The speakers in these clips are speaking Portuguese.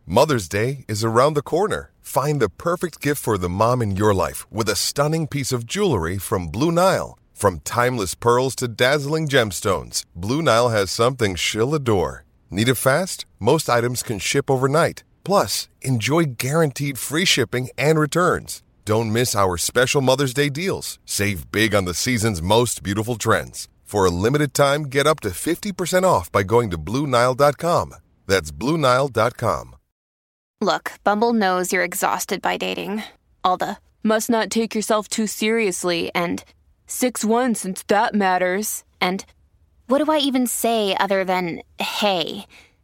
Mother's Day is around the corner. Find the perfect gift for the mom in your life with a stunning piece of jewelry from Blue Nile. From timeless pearls to dazzling gemstones, Blue Nile has something she'll adore. Need it fast? Most items can ship overnight. Plus, enjoy guaranteed free shipping and returns. Don't miss our special Mother's Day deals. Save big on the season's most beautiful trends. For a limited time, get up to 50% off by going to BlueNile.com. That's BlueNile.com. Look, Bumble knows you're exhausted by dating. All the, must not take yourself too seriously, and 6'1" since that matters. And what do I even say other than, hey?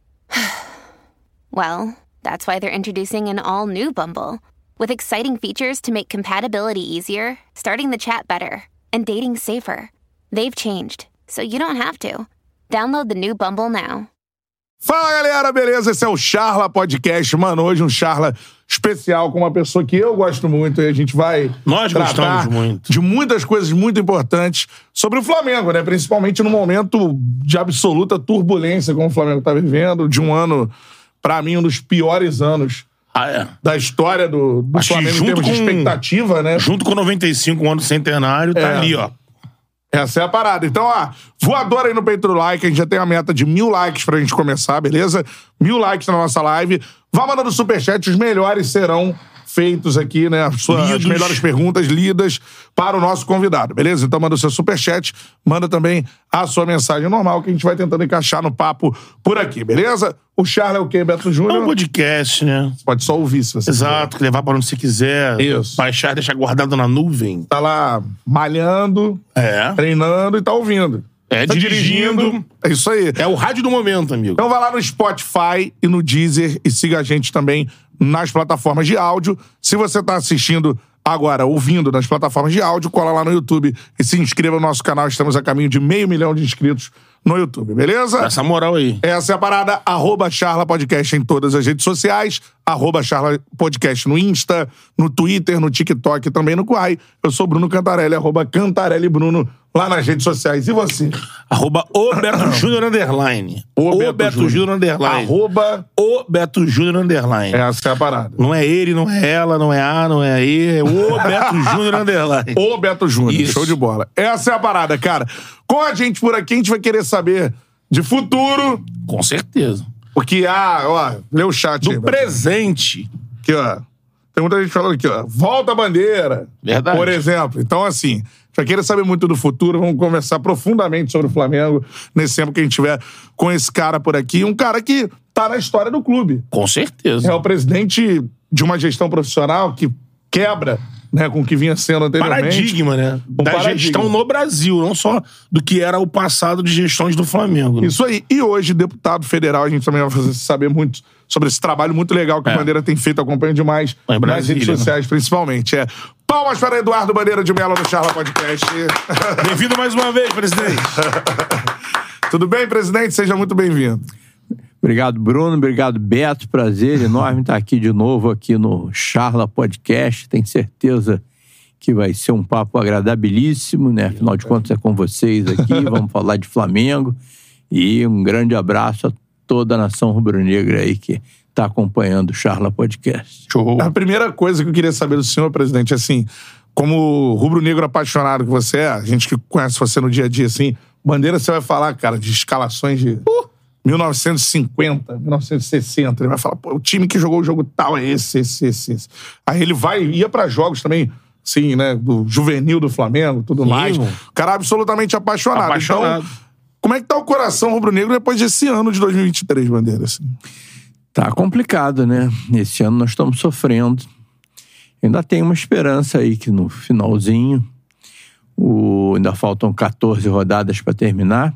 Well, that's why they're introducing an all-new Bumble. With exciting features to make compatibility easier, starting the chat better, and dating safer. They've changed, so you don't have to. Download the new Bumble now. Fala, galera, beleza? Esse é o Charla Podcast. Mano, hoje um Charla especial com uma pessoa que eu gosto muito e a gente vai tratar de muitas coisas muito importantes sobre o Flamengo, né? Principalmente no momento de absoluta turbulência como o Flamengo tá vivendo, de um ano, pra mim, um dos piores anos da história do Flamengo em termos de expectativa, né? Junto com 95, um ano centenário, tá ali, ó. Essa é a parada. Então, voadora aí no peito do like. A gente já tem a meta de 1000 likes pra gente começar, beleza? 1000 likes na nossa live. Vá mandando superchat. Os melhores serão feitos aqui, né? As melhores perguntas lidas para o nosso convidado, beleza? Então manda o seu superchat, manda também a sua mensagem normal que a gente vai tentando encaixar no papo por aqui, beleza? O Charla é o quê, Beto Júnior? É um podcast, né? Você pode só ouvir se você Exato, levar para onde você quiser. Isso. Baixar, deixar guardado na nuvem. Tá lá malhando, treinando e tá ouvindo. Tá dirigindo. É isso aí. É o rádio do momento, amigo. Então vai lá no Spotify e no Deezer e siga a gente também nas plataformas de áudio. Se você tá assistindo agora, ouvindo nas plataformas de áudio, cola lá no YouTube e se inscreva no nosso canal. Estamos a caminho de 500 mil de inscritos no YouTube, beleza? Essa moral aí. Essa é a parada. @Charla Podcast em todas as redes sociais. @Charla Podcast no Insta, no Twitter, no TikTok e também no Quai. Eu sou Bruno Cantarelli, @Cantarelli Bruno lá nas redes sociais. E você? @OBetoJúnior _. @OBetoJúnior _. @OBetoJúnior _. Essa é a parada. Não é ele, não é ela, não é A, não é E, é @OBetoJúnior _. @Beto Júnior. Isso. Show de bola. Essa é a parada, cara. Com a gente por aqui, a gente vai querer saber de futuro. Com certeza. Porque, lê o chat do aí, presente. Aqui, ó. Tem muita gente falando aqui, ó. Volta a bandeira. Verdade. Por exemplo. Então, assim, já queira saber muito do futuro, vamos conversar profundamente sobre o Flamengo nesse tempo que a gente tiver com esse cara por aqui. Um cara que tá na história do clube. Com certeza. É o presidente de uma gestão profissional que quebra, né, com o que vinha sendo anteriormente. Paradigma, né? Da gestão no Brasil, não só do que era o passado de gestões do Flamengo. Né? Isso aí. E hoje, deputado federal, a gente também vai saber muito sobre esse trabalho muito legal que a Bandeira tem feito, acompanho demais nas redes sociais, principalmente. Palmas para Eduardo Bandeira de Mello no Charla Podcast. Bem-vindo mais uma vez, presidente. Tudo bem, presidente? Seja muito bem-vindo. Obrigado, Bruno. Obrigado, Beto. Prazer enorme estar aqui de novo aqui no Charla Podcast. Tenho certeza que vai ser um papo agradabilíssimo, né? Afinal de contas, é com vocês aqui. Vamos falar de Flamengo. E um grande abraço a toda a nação rubro-negra aí que está acompanhando o Charla Podcast. Show. A primeira coisa que eu queria saber do senhor, presidente, assim, como rubro-negro apaixonado que você é, a gente que conhece você no dia a dia, assim, Bandeira, você vai falar, cara, de escalações de 1950, 1960. Ele vai falar, pô, o time que jogou o jogo tal é esse. Aí ele ia pra jogos também, assim, né, do juvenil do Flamengo, tudo mais. O cara é absolutamente apaixonado. Então, como é que tá o coração rubro-negro depois desse ano de 2023, Bandeira? Assim? Tá complicado, né? Esse ano nós estamos sofrendo. Ainda tem uma esperança aí que no finalzinho, ainda faltam 14 rodadas para terminar.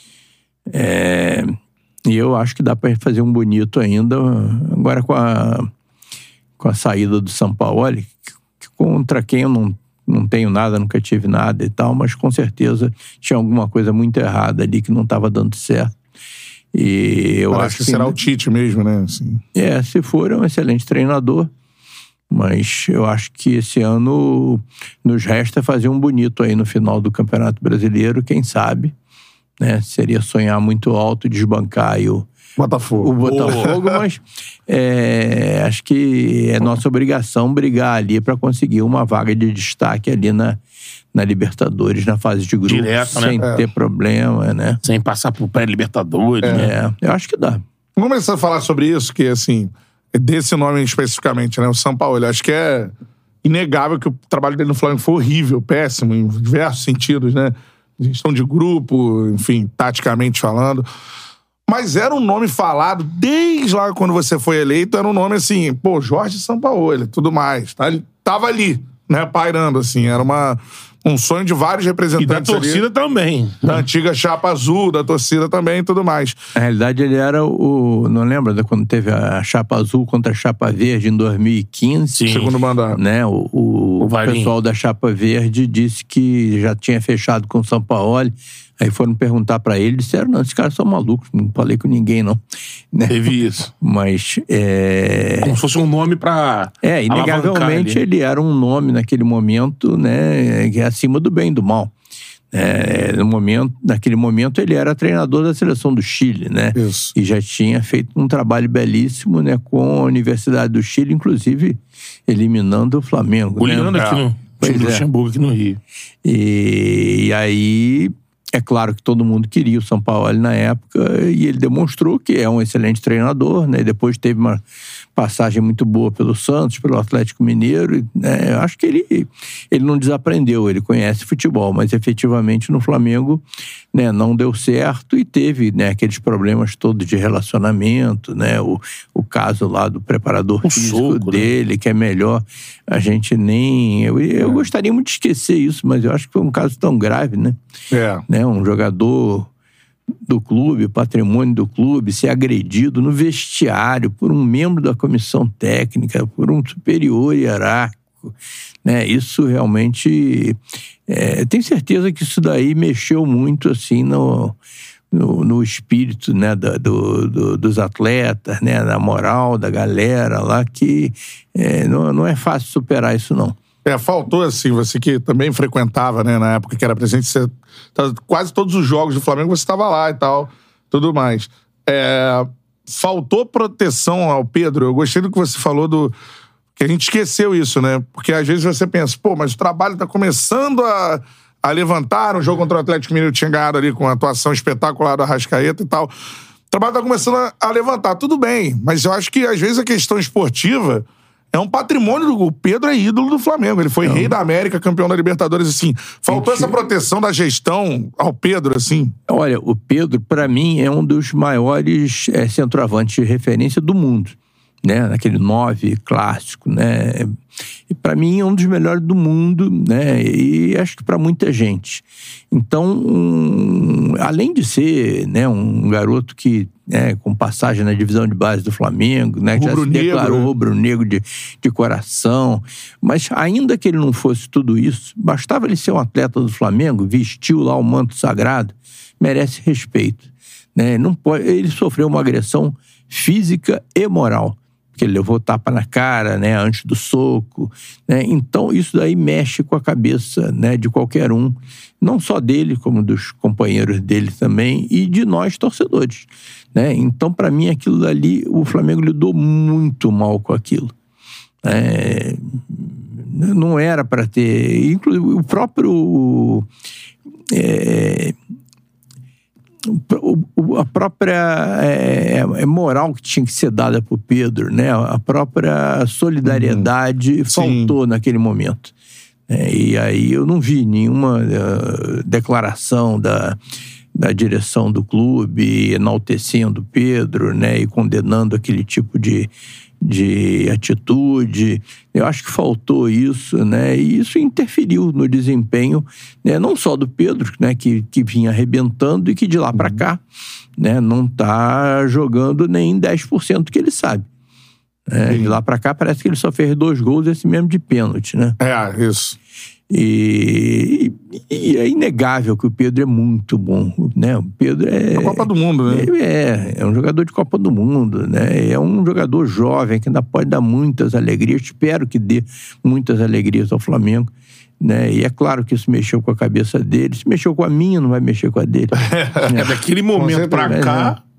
E eu acho que dá para fazer um bonito ainda, agora com a saída do Sampaoli, contra quem eu não tenho nada, nunca tive nada e tal, mas com certeza tinha alguma coisa muito errada ali que não estava dando certo. E eu Parece acho que será o Tite mesmo, né? Assim. Se for, é um excelente treinador, mas eu acho que esse ano nos resta fazer um bonito aí no final do Campeonato Brasileiro, quem sabe, né? Seria sonhar muito alto, desbancar aí Botafogo. O Botafogo, mas acho que é nossa obrigação brigar ali para conseguir uma vaga de destaque ali na Libertadores, na fase de grupos, direto, sem ter problema, né? Sem passar por pré-Libertadores, né? Eu acho que dá. Vamos começar a falar sobre isso, que, assim, desse nome especificamente, né? O Sampaoli. Acho que é inegável que o trabalho dele no Flamengo foi horrível, péssimo, em diversos sentidos, né? Gestão de grupo, enfim, taticamente falando. Mas era um nome falado desde lá quando você foi eleito, era um nome assim, pô, Jorge Sampaoli, tudo mais. Tá? Ele tava ali, né, pairando, assim. Era um sonho de vários representantes. E da torcida ali, também. da antiga chapa azul, da torcida também e tudo mais. Na realidade, ele era não lembra de quando teve a chapa azul contra a chapa verde em 2015? Sim. Segundo mandato. Né? O pessoal da chapa verde disse que já tinha fechado com o Sampaoli. Aí foram perguntar pra ele, disseram, não, esses caras são malucos, não falei com ninguém, não. Né? Teve isso. Mas como se fosse um nome pra inegavelmente ele era um nome naquele momento, né, que é acima do bem e do mal. Naquele momento ele era treinador da seleção do Chile, né? Isso. E já tinha feito um trabalho belíssimo, né, com a Universidade do Chile, inclusive eliminando o Flamengo. Goleando, né? aqui no Luxemburgo, aqui no Rio. E aí... É claro que todo mundo queria o Sampaoli na época e ele demonstrou que é um excelente treinador, né? Depois teve uma passagem muito boa pelo Santos, pelo Atlético Mineiro, né? Eu acho que ele não desaprendeu, ele conhece futebol, mas efetivamente no Flamengo, né, não deu certo e teve, né, aqueles problemas todos de relacionamento, né? O caso lá do preparador físico dele, né? Que é melhor a gente nem... Eu gostaria muito de esquecer isso, mas eu acho que foi um caso tão grave, né? Né? Um jogador do clube, patrimônio do clube, ser agredido no vestiário por um membro da comissão técnica, por um superior hierárquico, né? Isso realmente... tenho certeza que isso daí mexeu muito, assim, no espírito, né, dos atletas, né, na moral da galera lá, que não é fácil superar isso, não. Faltou, assim, você que também frequentava, né, na época que era presidente, quase todos os jogos do Flamengo você estava lá e tal, tudo mais. Faltou proteção ao Pedro. Eu gostei do que você falou que a gente esqueceu isso, né? Porque às vezes você pensa, pô, mas o trabalho tá começando a levantar. No jogo contra o Atlético Mineiro tinha ganhado ali com uma atuação espetacular do Arrascaeta e tal. O trabalho tá começando a levantar. Tudo bem, mas eu acho que às vezes a questão esportiva é um patrimônio o Pedro é ídolo do Flamengo. Ele foi rei da América, campeão da Libertadores, assim. Faltou essa proteção da gestão ao Pedro, assim? Olha, o Pedro, pra mim, é um dos maiores centroavantes de referência do mundo, né? Naquele 9 clássico, né? E pra mim é um dos melhores do mundo, né? E acho que pra muita gente. Então, além de ser, né, um garoto que, né, com passagem na divisão de base do Flamengo, né, que já se declarou rubro-negro de coração, mas ainda que ele não fosse tudo isso, bastava ele ser um atleta do Flamengo, vestiu lá o manto sagrado, merece respeito, né? Não pode, ele sofreu uma agressão física e moral, porque ele levou tapa na cara, né, antes do soco, né? Então isso daí mexe com a cabeça, né, de qualquer um, não só dele, como dos companheiros dele também, e de nós torcedores, né? Então, para mim, aquilo dali, o Flamengo lidou muito mal com aquilo. Não era para ter... Inclusive, o próprio... a própria moral que tinha que ser dada pro Pedro, né? A própria solidariedade faltou naquele momento. E aí eu não vi nenhuma declaração da direção do clube enaltecendo Pedro, né, e condenando aquele tipo de atitude. Eu acho que faltou isso, né, e isso interferiu no desempenho, né, não só do Pedro, né, que vinha arrebentando e que de lá para cá, né, não tá jogando nem 10% que ele sabe. De lá pra cá parece que ele só fez 2 gols, esse mesmo de pênalti, né? Isso. E é inegável que o Pedro é muito bom, né? O Pedro é... A Copa do Mundo, né? É um jogador de Copa do Mundo, né? É um jogador jovem que ainda pode dar muitas alegrias, espero que dê muitas alegrias ao Flamengo, né? E é claro que isso mexeu com a cabeça dele, se mexeu com a minha, não vai mexer com a dele. Daquele momento pra cá...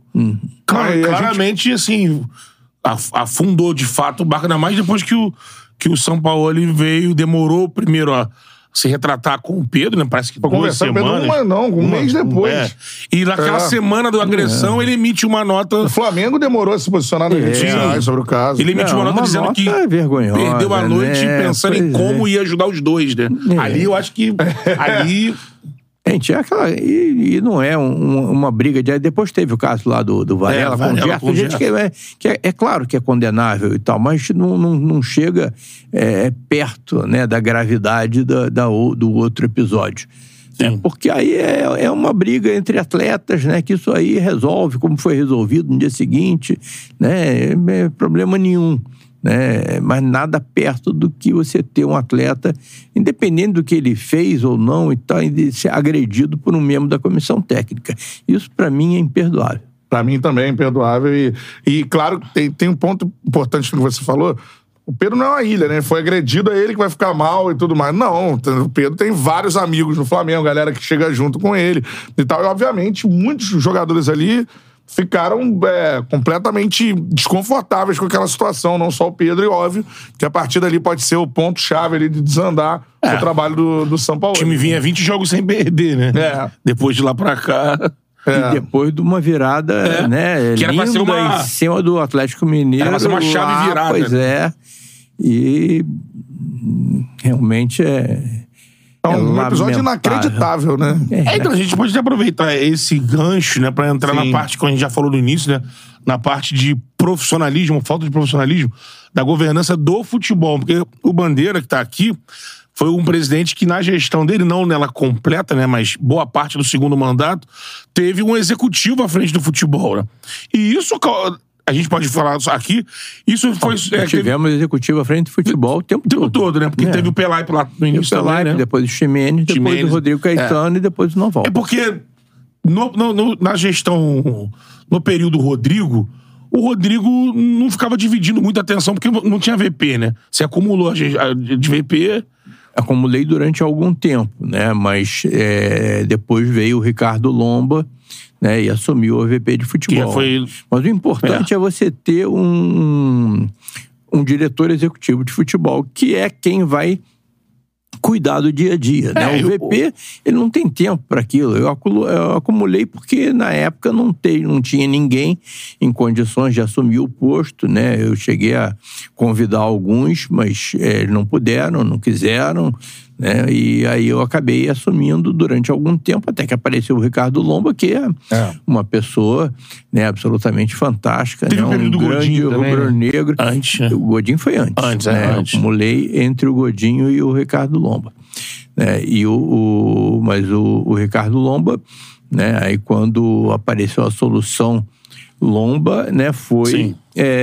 Claramente, assim, afundou de fato o barco, ainda mais depois que o Sampaoli veio, demorou primeiro a se retratar com o Pedro, né? Parece que 2 semanas. Um mês depois. E naquela semana da agressão, ele emite uma nota... O Flamengo demorou a se posicionar nas redes sociais sobre o caso. Ele emitiu uma nota dizendo que perdeu a noite pensando em como ia ajudar os dois, né? Ali eu acho que... Ali... Gente, é aquela. E não é uma briga de. Depois teve o caso lá do Varela com o Gerson. Gente que é claro que é condenável e tal, mas não chega perto, né, da gravidade do outro episódio. Porque aí é uma briga entre atletas, né? Que isso aí resolve, como foi resolvido no dia seguinte, né? Problema nenhum. Né? Mas nada perto do que você ter um atleta, independente do que ele fez ou não, e tal, de ser agredido por um membro da comissão técnica. Isso, para mim, é imperdoável. Para mim também é imperdoável. E claro, tem um ponto importante que você falou. O Pedro não é uma ilha, né? Foi agredido, é ele que vai ficar mal e tudo mais. Não, o Pedro tem vários amigos no Flamengo, galera que chega junto com ele e tal. E, obviamente, muitos jogadores ali ficaram completamente desconfortáveis com aquela situação, não só o Pedro, e óbvio que a partir dali pode ser o ponto-chave ali de desandar o trabalho do Sampaoli. O time vinha 20 jogos sem perder, né? Depois de lá pra cá... E depois de uma virada, né, que era pra ser em cima do Atlético Mineiro. Era pra ser uma chave virada. Pois é. E realmente um episódio inacreditável, né? Então a gente pode até aproveitar esse gancho, né, pra entrar na parte que a gente já falou no início, né? Na parte de profissionalismo, falta de profissionalismo, da governança do futebol. Porque o Bandeira, que tá aqui, foi um presidente que, na gestão dele, não nela completa, né, mas boa parte do segundo mandato, teve um executivo à frente do futebol, né? E isso, a gente pode falar aqui, isso foi... tivemos executivo à frente do futebol o tempo todo, né? Porque teve o Pelaipe lá no início também, né? Depois o Ximenes, depois o Rodrigo Caetano e depois o Noval. É porque na gestão, no período Rodrigo, o Rodrigo não ficava dividindo muita atenção, porque não tinha VP, né? Você acumulou de VP... Acumulei durante algum tempo, né? Mas depois veio o Ricardo Lomba, né? E assumiu o VP de futebol. Mas o importante é você ter um diretor executivo de futebol, que é quem vai cuidar do dia a dia, né? O VP, ele não tem tempo para aquilo. Eu acumulei porque, na época, não tinha ninguém em condições de assumir o posto, né? Eu cheguei a convidar alguns, mas eles não puderam, não quiseram, né? E aí eu acabei assumindo durante algum tempo, até que apareceu o Ricardo Lomba, que é uma pessoa, né, absolutamente fantástica. Teve né? Um grande rubro-negro. Antes. O Godinho foi antes. Né? Antes. Eu acumulei entre o Godinho e o Ricardo Lomba. Né? Mas o Ricardo Lomba, né, aí quando apareceu a solução Lomba, né, foi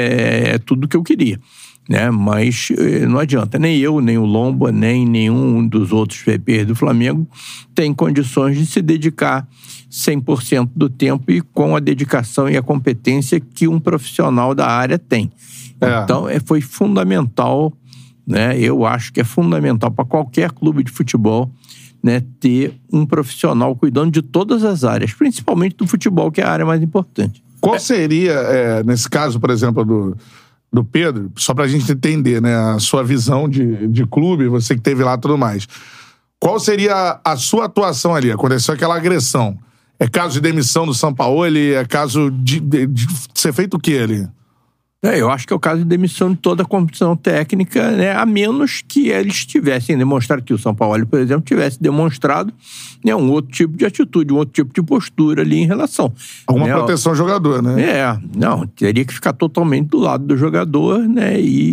tudo que eu queria. Né? Mas não adianta, nem eu, nem o Lomba, nem nenhum dos outros VPs do Flamengo tem condições de se dedicar 100% do tempo e com a dedicação e a competência que um profissional da área tem. Então, foi fundamental, né? Eu acho que é fundamental para qualquer clube de futebol, né, ter um profissional cuidando de todas as áreas, principalmente do futebol, que é a área mais importante. Qual seria, nesse caso, por exemplo, do Pedro, só pra gente entender, né, a sua visão de clube, você que esteve lá e tudo mais. Qual seria a sua atuação ali? Aconteceu aquela agressão. É caso de demissão do Sampaoli? É caso de ser feito o quê ali? Eu acho que é o caso de demissão de toda a comissão técnica, né, a menos que eles tivessem demonstrado, que o Sampaoli, por exemplo, tivesse demonstrado, né, um outro tipo de atitude, um outro tipo de postura ali em relação. Alguma proteção ao jogador, né? Não, teria que ficar totalmente do lado do jogador, né,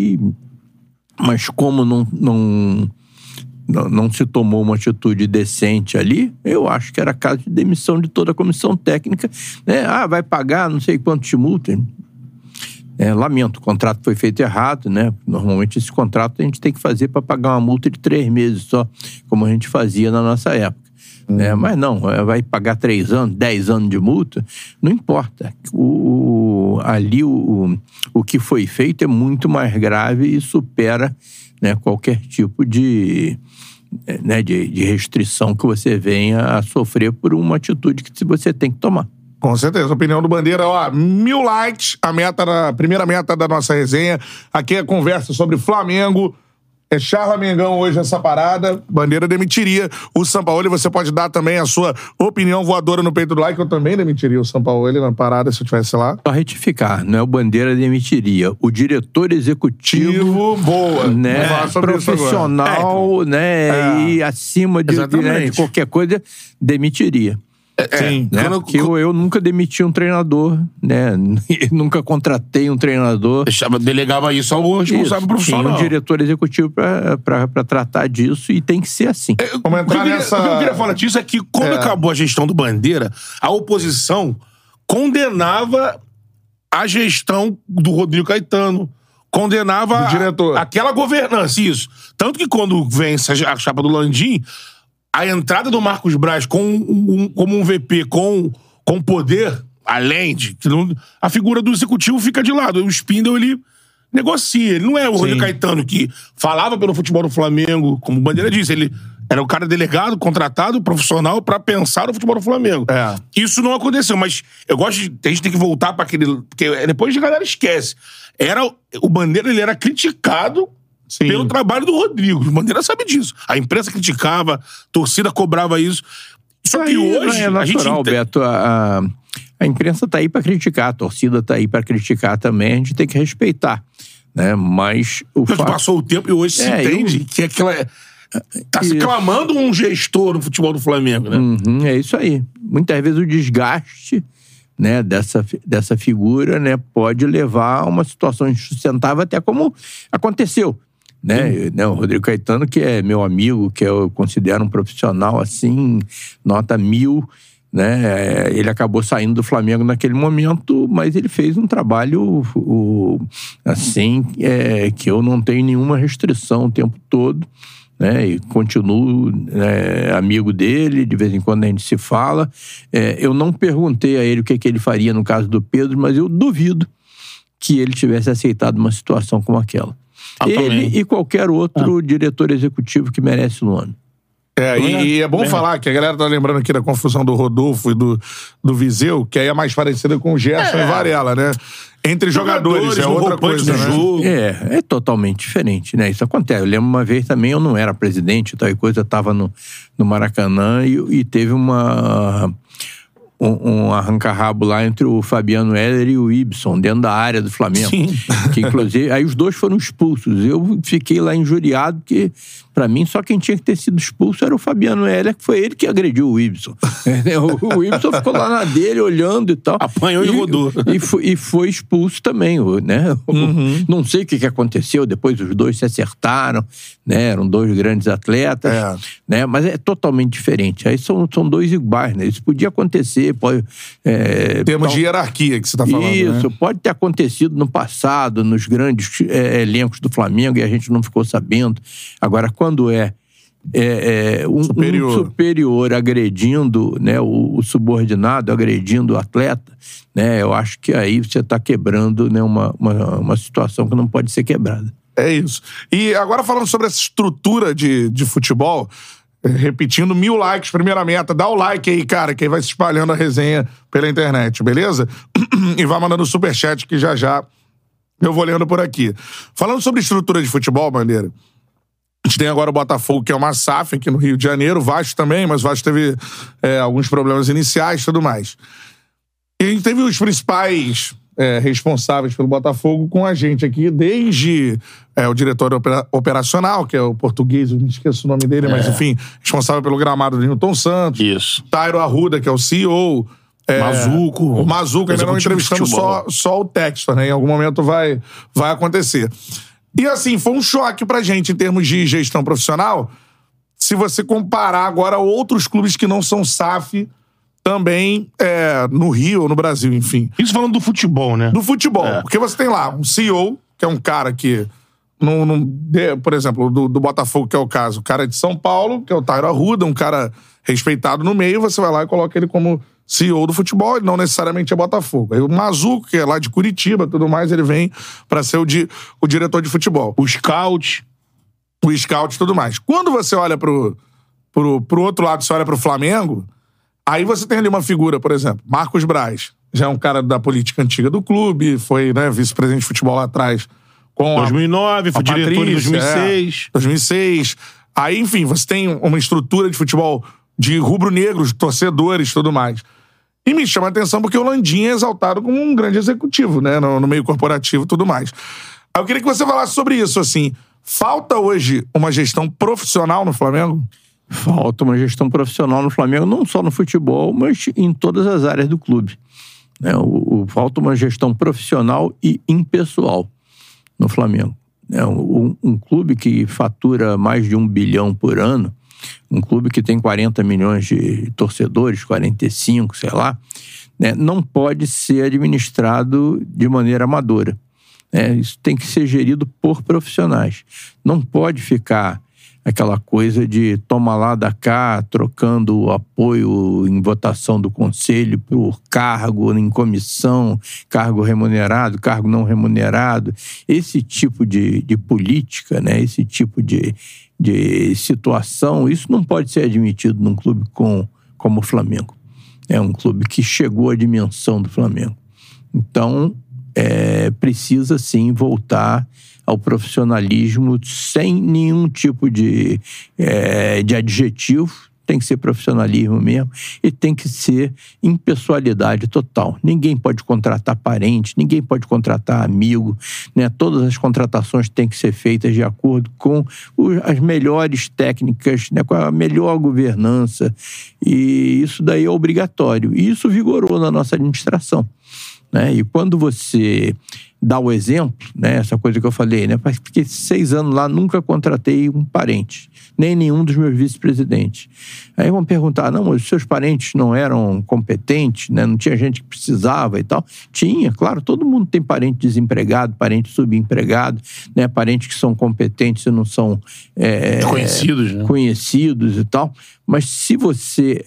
mas como não se tomou uma atitude decente ali, eu acho que era caso de demissão de toda a comissão técnica, né, vai pagar não sei quanto de multa. Lamento, o contrato foi feito errado, né? Normalmente esse contrato a gente tem que fazer para pagar uma multa de 3 meses só, como a gente fazia na nossa época. Mas não, vai pagar 3 anos, 10 anos de multa, não importa. Ali o que foi feito é muito mais grave e supera, né, qualquer tipo de restrição que você venha a sofrer por uma atitude que você tem que tomar. Com certeza. Opinião do Bandeira, 1000 likes, a primeira meta da nossa resenha. Aqui é conversa sobre Flamengo. É Charla Mengão hoje essa parada. Bandeira demitiria o Sampaoli. Você pode dar também a sua opinião voadora no peito do like. Eu também demitiria o Sampaoli na parada se eu estivesse lá. Só retificar, não é o Bandeira demitiria. O diretor executivo, boa, né, profissional, né, e acima de qualquer coisa, demitiria. Sim. Né? Porque eu nunca demiti um treinador, né? Nunca contratei um treinador. Delegava isso ao responsável profissional. Tinha um diretor executivo pra tratar disso e tem que ser assim. Vamos entrar nessa... O que eu queria falar disso é que quando acabou a gestão do Bandeira, a oposição condenava a gestão do Rodrigo Caetano, condenava aquela governança, isso. Tanto que quando vence a chapa do Landim, a entrada do Marcos Braz como um VP com poder, além de... A figura do executivo fica de lado. O Spindle, ele negocia. Ele não é o Rodrigo Caetano que falava pelo futebol do Flamengo, como o Bandeira disse. Ele era o cara delegado, contratado, profissional pra pensar no futebol do Flamengo. Isso não aconteceu, mas eu gosto de... A gente tem que voltar pra aquele... Porque depois a galera esquece. O Bandeira, ele era criticado pelo trabalho do Rodrigo. O Bandeira sabe disso. A imprensa criticava, a torcida cobrava isso. Só que hoje... É natural, Beto. A imprensa tá aí pra criticar, a torcida tá aí pra criticar também. A gente tem que respeitar, né? Mas passou o tempo e hoje se entende que aquela... Tá se clamando um gestor no futebol do Flamengo, né? É isso aí. Muitas vezes o desgaste, né, dessa figura, né, pode levar a uma situação insustentável, até como aconteceu. Né? O Rodrigo Caetano, que é meu amigo, que eu considero um profissional assim, nota 1000, né? Ele acabou saindo do Flamengo naquele momento, mas ele fez um trabalho assim, que eu não tenho nenhuma restrição o tempo todo, né? E continuo amigo dele, de vez em quando a gente se fala. Eu não perguntei a ele o que ele faria no caso do Pedro, mas eu duvido que ele tivesse aceitado uma situação como aquela. Ele e qualquer outro diretor executivo que merece o nome. E é bom falar que a galera tá lembrando aqui da confusão do Rodolfo e do Viseu, que aí é mais parecida com o Gerson e Varela, né? Entre jogadores é outra coisa, né? Jogo. É totalmente diferente, né? Isso acontece. Eu lembro uma vez também, eu não era presidente, tal coisa, eu tava no Maracanã e teve um arranca-rabo lá entre o Fabiano Heller e o Ibson, dentro da área do Flamengo. Sim. Que, inclusive, aí os dois foram expulsos. Eu fiquei lá injuriado, porque, pra mim, só quem tinha que ter sido expulso era o Fabiano Heller, que foi ele que agrediu o Ibson. O Ibson ficou lá na dele, olhando e tal. Apanhou e rodou. E foi expulso também, né? Não sei o que aconteceu, depois os dois se acertaram, né? Eram dois grandes atletas, né? Mas é totalmente diferente. Aí são dois iguais, né? Isso podia acontecer, pode... Termos de hierarquia que você tá falando, isso, né? Pode ter acontecido no passado, nos grandes elencos do Flamengo, e a gente não ficou sabendo. Agora, quando um superior agredindo, né, o subordinado, agredindo o atleta, né, eu acho que aí você está quebrando, né, uma situação que não pode ser quebrada. É isso. E agora falando sobre essa estrutura de futebol, repetindo, 1000 likes, primeira meta. Dá o like aí, cara, que aí vai se espalhando a resenha pela internet, beleza? E vai mandando superchat que já eu vou lendo por aqui. Falando sobre estrutura de futebol, Bandeira, a gente tem agora o Botafogo, que é uma SAF aqui no Rio de Janeiro, o Vasco também, mas o Vasco teve alguns problemas iniciais e tudo mais. E a gente teve os principais responsáveis pelo Botafogo com a gente aqui, desde o diretor operacional, que é o português, eu me esqueço o nome dele, mas enfim, responsável pelo gramado do Nilton Santos. Isso. Tairo Arruda, que é o CEO. Mazuco. O Mazuco, ainda não entrevistando só o Textor, né? Em algum momento vai acontecer. E assim, foi um choque pra gente em termos de gestão profissional, se você comparar agora outros clubes que não são SAF também no Rio ou no Brasil, enfim. Isso falando do futebol, né? Do futebol. Porque você tem lá um CEO, que é um cara que, por exemplo, do Botafogo, que é o caso, o cara é de São Paulo, que é o Tairo Arruda, um cara respeitado no meio, você vai lá e coloca ele como CEO do futebol, ele não necessariamente é Botafogo. Aí o Mazuco, que é lá de Curitiba, tudo mais, ele vem pra ser o diretor de futebol. O scout e tudo mais. Quando você olha pro outro lado, você olha pro Flamengo, Aí você tem ali uma figura, por exemplo, Marcos Braz. Já é um cara da política antiga do clube, foi, né, vice-presidente de futebol lá atrás. Com 2009, foi diretor em 2006. 2006. Aí, enfim, você tem uma estrutura de futebol de rubro-negros, torcedores e tudo mais. E me chama a atenção porque o Landim é exaltado como um grande executivo, né, no meio corporativo e tudo mais. Aí eu queria que você falasse sobre isso, assim. Falta hoje uma gestão profissional no Flamengo? Falta uma gestão profissional no Flamengo, não só no futebol, mas em todas as áreas do clube. Falta uma gestão profissional e impessoal no Flamengo. Um clube que fatura mais de 1 bilhão por ano, um clube que tem 40 milhões de torcedores, 45, sei lá, né, não pode ser administrado de maneira amadora. Isso tem que ser gerido por profissionais. Não pode ficar aquela coisa de toma lá da cá, trocando o apoio em votação do conselho por cargo em comissão, cargo remunerado, cargo não remunerado. Esse tipo de política, né? Esse tipo de situação, isso não pode ser admitido num clube como o Flamengo. É um clube que chegou à dimensão do Flamengo. Então, precisa sim voltar ao profissionalismo sem nenhum tipo de adjetivo. Tem que ser profissionalismo mesmo e tem que ser impessoalidade total. Ninguém pode contratar parente, ninguém pode contratar amigo, né? Todas as contratações têm que ser feitas de acordo com as melhores técnicas, né? Com a melhor governança, e isso daí é obrigatório. E isso vigorou na nossa administração, né? E quando você dá o exemplo, né, essa coisa que eu falei, né, porque 6 anos lá nunca contratei um parente, nem nenhum dos meus vice-presidentes. Aí vão perguntar, não, os seus parentes não eram competentes, né, não tinha gente que precisava e tal? Tinha, claro, todo mundo tem parente desempregado, parente subempregado, né, parentes que são competentes e não são conhecidos, né? Conhecidos e tal. Mas se você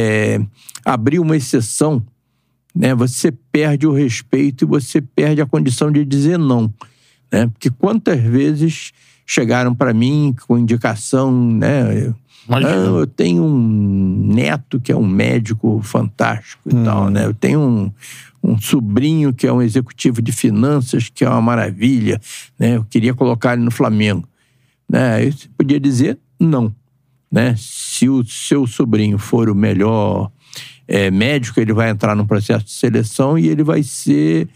abrir uma exceção, né, você perde o respeito e você perde a condição de dizer não, né? Porque quantas vezes chegaram para mim com indicação, né? Eu tenho um neto que é um médico fantástico e tal, né? Eu tenho um sobrinho que é um executivo de finanças que é uma maravilha, né? Eu queria colocar ele no Flamengo, né? Aí você podia dizer não, né? Se o seu sobrinho for o melhor médico, ele vai entrar num processo de seleção e ele vai ser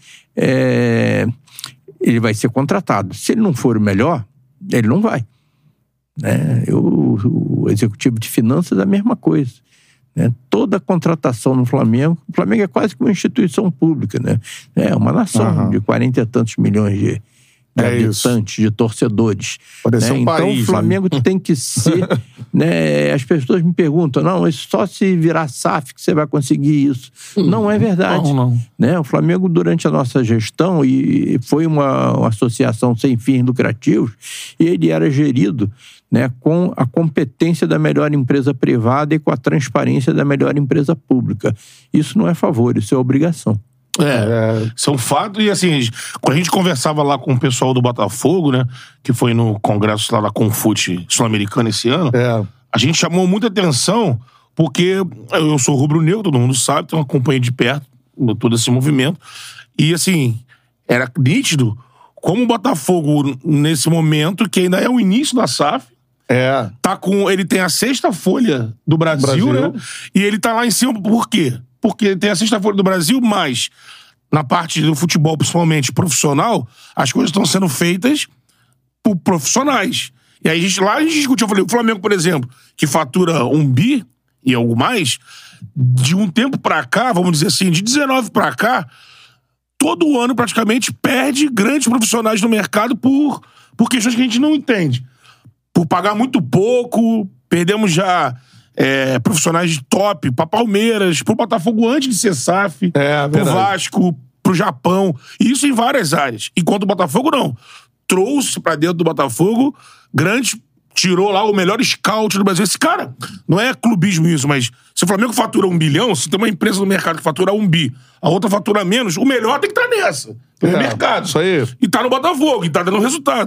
contratado. Se ele não for o melhor, ele não vai, né? O executivo de finanças é a mesma coisa, né? Toda contratação no Flamengo, o Flamengo é quase que uma instituição pública, né? É uma nação de 40 e tantos milhões de habitantes, de torcedores. Pode ser né? um Então país, o Flamengo tem que ser, né? As pessoas me perguntam, não, é só se virar SAF que você vai conseguir isso. Não é verdade. Não. Né? O Flamengo, durante a nossa gestão, e foi uma associação sem fins lucrativos, e ele era gerido, né, com a competência da melhor empresa privada e com a transparência da melhor empresa pública. Isso não é favor, isso é obrigação. Isso é um fato. E assim, quando a gente conversava lá com o pessoal do Botafogo, né, que foi no congresso lá da Confute Sul-Americana esse ano, a gente chamou muita atenção porque eu sou rubro-negro, todo mundo sabe, então eu acompanhei de perto todo esse movimento. E assim, era nítido como o Botafogo, nesse momento, que ainda é o início da SAF, ele tem a 6ª folha do Brasil, né? E ele tá lá em cima, por quê? Porque tem a 6ª folha do Brasil, mas na parte do futebol, principalmente profissional, as coisas estão sendo feitas por profissionais. E aí a gente discutiu, eu falei, o Flamengo, por exemplo, que fatura 1 bi e algo mais, de um tempo pra cá, vamos dizer assim, de 19 pra cá, todo ano praticamente perde grandes profissionais no mercado por questões que a gente não entende. Por pagar muito pouco, perdemos já profissionais de top para Palmeiras, pro Botafogo antes de ser SAF, pro Vasco, pro Japão, e isso em várias áreas. Enquanto o Botafogo não. Trouxe pra dentro do Botafogo grandes, tirou lá o melhor scout do Brasil. Esse cara, não é clubismo isso, mas se o Flamengo fatura 1 bilhão, se tem uma empresa no mercado que fatura 1 bi, a outra fatura menos, o melhor tem que estar nessa. No mercado. Isso aí. E tá no Botafogo, e tá dando resultado.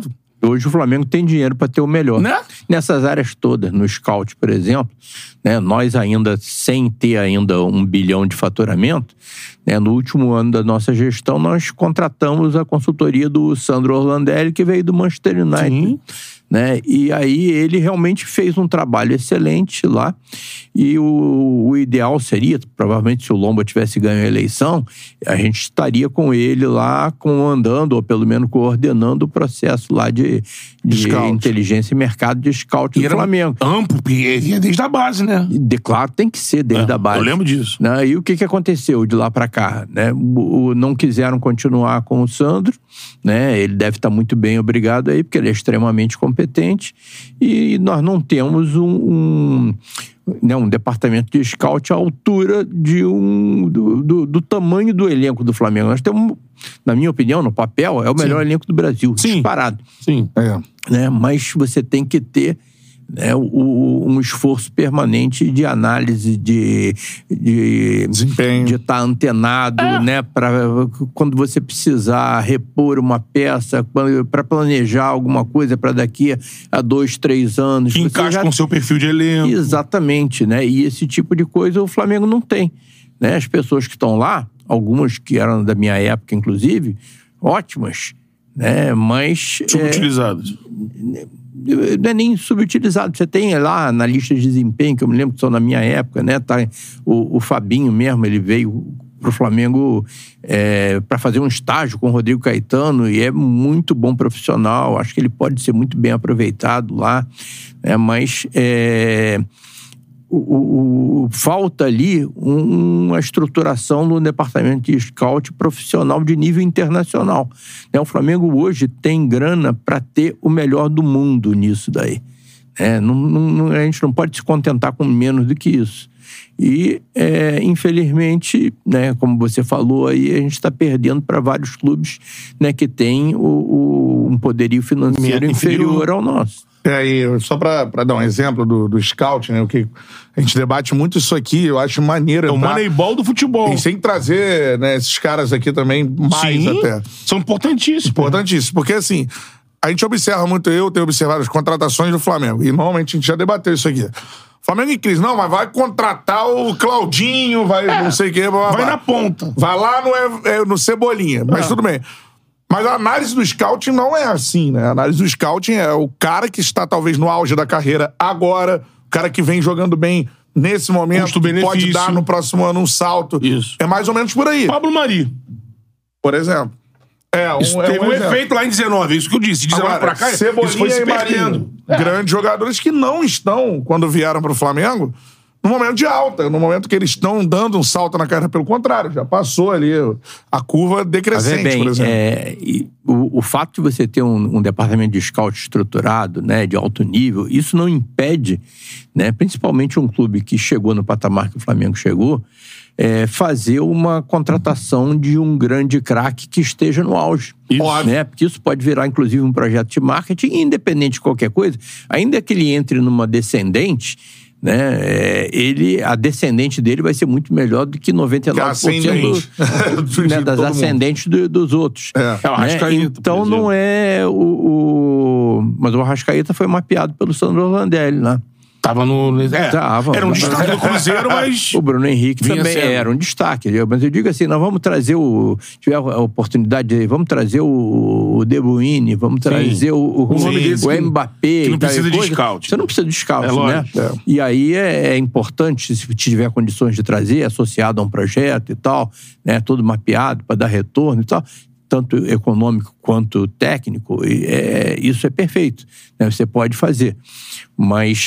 Hoje o Flamengo tem dinheiro para ter o melhor. Né? Nessas áreas todas, no scout, por exemplo, né, nós ainda, sem ter ainda 1 bilhão de faturamento, né, no último ano da nossa gestão, nós contratamos a consultoria do Sandro Orlandelli, que veio do Manchester United. Sim. Né? E aí ele realmente fez um trabalho excelente lá, e o ideal seria, provavelmente se o Lomba tivesse ganho a eleição, a gente estaria com ele lá comandando, ou pelo menos coordenando o processo lá de inteligência e mercado de scout do Flamengo. Amplo, porque desde a base, né? Claro, tem que ser desde a base. Eu lembro disso. Né? E o que aconteceu de lá pra cá? Né? Não quiseram continuar com o Sandro, né? Ele deve estar muito bem, obrigado aí, porque ele é extremamente competente, e nós não temos um departamento de scout à altura do tamanho do elenco do Flamengo. Nós temos, na minha opinião, no papel, é o melhor elenco do Brasil, disparado. Sim. Né? Mas você tem que ter, né, um esforço permanente de análise, de desempenho, de estar antenado, né, para quando você precisar repor uma peça, para planejar alguma coisa para daqui a 2, 3 anos. Que encaixa com o seu perfil de elenco. Exatamente, né? E esse tipo de coisa o Flamengo não tem, né? As pessoas que estão lá, algumas que eram da minha época, inclusive, ótimas, né? Mas subutilizadas. Não é nem subutilizado. Você tem lá na lista de desempenho, que eu me lembro que são da minha época, né? Tá, o Fabinho mesmo, ele veio pro Flamengo para fazer um estágio com o Rodrigo Caetano, e é muito bom profissional. Acho que ele pode ser muito bem aproveitado lá, mas falta ali uma estruturação no departamento de scout profissional de nível internacional. O Flamengo hoje tem grana para ter o melhor do mundo nisso daí. A gente não pode se contentar com menos do que isso. E, infelizmente, né, como você falou aí, a gente está perdendo para vários clubes, né, que têm um poderio financeiro inferior ao nosso. E só pra dar um exemplo do scout, né? O que a gente debate muito isso aqui, eu acho maneiro. É o Moneyball do futebol. A gente tem que trazer, né, esses caras aqui também, mais Sim, até. São importantíssimos. Importantíssimos. Porque, assim, a gente observa muito, eu tenho observado as contratações do Flamengo. E normalmente a gente já debateu isso aqui. Flamengo em crise. Não, mas vai contratar o Claudinho, vai não sei o quê. Vai na ponta. Vai lá no Cebolinha. Mas tudo bem. Mas a análise do scouting não é assim, né? A análise do scouting é o cara que está talvez no auge da carreira agora, o cara que vem jogando bem nesse momento, que pode dar no próximo ano um salto. Isso. É mais ou menos por aí. Pablo Mari, por exemplo. Isso teve um efeito lá em 19, é isso que eu disse. De 19 pra cá, Cebolinha isso foi se e perdendo. Grandes jogadores que não estão, quando vieram pro Flamengo, no momento de alta, no momento que eles estão dando um salto na carreira. Pelo contrário, já passou ali a curva decrescente, bem, por exemplo. O fato de você ter um departamento de scout estruturado, né, de alto nível, isso não impede, né, principalmente um clube que chegou no patamar que o Flamengo chegou, fazer uma contratação de um grande craque que esteja no auge. Isso. Né? Porque isso pode virar, inclusive, um projeto de marketing, independente de qualquer coisa. Ainda que ele entre numa descendente, né, a descendente dele vai ser muito melhor do que 99% né, das ascendentes dos outros. Né? Então não é mas o Arrascaeta foi mapeado pelo Sandro Orlandelli, né? Tava no... Era um destaque do Cruzeiro, mas... O Bruno Henrique também era um destaque. Mas eu digo assim, nós vamos trazer tiver a oportunidade, vamos trazer o De Bruyne, vamos trazer o Mbappé. Que não precisa de scout. Você não precisa de scout, né? E aí é importante, se tiver condições de trazer, associado a um projeto e tal, né? Tudo mapeado para dar retorno e tal, tanto econômico quanto técnico, isso é perfeito, né? Você pode fazer. Mas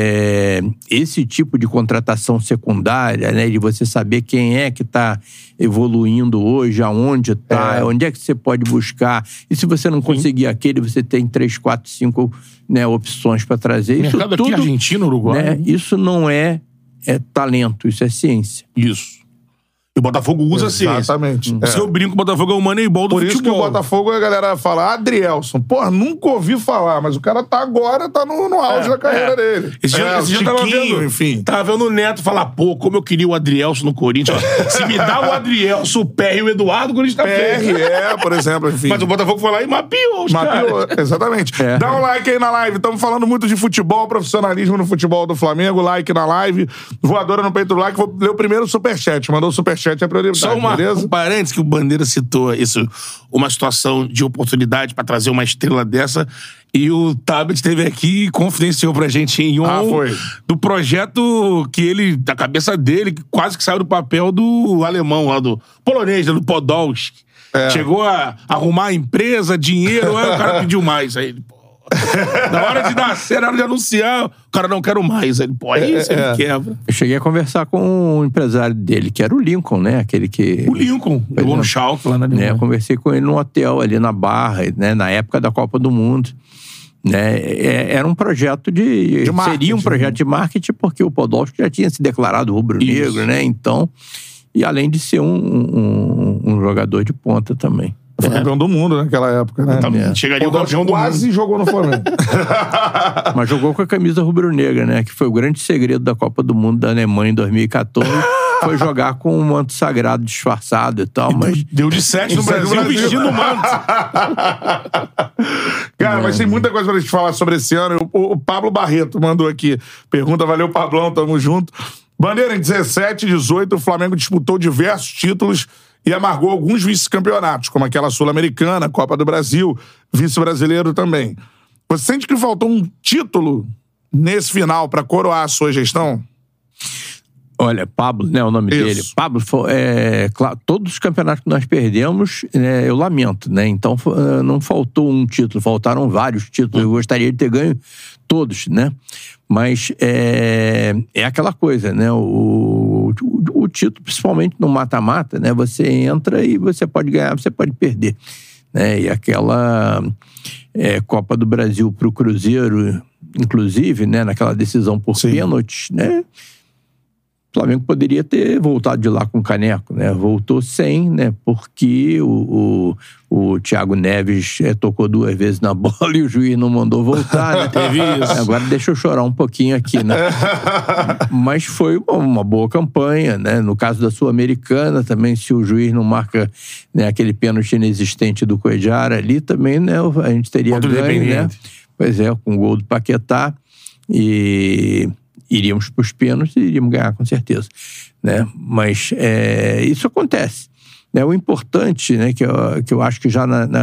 esse tipo de contratação secundária, né, de você saber quem é que está evoluindo hoje, aonde está, onde é que você pode buscar, e se você não conseguir aquele, você tem 3, 4, 5 né, opções para trazer. Mercado isso aqui, tudo, Argentina, Uruguai. Né, isso não é talento, isso é ciência. Isso. E o Botafogo usa a ciência. Exatamente. Por isso que eu brinco, o Botafogo é o Moneyball do futebol. Por isso que o Botafogo, a galera fala, Adrielson. Pô, nunca ouvi falar, mas o cara tá agora, tá no auge da carreira dele. Esse dia tava vendo, enfim. Tava vendo o Neto falar, pô, como eu queria o Adrielson no Corinthians. Se me dá o Adrielson, o PR e o Eduardo, o Corinthians tá feio. Por exemplo, enfim. Mas o Botafogo foi lá e mapeou os caras. Exatamente. Dá um like aí na live. Estamos falando muito de futebol, profissionalismo no futebol do Flamengo. Like na live. Voadora no peito do like. Vou ler o primeiro superchat. Mandou o superchat, é prioridade. Só um parênteses que o Bandeira citou isso, uma situação de oportunidade pra trazer uma estrela dessa. E o Tabet esteve aqui e confidenciou pra gente em foi. do projeto que ele, da cabeça dele, que quase que saiu do papel do alemão lá, do polonês, do Podolski. Chegou a arrumar a empresa, dinheiro, aí o cara pediu mais. Aí ele, pô, na hora de dar cena, na hora de anunciar, o cara não quero mais. Aí ele, pô, aí você me quebra. Eu cheguei a conversar com um empresário dele, que era o Lincoln, né? Aquele que... O Lincoln, jogou no Schalke lá na Alemanha. Conversei com ele num hotel ali na Barra, né? Na época da Copa do Mundo. Né? Era um projeto de seria um projeto de marketing, porque o Podolski já tinha se declarado rubro-negro, né? Então, e além de ser um jogador de ponta também. Foi campeão do mundo naquela época, né? Chegaria o campeão do quase mundo. Jogou no Flamengo. Mas jogou com a camisa rubro-negra, né? Que foi o grande segredo da Copa do Mundo da Alemanha em 2014. Foi jogar com um manto sagrado disfarçado e tal, mas... Deu de 7 no Brasil vestindo o manto. Cara, mas tem muita coisa pra gente falar sobre esse ano. O Pablo Barreto mandou aqui. Pergunta, valeu, Pablão, tamo junto. Bandeira, em 17 e 18, o Flamengo disputou diversos títulos e amargou alguns vice-campeonatos, como aquela Sul-Americana, Copa do Brasil, vice-brasileiro também. Você sente que faltou um título nesse final pra coroar a sua gestão? Olha, Pablo, né, o nome dele. Pablo, claro, todos os campeonatos que nós perdemos, eu lamento, né? Então, não faltou um título, faltaram vários títulos. Eu gostaria de ter ganho todos, né? Mas é aquela coisa, né? O título, principalmente no mata-mata, né? Você entra e você pode ganhar, você pode perder, né? E aquela Copa do Brasil pro Cruzeiro, inclusive, né? Naquela decisão por pênaltis, né? O Flamengo poderia ter voltado de lá com o caneco, né? Voltou sem, né? Porque o Thiago Neves tocou 2 vezes na bola e o juiz não mandou voltar, né? Teve isso. Agora deixa eu chorar um pouquinho aqui, né? Mas foi uma boa campanha, né? No caso da Sul-Americana também, se o juiz não marca, né, aquele pênalti inexistente do Cuéllar ali, também, né? A gente teria ganho, né? Pois é, com o gol do Paquetá e... iríamos para os pênaltis e iríamos ganhar com certeza, né? Mas isso acontece, né? O importante, né, que eu acho que já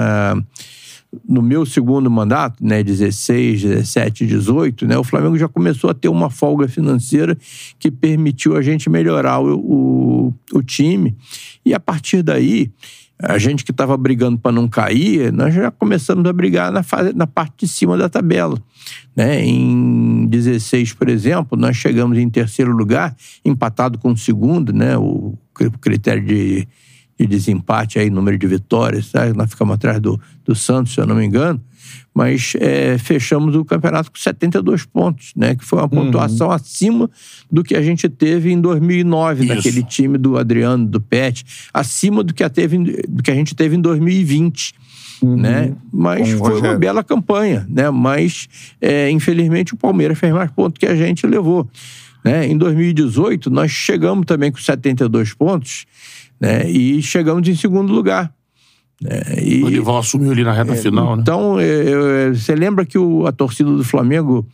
no meu segundo mandato, né, 16, 17, 18, né, o Flamengo já começou a ter uma folga financeira que permitiu a gente melhorar o time, e a partir daí a gente que estava brigando para não cair, nós já começamos a brigar na parte de cima da tabela, né? Em 16, por exemplo, nós chegamos em 3º lugar, empatado com o segundo, né? O critério de desempate aí, número de vitórias, tá? Nós ficamos atrás do Santos, se eu não me engano, mas fechamos o campeonato com 72 pontos, né? Que foi uma pontuação acima do que a gente teve em 2009, naquele time do Adriano, do Pet, acima do que a gente teve em 2020. Né? Mas foi uma bela campanha, né? Mas infelizmente o Palmeiras fez mais pontos que a gente levou, né? Em 2018 nós chegamos também com 72 pontos, né? E chegamos em 2º lugar. O Dorival assumiu ali na reta final, né? Então, você lembra que a torcida do Flamengo,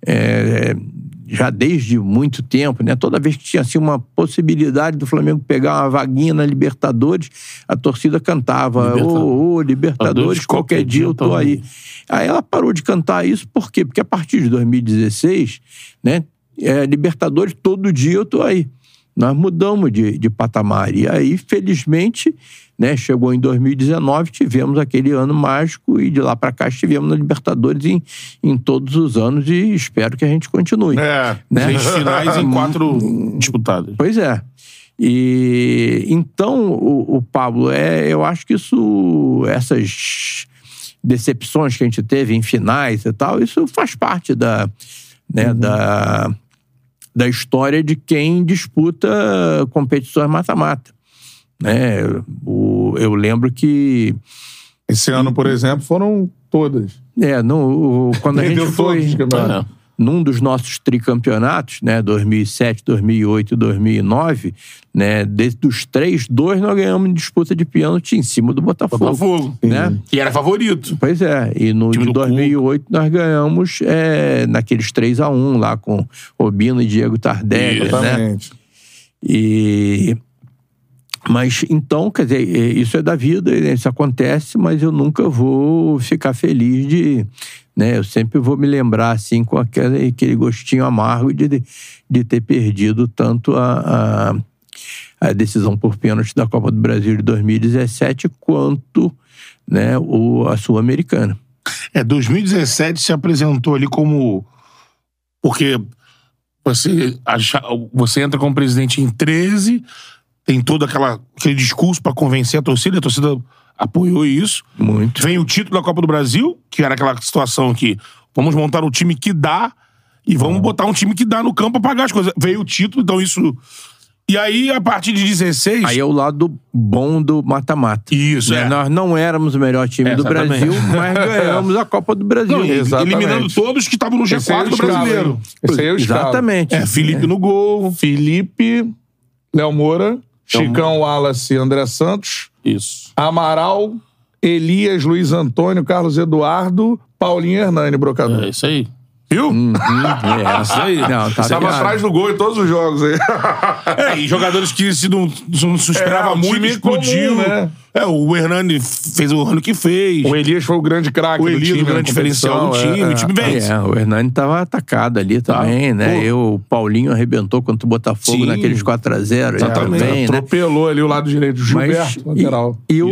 já desde muito tempo, né? Toda vez que tinha assim, uma possibilidade do Flamengo pegar uma vaguinha na Libertadores, a torcida cantava, Libertadores, qualquer dia eu tô aí. Aí ela parou de cantar isso, por quê? Porque a partir de 2016, né? Libertadores, todo dia eu tô aí. Nós mudamos de patamar. E aí, felizmente, né, chegou em 2019, tivemos aquele ano mágico e de lá para cá estivemos na Libertadores em todos os anos e espero que a gente continue. Né? 6 finais em 4 disputadas. Pois é. E então, o Pablo, eu acho que essas decepções que a gente teve em finais e tal, isso faz parte da história de quem disputa competições mata-mata. né? Eu lembro que... Esse ano, por exemplo, foram todas. Quando a gente foi... Num dos nossos tricampeonatos, né, 2007, 2008 e 2009, né, dos 3, 2 nós ganhamos em disputa de pênalti em cima do Botafogo. Né? Que era favorito. Pois é, e no de 2008 nós ganhamos naqueles 3-1 lá com Robinho e Diego Tardelli, Exatamente. né? Mas então, quer dizer, isso é da vida, isso acontece, mas eu nunca vou ficar feliz de... Né, eu sempre vou me lembrar, assim, com aquele gostinho amargo de ter perdido tanto a decisão por pênalti da Copa do Brasil de 2017 quanto, né, a Sul-Americana. 2017 se apresentou ali como... Porque você entra como presidente em 13, tem todo aquele discurso para convencer a torcida apoiou isso. Muito. Vem o título da Copa do Brasil, que era aquela situação que vamos montar um time que dá e vamos botar um time que dá no campo pra pagar as coisas. Veio o título, então isso... E aí, a partir de 16... Aí é o lado bom do mata-mata. Isso, né? Nós não éramos o melhor time do Brasil, mas ganhamos a Copa do Brasil. Não, eliminando todos que estavam no G4 do brasileiro. Esse aí é o escalo. Exatamente. Felipe no gol. Felipe, Léo Moura, Chicão, Wallace, André Santos... Isso. Amaral, Elias, Luiz Antônio, Carlos Eduardo, Paulinho e Hernani, Brocador. É isso aí. Viu? Isso aí. Não, Tava atrás do gol em todos os jogos aí. E jogadores que não se esperava muito, explodiu. Comum, né? O Hernani fez o ano que fez. O Elias foi o grande craque do time. O grande diferencial do time. O time vence. O Hernani tava atacado ali também, né? O Paulinho arrebentou contra o Botafogo naqueles 4-0. Exatamente. Também, atropelou ali o lado direito do Gilberto, lateral. E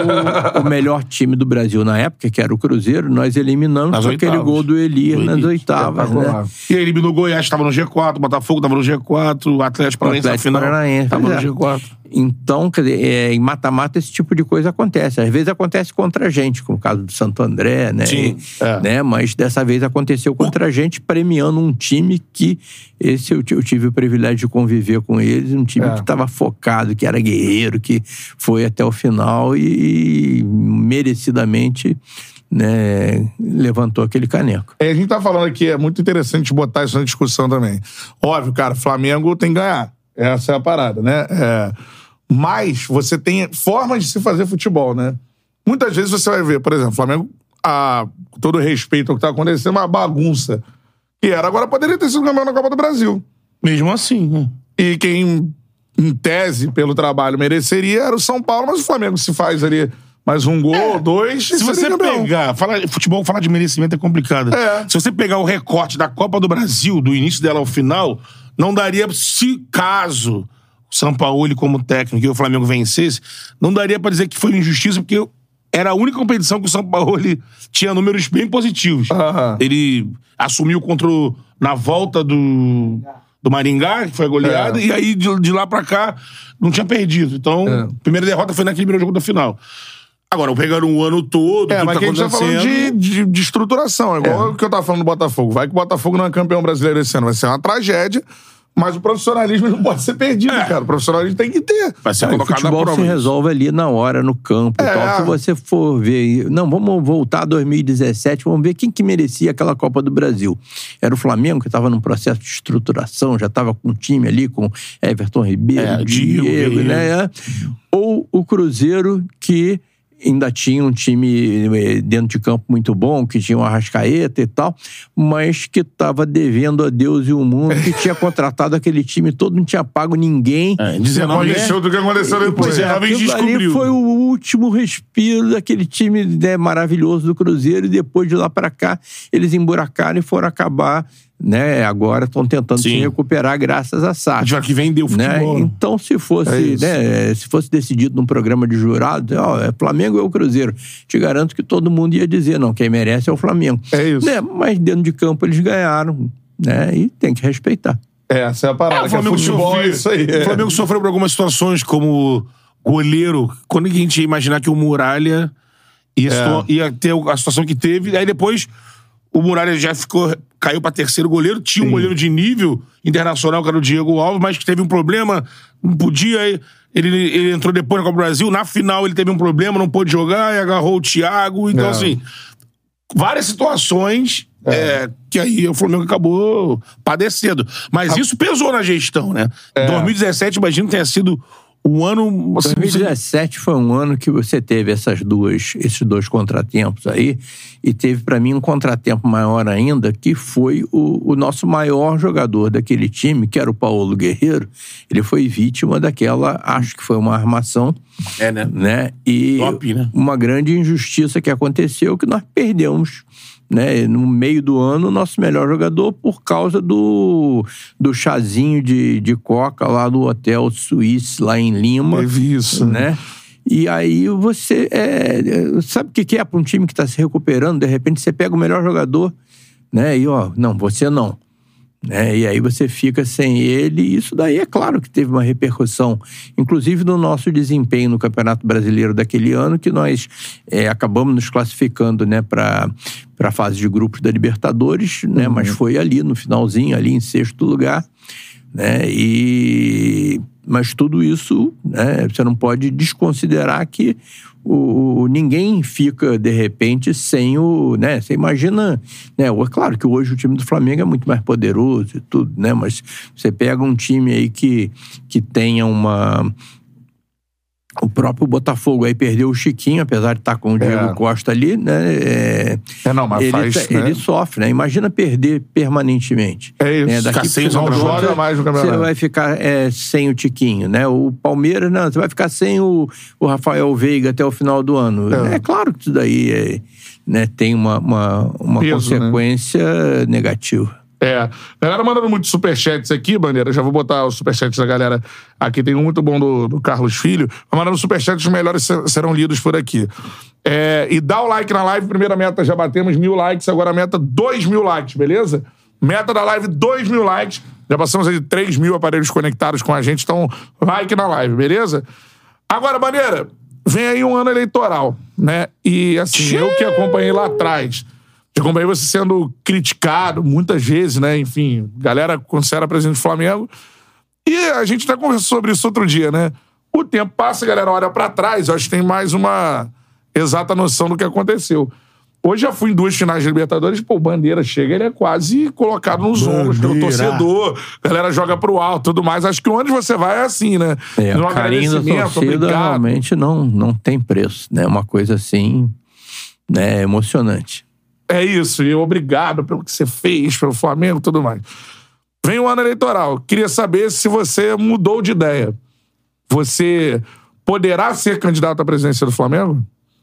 o melhor time do Brasil na época, que era o Cruzeiro, nós eliminamos com aquele gol do Elias nas oitavas, né? E aí eliminou o Goiás, estava no G4, o Botafogo estava no G4, o Atlético Paranaense na final estava no G4. Então, quer dizer, em mata-mata esse tipo de coisa acontece. Às vezes acontece contra a gente, como o caso do Santo André, né? Sim. Né? Mas dessa vez aconteceu contra a gente, premiando um time que... eu tive o privilégio de conviver com eles, um time que estava focado, que era guerreiro, que foi até o final e merecidamente... né, levantou aquele caneco. A gente tá falando aqui, é muito interessante botar isso na discussão também. Óbvio, cara, Flamengo tem que ganhar. Essa é a parada, né? Mas você tem formas de se fazer futebol, né? Muitas vezes você vai ver, por exemplo, Flamengo, com todo respeito ao que tá acontecendo, uma bagunça. E agora poderia ter sido campeão na Copa do Brasil. Mesmo assim, né? E quem, em tese, pelo trabalho, mereceria era o São Paulo, mas o Flamengo se faz ali... mais um gol, dois... Se você pegar... Futebol, falar de merecimento é complicado. Se você pegar o recorte da Copa do Brasil, do início dela ao final, não daria, se caso o Sampaoli como técnico e o Flamengo vencesse, não daria pra dizer que foi injustiça, porque era a única competição que o Sampaoli tinha números bem positivos. Ele assumiu na volta do Maringá, que foi a goleada, e aí de lá pra cá não tinha perdido. Então, a primeira derrota foi naquele primeiro jogo da final. Agora, pegaram um ano todo, tudo mas que a gente tá falando de estruturação. É igual o que eu tava falando do Botafogo. Vai que o Botafogo não é campeão brasileiro esse ano. Vai ser uma tragédia, mas o profissionalismo não pode ser perdido, cara. O profissionalismo tem que ter. Vai ser colocado na prova. O futebol se resolve ali na hora, no campo. Então, se você for ver... Não, vamos voltar a 2017, vamos ver quem que merecia aquela Copa do Brasil. Era o Flamengo, que estava num processo de estruturação, já estava com um time ali, com Everton Ribeiro, Diego, né? Ou o Cruzeiro, que... ainda tinha um time dentro de campo muito bom, que tinha um Arrascaeta e tal, mas que estava devendo a Deus e o mundo, que tinha contratado aquele time todo, não tinha pago ninguém. Aconteceu do que aconteceu depois. Ali foi o último respiro daquele time maravilhoso do Cruzeiro, e depois de lá para cá, eles emburacaram e foram acabar... né? Agora estão tentando se recuperar graças a SAF. Já que vendeu futebol. Né? Então, se fosse decidido num programa de jurados, é Flamengo ou o Cruzeiro, te garanto que todo mundo ia dizer, não, quem merece é o Flamengo. É isso. Né? Mas dentro de campo eles ganharam, né? E tem que respeitar. Essa é a parada. O Flamengo é isso aí. O Flamengo sofreu por algumas situações, como goleiro. Quando a gente ia imaginar que o Muralha ia ter a situação que teve, aí depois o Muralha já ficou caiu pra terceiro goleiro, tinha um goleiro de nível internacional, que era o Diego Alves, mas que teve um problema, não podia, ele entrou depois na Copa do Brasil, na final ele teve um problema, não pôde jogar, e agarrou o Thiago, então assim, várias situações que aí o Flamengo acabou padecendo. Mas isso pesou na gestão, né? 2017, imagino que tenha sido o ano... 2017 foi um ano que você teve esses dois contratempos aí, e teve pra mim um contratempo maior ainda, que foi o nosso maior jogador daquele time, que era o Paulo Guerreiro. Ele foi vítima daquela, acho que foi uma armação, né? E top, né? Uma grande injustiça que aconteceu, que nós perdemos, né, no meio do ano, o nosso melhor jogador por causa do chazinho de coca lá do Hotel Suíça, lá em Lima. Teve isso. Né? E aí você... sabe o que é para um time que está se recuperando? De repente você pega o melhor jogador, né? E não, você não. Né? E aí você fica sem ele, e isso daí é claro que teve uma repercussão, inclusive no nosso desempenho no Campeonato Brasileiro daquele ano, que nós acabamos nos classificando, né, para a fase de grupos da Libertadores, né? Mas foi ali no finalzinho, ali em 6º lugar, né? Mas tudo isso, né, você não pode desconsiderar que ninguém fica, de repente, sem o... Né, você imagina... Né, claro que hoje o time do Flamengo é muito mais poderoso e tudo, né? Mas você pega um time aí que tenha uma... O próprio Botafogo aí perdeu o Chiquinho, apesar de estar com o Diego Costa ali, né? Ele sofre, né? Imagina perder permanentemente. É isso. Né? Daqui sem não joga mais no campeonato. Você vai ficar sem o Tiquinho, né? O Palmeiras, não, você vai ficar sem o Rafael Veiga até o final do ano. É claro que isso daí né, tem uma peso, consequência negativa. Galera mandando muitos superchats aqui, Bandeira. Já vou botar os superchats da galera aqui. Tem um muito bom do Carlos Filho. Vai mandando superchats, os melhores serão lidos por aqui. E dá o like na live. Primeira meta, já batemos 1.000 likes. Agora a meta, 2.000 likes, beleza? Meta da live, 2.000 likes. Já passamos aí de 3.000 aparelhos conectados com a gente. Então, like na live, beleza? Agora, Bandeira, vem aí um ano eleitoral, né? E assim, eu que acompanhei lá atrás... Eu acompanhei você sendo criticado muitas vezes, né? Enfim, galera, quando você era presidente do Flamengo. E a gente até conversou sobre isso outro dia, né? O tempo passa, a galera olha pra trás, eu acho que tem mais uma exata noção do que aconteceu. Hoje já fui em 2 finais de Libertadores, o Bandeira chega, ele é quase colocado nos ombros pelo torcedor, a galera joga pro alto, tudo mais. Acho que onde você vai é assim, né? O carinho da torcida realmente não tem preço, né? Uma coisa assim, né, emocionante. É isso, e obrigado pelo que você fez pelo Flamengo e tudo mais. Vem o ano eleitoral. Queria saber se você mudou de ideia. Você poderá ser candidato à presidência do Flamengo?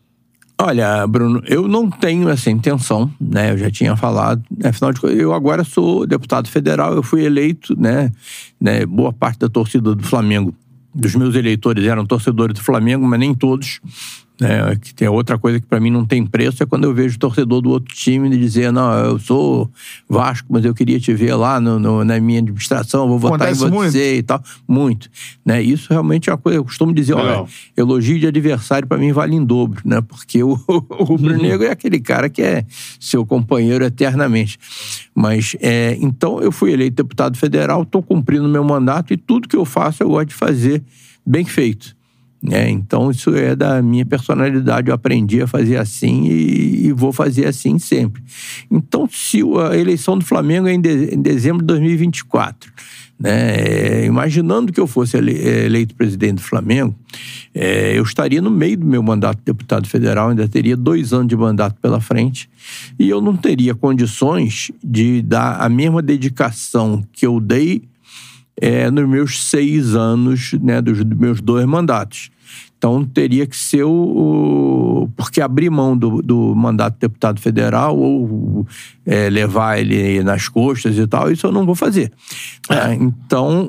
Olha, Bruno, eu não tenho essa intenção, né? Eu já tinha falado. Afinal de contas, eu agora sou deputado federal, eu fui eleito, né? Boa parte da torcida do Flamengo, dos meus eleitores, eram torcedores do Flamengo, mas nem todos. Que tem outra coisa que pra mim não tem preço, é quando eu vejo o torcedor do outro time dizer, não, eu sou Vasco, mas eu queria te ver lá na minha administração, vou votar em você muito. E tal. Muito. Né? Isso realmente é uma coisa, eu costumo dizer, olha, elogio de adversário pra mim vale em dobro, né? Porque o rubro-negro é aquele cara que é seu companheiro eternamente. Mas, então, eu fui eleito deputado federal, tô cumprindo meu mandato e tudo que eu faço eu gosto de fazer bem feito. Então isso é da minha personalidade, eu aprendi a fazer assim e vou fazer assim sempre. Então, se a eleição do Flamengo é em dezembro de 2024, né, imaginando que eu fosse eleito presidente do Flamengo, eu estaria no meio do meu mandato de deputado federal, ainda teria 2 anos de mandato pela frente, e eu não teria condições de dar a mesma dedicação que eu dei nos meus 6 anos, né, dos meus 2 mandatos. Então, teria que ser porque abrir mão do mandato de deputado federal ou levar ele nas costas e tal, isso eu não vou fazer. Então,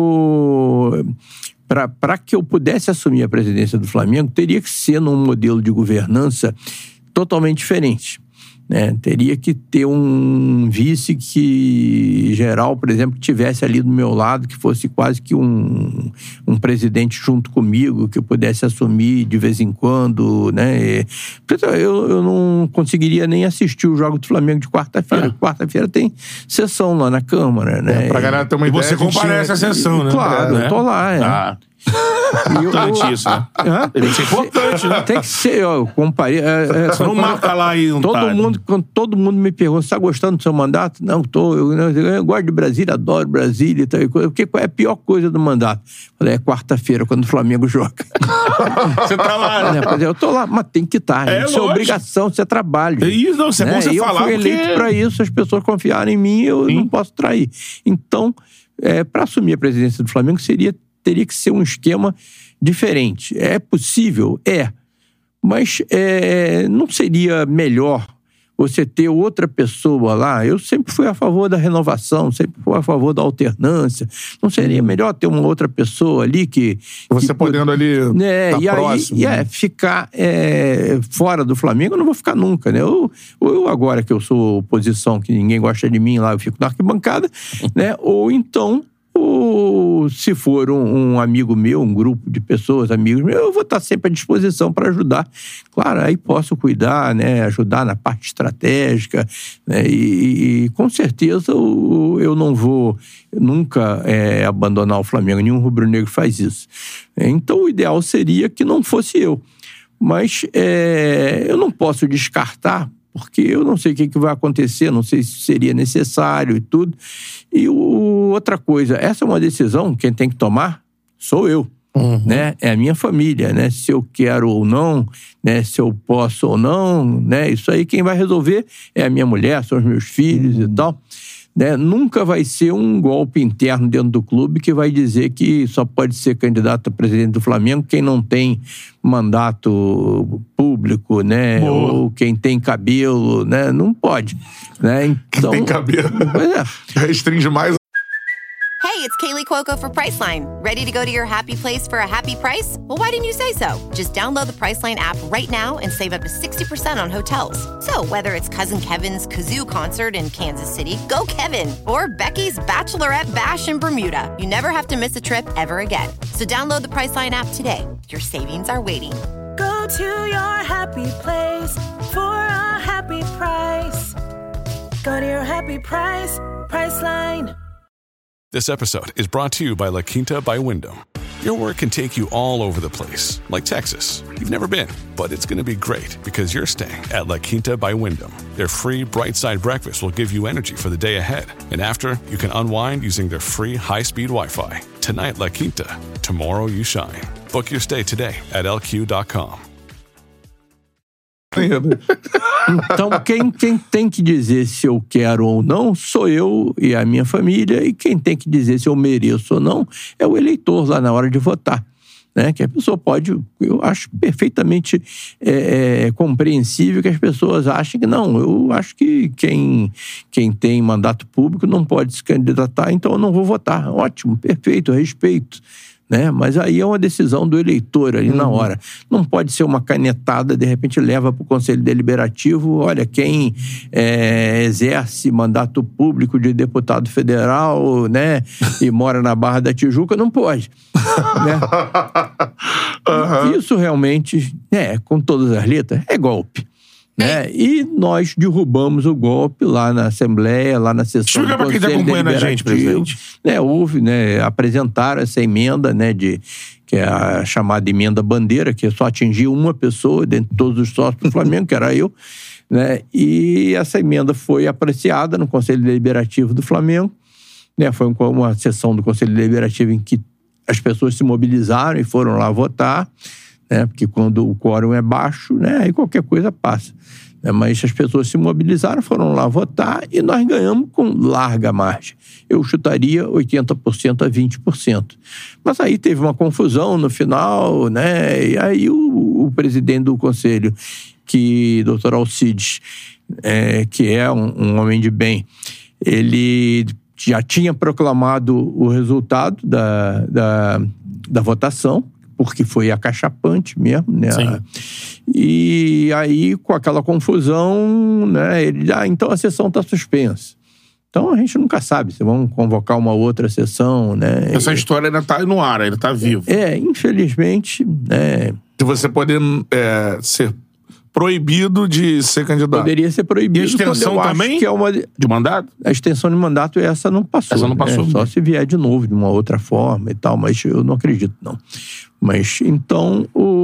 para que eu pudesse assumir a presidência do Flamengo, teria que ser num modelo de governança totalmente diferente. né? Teria que ter um vice que geral, por exemplo, que tivesse ali do meu lado, que fosse quase que um presidente junto comigo, que eu pudesse assumir de vez em quando, né? Eu não conseguiria nem assistir o jogo do Flamengo de quarta-feira. Quarta-feira tem sessão lá na Câmara, né? Pra galera ter uma ideia. E você comparece à sessão, né? Claro, eu tô lá, Importante isso, né? Tem que ser importante, né? Tem que ser, eu comparei. Você não marca lá e não quando todo mundo me pergunta, você tá gostando do seu mandato? Não, eu gosto de Brasília, adoro Brasília e tal. Porque qual é a pior coisa do mandato? Falei, é quarta-feira, quando o Flamengo joga. Você tá lá, né? Eu tô lá, mas tem que estar. Isso é obrigação, isso é trabalho. É isso, não, você é bom você falar. Eu fui eleito pra isso, as pessoas confiaram em mim, eu não posso trair. Então, pra assumir a presidência do Flamengo, teria que ser um esquema diferente. É possível? Mas não seria melhor você ter outra pessoa lá? Eu sempre fui a favor da renovação, sempre fui a favor da alternância. Não seria melhor ter uma outra pessoa ali que... Você podendo ali estar próximo. Ficar fora do Flamengo, eu não vou ficar nunca, né? Eu agora que eu sou oposição, que ninguém gosta de mim lá, eu fico na arquibancada, né? Ou então... se for um amigo meu, um grupo de pessoas, amigos meus, eu vou estar sempre à disposição para ajudar. Claro, aí posso cuidar, né, ajudar na parte estratégica, né, e com certeza eu não vou nunca abandonar o Flamengo, nenhum rubro-negro faz isso. Então o ideal seria que não fosse eu. Mas eu não posso descartar, porque eu não sei o que vai acontecer, não sei se seria necessário e tudo. E outra coisa, essa é uma decisão, quem tem que tomar sou eu, né? É a minha família, né? Se eu quero ou não, né? Se eu posso ou não, né? Isso aí quem vai resolver é a minha mulher, são os meus filhos e tal. Né? Nunca vai ser um golpe interno dentro do clube que vai dizer que só pode ser candidato a presidente do Flamengo quem não tem mandato público, né? Boa. Ou quem tem cabelo, né? Não pode, né? Então, tem cabelo. Restringe mais. Hey, it's Kaylee Cuoco for Priceline. Ready to go to your happy place for a happy price? Well, why didn't you say so? Just download the Priceline app right now and save up to 60% on hotels. So whether it's Cousin Kevin's Kazoo Concert in Kansas City, go Kevin, or Becky's Bachelorette Bash in Bermuda, you never have to miss a trip ever again. So download the Priceline app today. Your savings are waiting. Go to your happy place for a happy price. Go to your happy price, Priceline. This episode is brought to you by La Quinta by Wyndham. Your work can take you all over the place, like Texas. You've never been, but it's going to be great because you're staying at La Quinta by Wyndham. Their free Bright Side breakfast will give you energy for the day ahead. And after, you can unwind using their free high-speed Wi-Fi. Tonight, La Quinta. Tomorrow, you shine. Book your stay today at LQ.com. Então, quem tem que dizer se eu quero ou não sou eu e a minha família, e quem tem que dizer se eu mereço ou não é o eleitor lá na hora de votar. Né? Que a pessoa pode, eu acho perfeitamente compreensível que as pessoas achem que não, eu acho que quem tem mandato público não pode se candidatar, então eu não vou votar. Ótimo, perfeito, respeito. Né? Mas aí é uma decisão do eleitor ali na hora. Não pode ser uma canetada, de repente leva para o Conselho Deliberativo, olha, quem exerce mandato público de deputado federal, né, e mora na Barra da Tijuca, não pode. Né? Isso realmente, com todas as letras, é golpe. Né? E nós derrubamos o golpe lá na Assembleia, lá na sessão do Conselho Deliberativo. Explica pra quem tá acompanhando a gente, presidente. Houve, apresentaram essa emenda, que é a chamada emenda bandeira, que só atingia uma pessoa dentre todos os sócios do Flamengo, que era eu, né? E essa emenda foi apreciada no Conselho Deliberativo do Flamengo, né? Foi uma sessão do Conselho Deliberativo em que as pessoas se mobilizaram e foram lá votar, né? Porque quando o quórum é baixo, né? Aí qualquer coisa passa. Mas as pessoas se mobilizaram, foram lá votar e nós ganhamos com larga margem. Eu chutaria 80% a 20%. Mas aí teve uma confusão no final, né? E aí o presidente do conselho, Dr. Alcides, que é um homem de bem, ele já tinha proclamado o resultado da votação, porque foi acachapante mesmo, né? Sim. E aí, com aquela confusão, né, ele, então a sessão está suspensa. Então a gente nunca sabe se vão convocar uma outra sessão, né? Essa história ainda tá no ar, ainda tá vivo. Infelizmente, né? De você poder ser proibido de ser candidato. Poderia ser proibido. E a extensão quando eu também? acho que é uma... De mandato? A extensão de mandato, essa não passou. Essa não passou. Né? Só se vier de novo, de uma outra forma e tal, mas eu não acredito, não. Mas, então,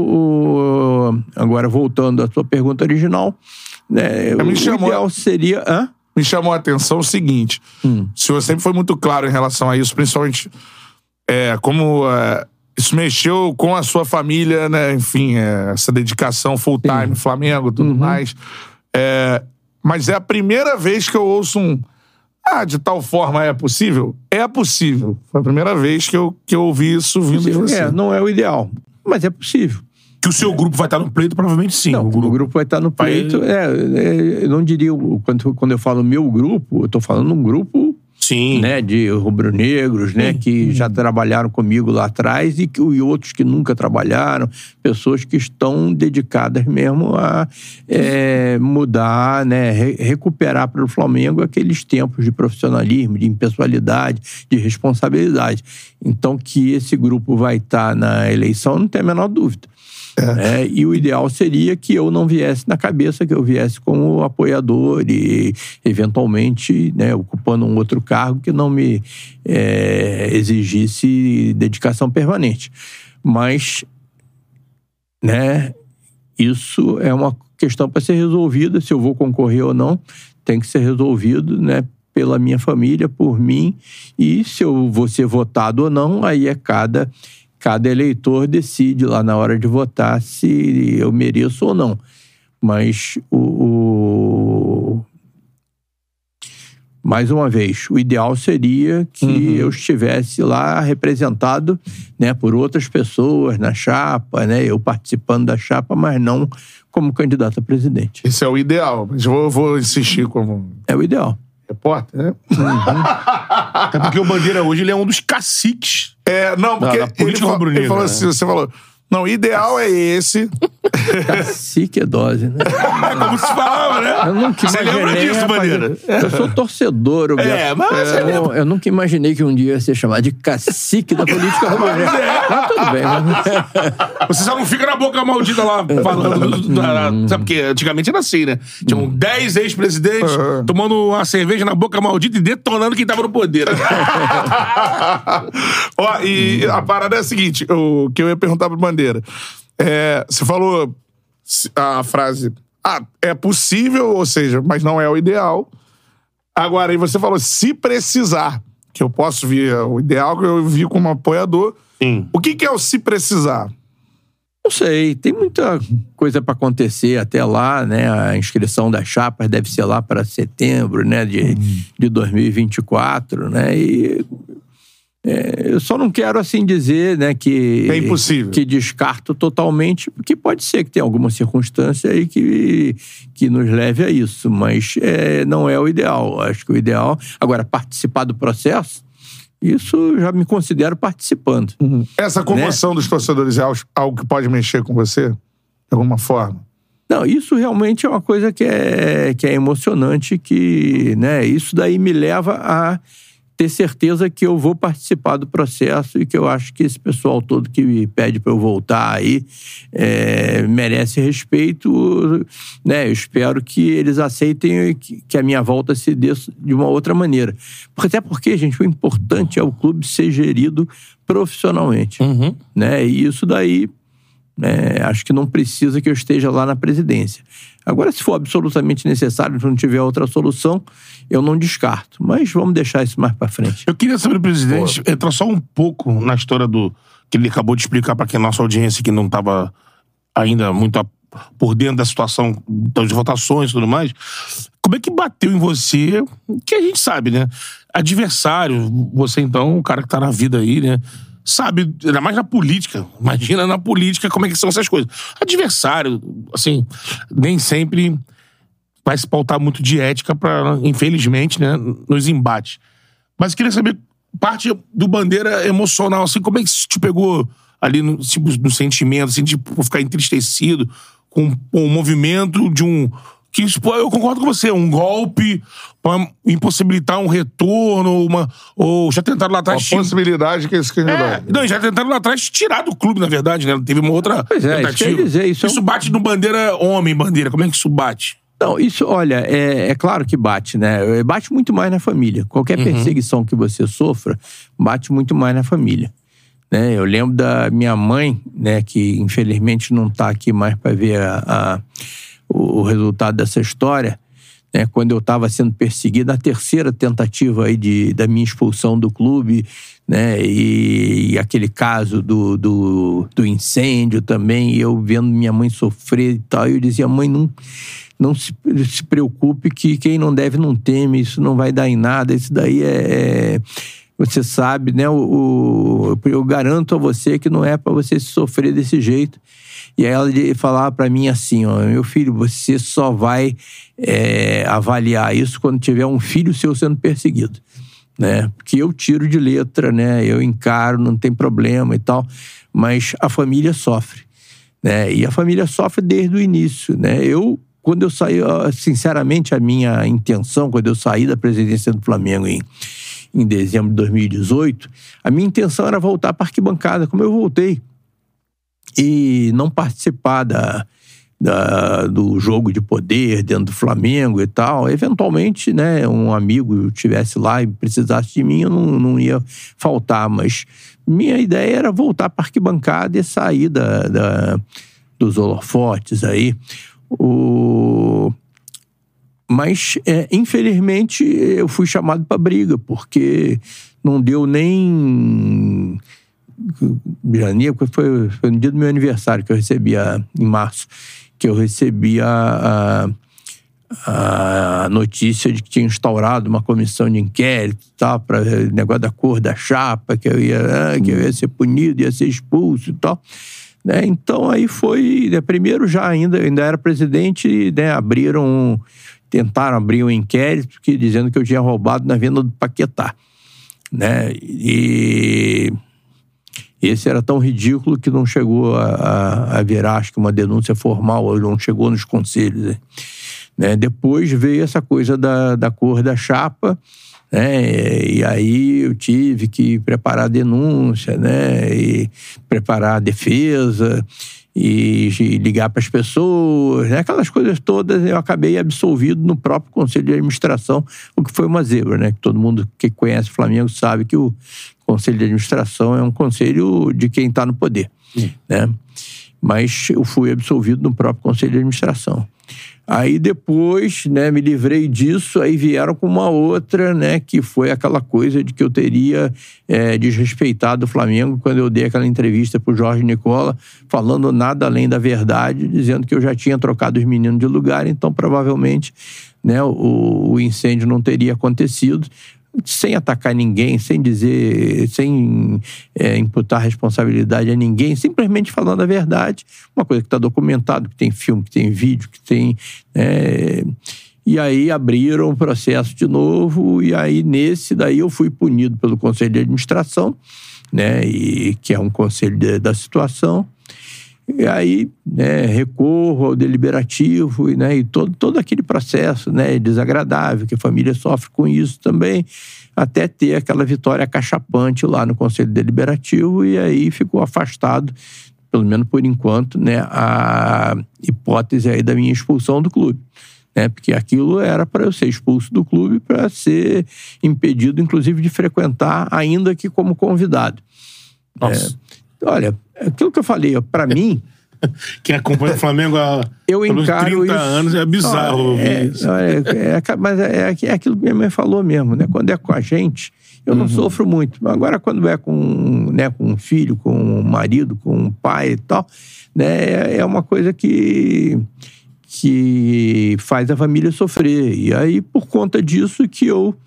agora voltando à sua pergunta original, né, o ideal seria... Me chamou a atenção o seguinte, o senhor sempre foi muito claro em relação a isso, principalmente como isso mexeu com a sua família, né? Enfim, essa dedicação full time, Flamengo, tudo mais. Mas é a primeira vez que eu ouço de tal forma é possível? É possível. Foi a primeira vez que eu ouvi isso vindo de você. Não é o ideal, mas é possível. Que o seu grupo vai estar no pleito, provavelmente sim. Não, o grupo vai estar no pleito. Eu não diria, quando eu falo meu grupo, eu estou falando um grupo, sim, né, de rubro-negros, né, que já trabalharam comigo lá atrás e outros que nunca trabalharam, pessoas que estão dedicadas mesmo a mudar, né, recuperar para o Flamengo aqueles tempos de profissionalismo, de impessoalidade, de responsabilidade. Então, que esse grupo vai estar na eleição, não tem a menor dúvida. E o ideal seria que eu não viesse na cabeça, que eu viesse como apoiador e, eventualmente, né, ocupando um outro cargo que não me exigisse dedicação permanente. Mas, né, isso é uma questão para ser resolvida. Se eu vou concorrer ou não, tem que ser resolvido, né, pela minha família, por mim. E se eu vou ser votado ou não, aí cada eleitor decide lá na hora de votar se eu mereço ou não. Mas, mais uma vez, o ideal seria que eu estivesse lá representado, né, por outras pessoas na chapa, né, eu participando da chapa, mas não como candidato a presidente. Esse é o ideal, mas eu vou insistir como... É o ideal. Repórter, né? É porque o Bandeira hoje ele é um dos caciques. Não, porque ele falou assim, você falou, não, o ideal é esse. Cacique é dose, né? É como se falava, né? Eu nunca imaginei. Você lembra disso, Bandeira? Eu sou torcedor. Eu nunca imaginei que um dia ia ser chamado de cacique da política rubro-negra. Mas tudo bem. Você só não fica na boca maldita lá falando. Sabe porque antigamente era assim, né? Tinham 10 ex-presidentes tomando uma cerveja na boca maldita e detonando quem tava no poder. E a parada é a seguinte, o que eu ia perguntar pro Bandeira. Você falou a frase, é possível, ou seja, mas não é o ideal. Agora, aí você falou, se precisar, que eu posso vir, o ideal que eu vi como apoiador. Sim. O que é o se precisar? Não sei, tem muita coisa para acontecer até lá, né? A inscrição das chapas deve ser lá para setembro, né, de 2024, né? E eu só não quero, assim, dizer, né, que... É impossível. Que descarto totalmente, porque pode ser que tenha alguma circunstância aí que nos leve a isso, mas não é o ideal. Acho que o ideal... Agora, participar do processo, isso já me considero participando. Essa comoção, né, dos torcedores é algo que pode mexer com você, de alguma forma? Não, isso realmente é uma coisa que é emocionante, que, né, isso daí me leva a ter certeza que eu vou participar do processo e que eu acho que esse pessoal todo que me pede para eu voltar aí merece respeito, né? Eu espero que eles aceitem que a minha volta se dê de uma outra maneira. Até porque, gente, o importante é o clube ser gerido profissionalmente, né? E isso daí, acho que não precisa que eu esteja lá na presidência. Agora, se for absolutamente necessário, se não tiver outra solução, eu não descarto. Mas vamos deixar isso mais pra frente. Eu queria saber, presidente, entrar só um pouco na história que ele acabou de explicar para quem nossa audiência que não estava ainda muito por dentro da situação das votações e tudo mais. Como é que bateu em você, que a gente sabe, né? Adversário, você então, o cara que tá na vida aí, né? Sabe, ainda mais na política. Imagina na política como é que são essas coisas. Adversário, assim, nem sempre vai se pautar muito de ética para, infelizmente, né, nos embates. Mas eu queria saber, parte do Bandeira emocional, assim, como é que isso te pegou ali no sentimento, assim, de ficar entristecido com o movimento de um... Que isso, eu concordo com você, um golpe pra impossibilitar um retorno, ou já tentaram lá atrás... A possibilidade que esse candidato... Não, já tentaram lá atrás tirar do clube, na verdade, né? Teve uma outra tentativa. Isso bate no bandeira homem-bandeira. Como é que isso bate? Não, isso, olha, é claro que bate, né? Bate muito mais na família. Qualquer perseguição que você sofra, bate muito mais na família. Né? Eu lembro da minha mãe, né, que infelizmente não está aqui mais para ver o resultado dessa história, né, quando eu estava sendo perseguido, a terceira tentativa aí da minha expulsão do clube, né, e aquele caso do incêndio também, e eu vendo minha mãe sofrer e tal, eu dizia, mãe, não se preocupe que quem não deve não teme, isso não vai dar em nada, isso daí você sabe, né, eu garanto a você que não é para você sofrer desse jeito. E aí ela falava pra mim assim, ó, meu filho, você só vai avaliar isso quando tiver um filho seu sendo perseguido, né? Porque eu tiro de letra, né? Eu encaro, não tem problema e tal, mas a família sofre, né? E a família sofre desde o início, né? Quando eu saí, sinceramente, a minha intenção, quando eu saí da presidência do Flamengo em dezembro de 2018, a minha intenção era voltar para a arquibancada, como eu voltei. E não participar do jogo de poder dentro do Flamengo e tal. Eventualmente, né, um amigo estivesse lá e precisasse de mim, eu não ia faltar. Mas minha ideia era voltar para a arquibancada e sair dos holofotes aí. Mas, infelizmente, eu fui chamado para briga, porque não deu nem... janeiro, foi no dia do meu aniversário que eu recebi em março, que eu recebi a notícia de que tinha instaurado uma comissão de inquérito e tal, para o negócio da cor da chapa, que eu ia ser punido, ia ser expulso e tal. Né? Então aí foi, né, primeiro já ainda era presidente, né, tentaram abrir um inquérito dizendo que eu tinha roubado na venda do Paquetá. Né? E esse era tão ridículo que não chegou a virar, acho que uma denúncia formal, ou não chegou nos conselhos. Né? Depois veio essa coisa da cor da chapa, né? E aí eu tive que preparar a denúncia, né? E preparar a defesa, e ligar para as pessoas, né? Aquelas coisas todas. Eu acabei absolvido no próprio Conselho de Administração, o que foi uma zebra, né? Que todo mundo que conhece o Flamengo sabe que o Conselho de Administração é um conselho de quem está no poder, né? Mas eu fui absolvido no próprio Conselho de Administração. Aí depois, né, me livrei disso, aí vieram com uma outra, né, que foi aquela coisa de que eu teria desrespeitado o Flamengo quando eu dei aquela entrevista pro Jorge Nicola, falando nada além da verdade, dizendo que eu já tinha trocado os meninos de lugar, então provavelmente, né, o incêndio não teria acontecido, sem atacar ninguém, sem dizer, sem imputar responsabilidade a ninguém, simplesmente falando a verdade, uma coisa que está documentado, que tem filme, que tem vídeo, que tem... E aí abriram o processo de novo, e aí nesse daí eu fui punido pelo Conselho de Administração, né, e que é um conselho da situação. E aí, né, recorro ao deliberativo, né, e todo aquele processo, né, desagradável, que a família sofre com isso também, até ter aquela vitória acachapante lá no Conselho Deliberativo, e aí ficou afastado, pelo menos por enquanto, né, a hipótese aí da minha expulsão do clube. Né, porque aquilo era para eu ser expulso do clube, para ser impedido, inclusive, de frequentar, ainda que como convidado. Nossa. Olha, aquilo que eu falei, para mim... Quem acompanha o Flamengo há pelos 30 anos é bizarro ouvir isso. Mas é aquilo que minha mãe falou mesmo, né? Quando é com a gente, eu não sofro muito. Agora, quando é com um filho, com um marido, com um pai e tal, né? É uma coisa que faz a família sofrer. E aí, por conta disso que eu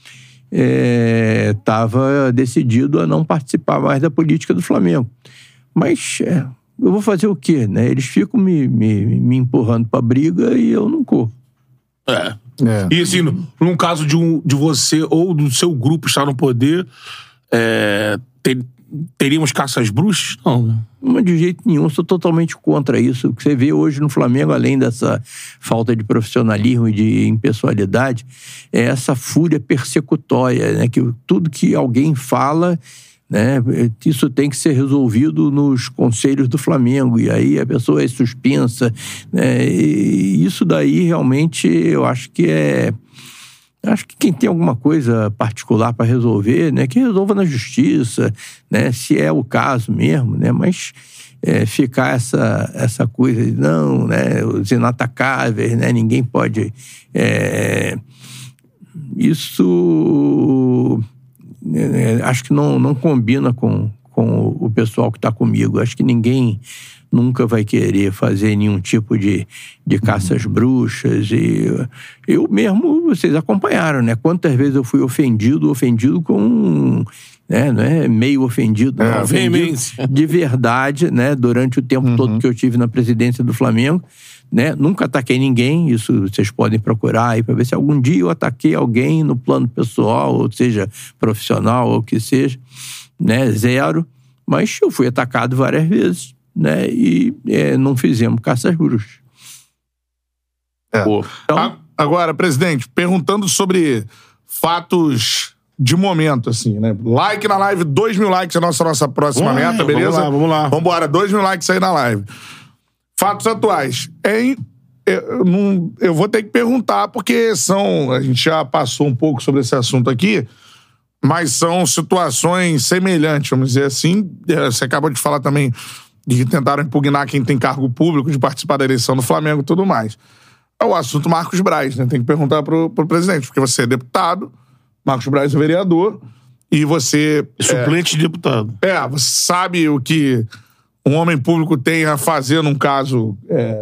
estava decidido a não participar mais da política do Flamengo. Mas eu vou fazer o quê, né? Eles ficam me empurrando pra briga e eu não corro. E assim, num caso de você ou do seu grupo estar no poder, teríamos caças bruxas? Não, né? De jeito nenhum, sou totalmente contra isso. O que você vê hoje no Flamengo, além dessa falta de profissionalismo e de impessoalidade, é essa fúria persecutória, né? Que tudo que alguém fala, né, isso tem que ser resolvido nos conselhos do Flamengo, e aí a pessoa é suspensa, né? E isso daí realmente eu acho que Acho que quem tem alguma coisa particular para resolver, né, que resolva na justiça, né, se é o caso mesmo, né, mas ficar essa coisa de não, né, os inatacáveis, né, ninguém pode... isso acho que não combina com o pessoal que está comigo. Acho que ninguém nunca vai querer fazer nenhum tipo de caça às bruxas. E eu mesmo, vocês acompanharam, né? Quantas vezes eu fui ofendido com... Né? Não é meio ofendido, não. Ofendido de verdade, né? Durante o tempo todo que eu tive na presidência do Flamengo. Né? Nunca ataquei ninguém, isso vocês podem procurar aí para ver se algum dia eu ataquei alguém no plano pessoal, ou seja, profissional, ou o que seja, né? Zero. Mas eu fui atacado várias vezes, né? E não fizemos caça às bruxas. Então... Agora, presidente, perguntando sobre fatos de momento, assim, né? Like na live, 2 mil likes é a nossa próxima meta, beleza? Vamos lá. Vambora, 2 mil likes aí na live. Fatos atuais. Eu vou ter que perguntar, porque a gente já passou um pouco sobre esse assunto aqui, mas são situações semelhantes, vamos dizer assim. Você acabou de falar também de que tentaram impugnar quem tem cargo público de participar da eleição do Flamengo e tudo mais. É o assunto Marcos Braz, né? Tem que perguntar pro presidente, porque você é deputado, Marcos Braz é vereador, e você... Suplente de deputado. Você sabe o que um homem público tem a fazer num caso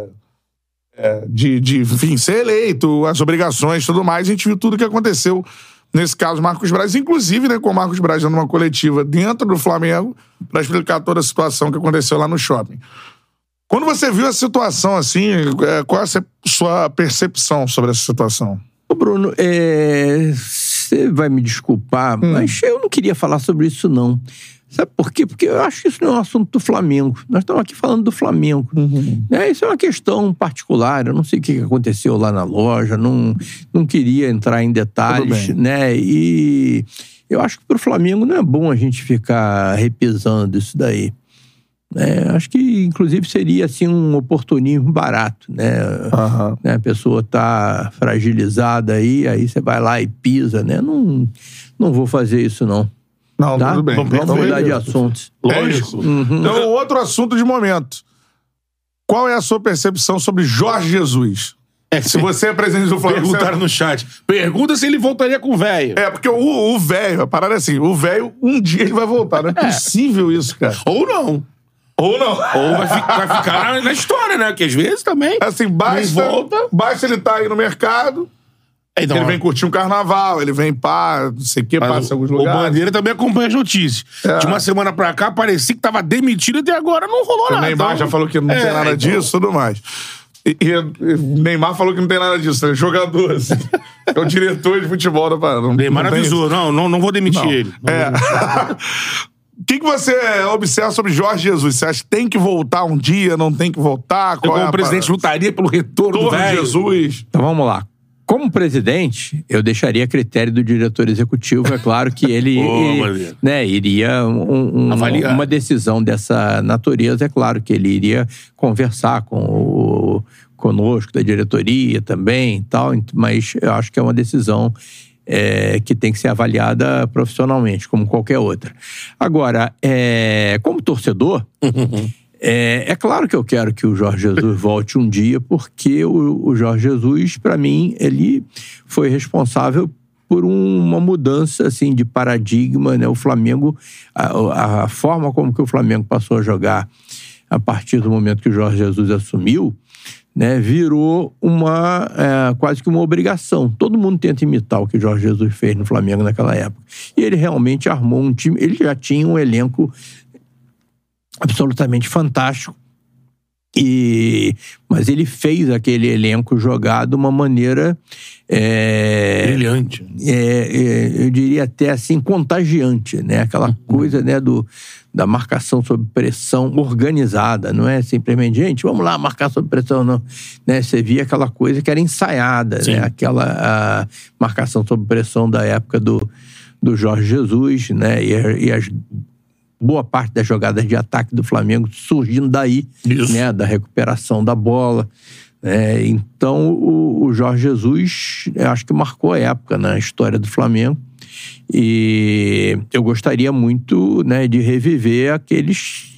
de enfim, ser eleito, as obrigações e tudo mais. A gente viu tudo o que aconteceu nesse caso Marcos Braz, inclusive, né, com o Marcos Braz dando uma coletiva dentro do Flamengo para explicar toda a situação que aconteceu lá no shopping. Quando você viu a situação assim, qual é a sua percepção sobre essa situação? Ô Bruno, você vai me desculpar, mas eu não queria falar sobre isso, não. Sabe por quê? Porque eu acho que isso não é um assunto do Flamengo. Nós estamos aqui falando do Flamengo. Isso é uma questão particular. Eu não sei o que aconteceu lá na loja, não queria entrar em detalhes, né? E eu acho que para o Flamengo não é bom a gente ficar repisando isso daí. Acho que, inclusive, seria assim, um oportunismo barato, né? Né? A pessoa tá fragilizada aí você vai lá e pisa, né? Não vou fazer isso, não. Não, tá? Tudo bem. Vamos mudar de assuntos. Lógico. Então, outro assunto de momento. Qual é a sua percepção sobre Jorge Jesus? Se você é presidente do Flamengo... Perguntaram no chat. Pergunta se ele voltaria com o velho. Porque o velho, a parada é assim, o velho, um dia ele vai voltar. Não é possível isso, cara. Ou não. Ou vai ficar na história, né? Que às vezes também. Assim, basta ele estar aí no mercado. Então, ele vem curtir um carnaval, ele vem não sei o que, passa em alguns lugares. O Bandeira também acompanha as notícias. De uma semana pra cá, parecia que tava demitido, até agora não rolou nada. O Neymar já falou que não tem nada disso e tudo mais. E o Neymar falou que não tem nada disso, é jogador, assim. É o diretor de futebol da parada. Neymar avisou, não vou demitir ele. O que você observa sobre Jorge Jesus? Você acha que tem que voltar um dia, não tem que voltar? Como presidente lutaria pelo retorno do velho? Jesus. Então vamos lá. Como presidente, eu deixaria a critério do diretor executivo. É claro que ele iria uma decisão dessa natureza. É claro que ele iria conversar conosco da diretoria também, tal, mas eu acho que é uma decisão que tem que ser avaliada profissionalmente, como qualquer outra. Agora, como torcedor... É claro que eu quero que o Jorge Jesus volte um dia, porque o Jorge Jesus, para mim, ele foi responsável por uma mudança assim, de paradigma, né? O Flamengo, a forma como que o Flamengo passou a jogar a partir do momento que o Jorge Jesus assumiu, né, virou quase que uma obrigação. Todo mundo tenta imitar o que o Jorge Jesus fez no Flamengo naquela época. E ele realmente armou um time, ele já tinha um elenco absolutamente fantástico. Mas ele fez aquele elenco jogar de uma maneira... brilhante. Eu diria até assim, contagiante, né? Aquela coisa, né, da marcação sob pressão organizada, não é simplesmente, gente, vamos lá marcar sob pressão, não. Né? Você via aquela coisa que era ensaiada, né? Aquela a marcação sob pressão da época do Jorge Jesus, né? E as boa parte das jogadas de ataque do Flamengo surgindo daí, né? Da recuperação da bola. Então, o Jorge Jesus, eu acho que marcou a época na história do Flamengo. E eu gostaria muito, né, de reviver aqueles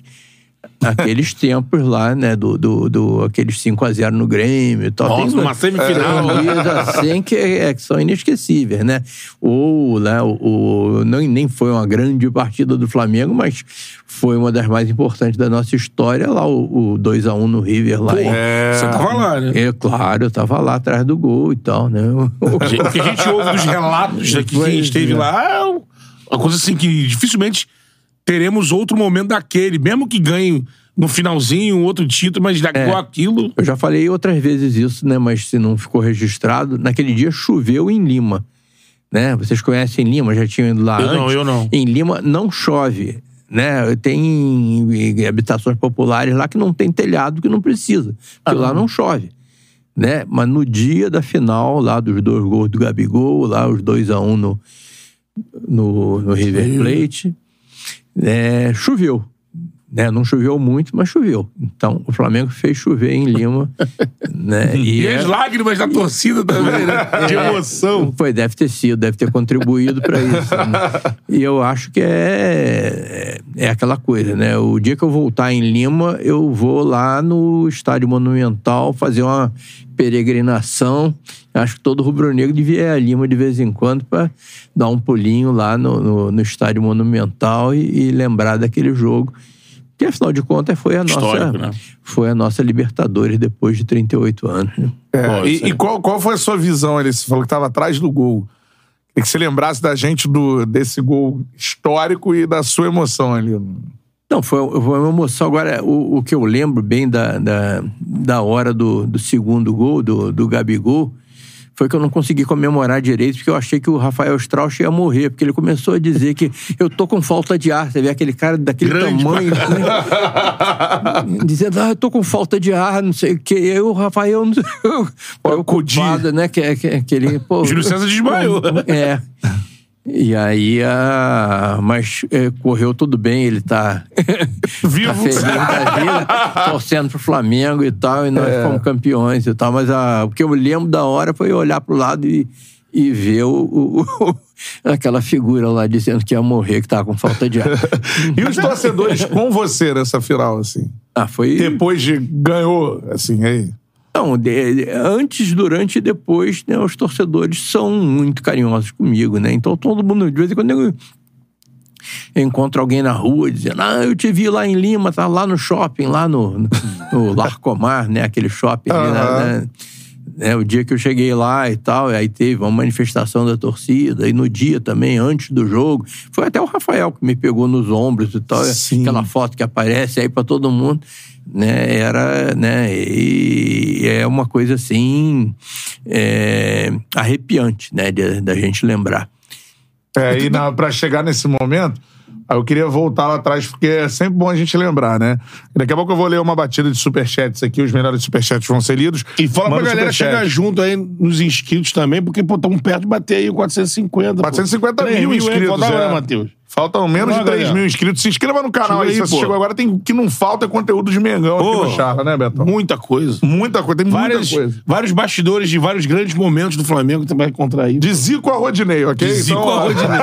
tempos lá, né, aqueles 5-0 no Grêmio e tal. Nossa, uma semifinal. Assim que são inesquecíveis, né? Ou, né, nem foi uma grande partida do Flamengo, mas foi uma das mais importantes da nossa história, lá o 2-1 no River. Lá. Você tava lá, né? Claro, eu tava lá atrás do gol e tal, né? O que a gente ouve dos relatos daqui, quem esteve lá, é uma coisa assim que dificilmente teremos outro momento daquele, mesmo que ganhe no finalzinho outro título, mas igual aquilo... Eu já falei outras vezes isso, né? Mas se não ficou registrado, naquele dia choveu em Lima, né? Vocês conhecem Lima? Já tinham ido lá antes? Eu não. Em Lima não chove, né? Tem habitações populares lá que não tem telhado, que não precisa, porque lá não chove, né? Mas no dia da final, lá dos 2 gols do Gabigol, lá os 2-1 no River Plate... choveu, né? Não choveu muito, mas choveu. Então, o Flamengo fez chover em Lima, né? E as lágrimas da torcida também, né? De emoção. Deve ter contribuído para isso. Né? E eu acho que é aquela coisa, né? O dia que eu voltar em Lima, eu vou lá no Estádio Monumental fazer uma peregrinação. Acho que todo rubro-negro devia ir a Lima de vez em quando para dar um pulinho lá no Estádio Monumental e lembrar daquele jogo. Que, afinal de contas, foi a nossa Libertadores depois de 38 anos. Né? E qual foi a sua visão ali? Você falou que estava atrás do gol. Queria que você lembrasse da gente desse gol histórico e da sua emoção ali. Não, foi uma emoção. Agora, o que eu lembro bem da hora do segundo gol, do Gabigol, foi que eu não consegui comemorar direito, porque eu achei que o Rafael Strauch ia morrer, porque ele começou a dizer que eu tô com falta de ar. Você vê aquele cara daquele grande tamanho, né? Dizendo, eu tô com falta de ar, não sei o quê. E aí o Rafael, não sei, preocupado, né? Que ele, Júlio César desmaiou. E aí, mas correu tudo bem, ele tá vivo, tá feliz da vida, torcendo pro Flamengo e tal, e nós fomos campeões e tal, mas o que eu lembro da hora foi olhar pro lado e ver aquela figura lá dizendo que ia morrer, que tava com falta de ar. E os torcedores com você nessa final, assim? Foi... Depois ganhou, assim, aí... Não, antes, durante e depois, né, os torcedores são muito carinhosos comigo, né? Então todo mundo, de vez em quando eu encontro alguém na rua dizendo, eu te vi lá em Lima, tá lá no shopping, lá no Larcomar, né? Aquele shopping ali, né? O dia que eu cheguei lá e tal, aí teve uma manifestação da torcida, e no dia também, antes do jogo, foi até o Rafael que me pegou nos ombros e tal, aquela foto que aparece aí pra todo mundo, né, era, né, e é uma coisa assim, arrepiante, né, da gente lembrar. E pra chegar nesse momento, eu queria voltar lá atrás, porque é sempre bom a gente lembrar, né? Daqui a pouco eu vou ler uma batida de superchats aqui, os melhores superchats vão ser lidos. E fala pra galera chegar junto aí nos inscritos também, porque, estamos perto de bater aí 450. 450 mil inscritos, Matheus? Faltam menos de 3 mil inscritos. Se inscreva no canal aí, se você chegou agora, que não falta conteúdo de Mengão aqui no Charla, né, Betão? Muita coisa. Tem muita coisa. Vários bastidores de vários grandes momentos do Flamengo que você vai encontrar aí. De Zico a Rodinei, ok? De Zico a Rodinei.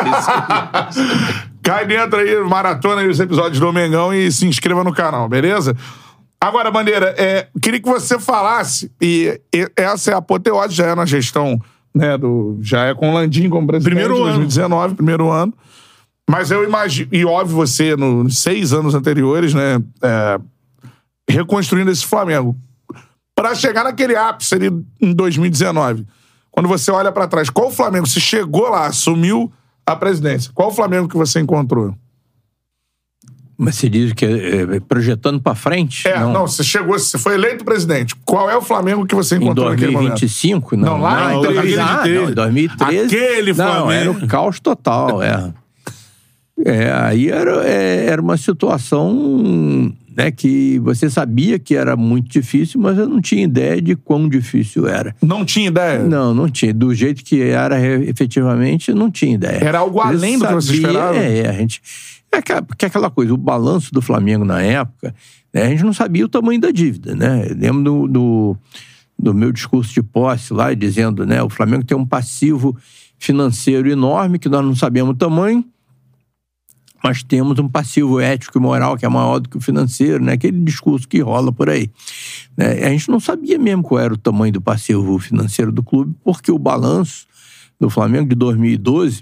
Cai dentro aí, maratona aí os episódios do Mengão e se inscreva no canal, beleza? Agora, Bandeira, queria que você falasse, e essa é a apoteose, já é na gestão, né, já é com o Landim como presidente de 2019, primeiro ano. Mas eu imagino, e óbvio você, nos 6 anos anteriores, né, reconstruindo esse Flamengo. Para chegar naquele ápice ali em 2019, quando você olha para trás, qual o Flamengo? Você chegou lá, assumiu a presidência. Qual o Flamengo que você encontrou? Mas você diz que projetando pra frente? Você foi eleito presidente. Qual é o Flamengo que você encontrou naquele momento? Em 2025? Não, lá em 2013. Em 2013. Aquele Flamengo. Era o caos total, aí era uma situação, né, que você sabia que era muito difícil, mas eu não tinha ideia de quão difícil era. Não tinha ideia? Não tinha. Do jeito que era efetivamente, não tinha ideia. Era algo além do que você esperava? Porque aquela coisa, o balanço do Flamengo na época, né, a gente não sabia o tamanho da dívida, né? Eu lembro do meu discurso de posse lá, dizendo, né, o Flamengo tem um passivo financeiro enorme, que nós não sabemos o tamanho, mas temos um passivo ético e moral que é maior do que o financeiro, né? Aquele discurso que rola por aí. Né? A gente não sabia mesmo qual era o tamanho do passivo financeiro do clube, porque o balanço do Flamengo de 2012,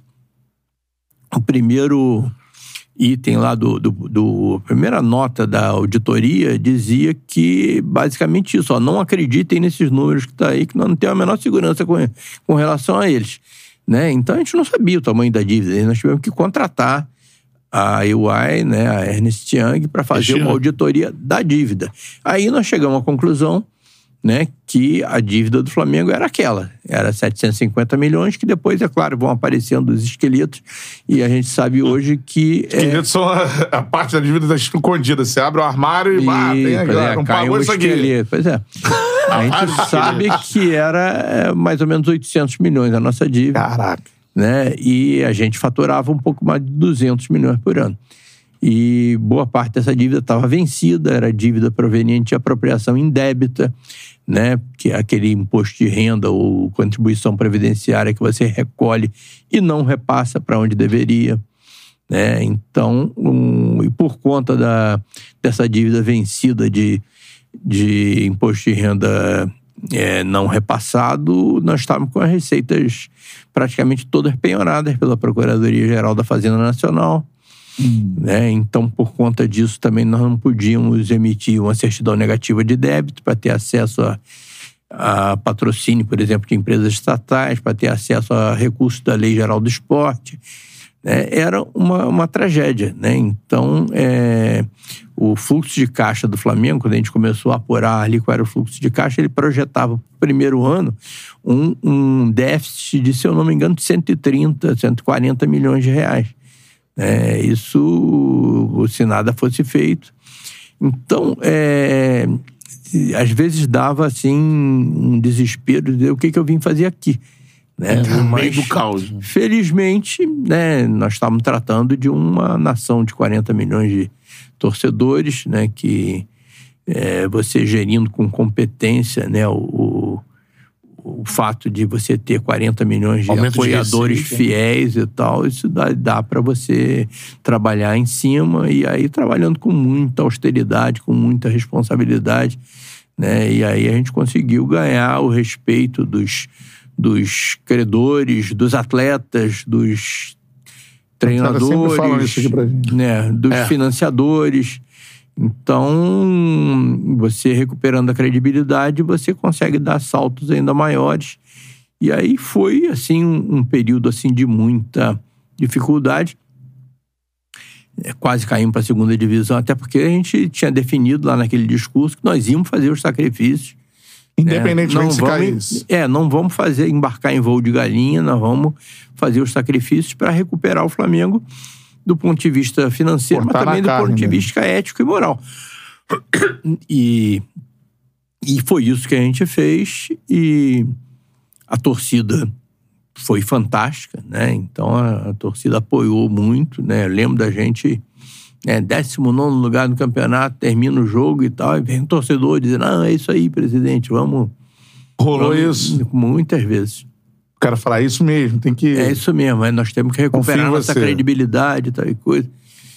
o primeiro item lá a primeira nota da auditoria dizia que, basicamente isso, não acreditem nesses números que tá aí, que nós não temos a menor segurança com relação a eles. Né? Então a gente não sabia o tamanho da dívida, nós tivemos que contratar a EY, né, a Ernst Young, para fazer uma auditoria da dívida. Aí nós chegamos à conclusão, né, que a dívida do Flamengo era aquela. Era 750 milhões, que depois, é claro, vão aparecendo os esqueletos, e a gente sabe hoje que... Esqueletos são a parte da dívida da escondida. Você abre o armário e tem aqui, não pagou isso aqui. Pois é. A gente sabe que era mais ou menos 800 milhões a nossa dívida. Caraca. Né? E a gente faturava um pouco mais de 200 milhões por ano. E boa parte dessa dívida estava vencida, era dívida proveniente de apropriação indébita, né? Que é aquele imposto de renda ou contribuição previdenciária que você recolhe e não repassa para onde deveria. Né? Então, e por conta dessa dívida vencida de imposto de renda não repassado, nós estávamos com as receitas praticamente todas penhoradas pela Procuradoria-Geral da Fazenda Nacional. Né? Então, por conta disso, também nós não podíamos emitir uma certidão negativa de débito para ter acesso a patrocínio, por exemplo, de empresas estatais, para ter acesso a recursos da Lei Geral do Esporte. Era uma tragédia. Né? Então, o fluxo de caixa do Flamengo, quando a gente começou a apurar ali qual era o fluxo de caixa, ele projetava para o primeiro ano um déficit de, se eu não me engano, de 130, 140 milhões de reais. Isso, se nada fosse feito. Então, às vezes dava assim um desespero de o que eu vim fazer aqui. Né? No meio do caos. Felizmente, né, nós estávamos tratando de uma nação de 40 milhões de torcedores, né, que você gerindo com competência, né, o fato de você ter 40 milhões de apoiadores fiéis e tal, isso dá para você trabalhar em cima, e aí trabalhando com muita austeridade, com muita responsabilidade, né, e aí a gente conseguiu ganhar o respeito dos credores, dos atletas, dos treinadores, falam isso aqui pra gente. Né, dos financiadores. Então, você recuperando a credibilidade, você consegue dar saltos ainda maiores. E aí foi, assim, um período assim, de muita dificuldade. Quase caímos para a segunda divisão, até porque a gente tinha definido lá naquele discurso que nós íamos fazer os sacrifícios. Independentemente se caísse. Não vamos embarcar em voo de galinha, nós vamos fazer os sacrifícios para recuperar o Flamengo do ponto de vista financeiro, mas também do ponto de vista ético e moral. E foi isso que a gente fez, e a torcida foi fantástica, né? Então a torcida apoiou muito, né? Eu lembro da gente, 19º lugar no campeonato, termina o jogo e tal, e vem um torcedor dizendo, é isso aí, presidente, vamos... Rolou isso? Muitas vezes. O cara falar isso mesmo, tem que... É isso mesmo, nós temos que recuperar nossa credibilidade e tal e coisa.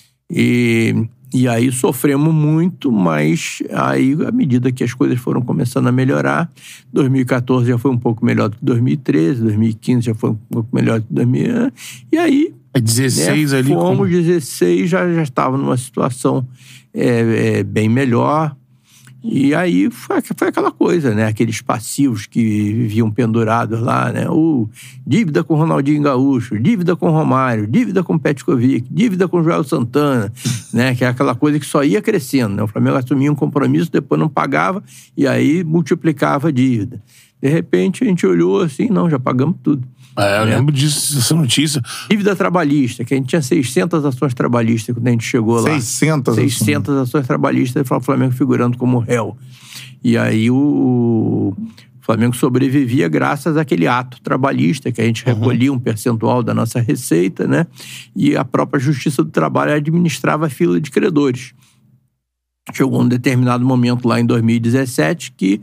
E aí sofremos muito, mas aí, à medida que as coisas foram começando a melhorar, 2014 já foi um pouco melhor do que 2013, 2015 já foi um pouco melhor do que 2000, e aí... 16 ali. Fomos 16, já estava numa situação bem melhor. E aí foi aquela coisa, né? Aqueles passivos que viviam pendurados lá, né? Dívida com Ronaldinho Gaúcho, dívida com Romário, dívida com Petkovic, dívida com Joel Santana, né? Que é aquela coisa que só ia crescendo, né? O Flamengo assumia um compromisso, depois não pagava e aí multiplicava a dívida. De repente a gente olhou assim, não, já pagamos tudo. Eu lembro disso, dessa notícia. Dívida trabalhista, que a gente tinha 600 ações trabalhistas quando a gente chegou lá. 600 ações trabalhistas e o Flamengo figurando como réu. E aí o Flamengo sobrevivia graças àquele ato trabalhista, que a gente recolhia um percentual da nossa receita, né? E a própria Justiça do Trabalho administrava a fila de credores. Chegou um determinado momento lá em 2017 que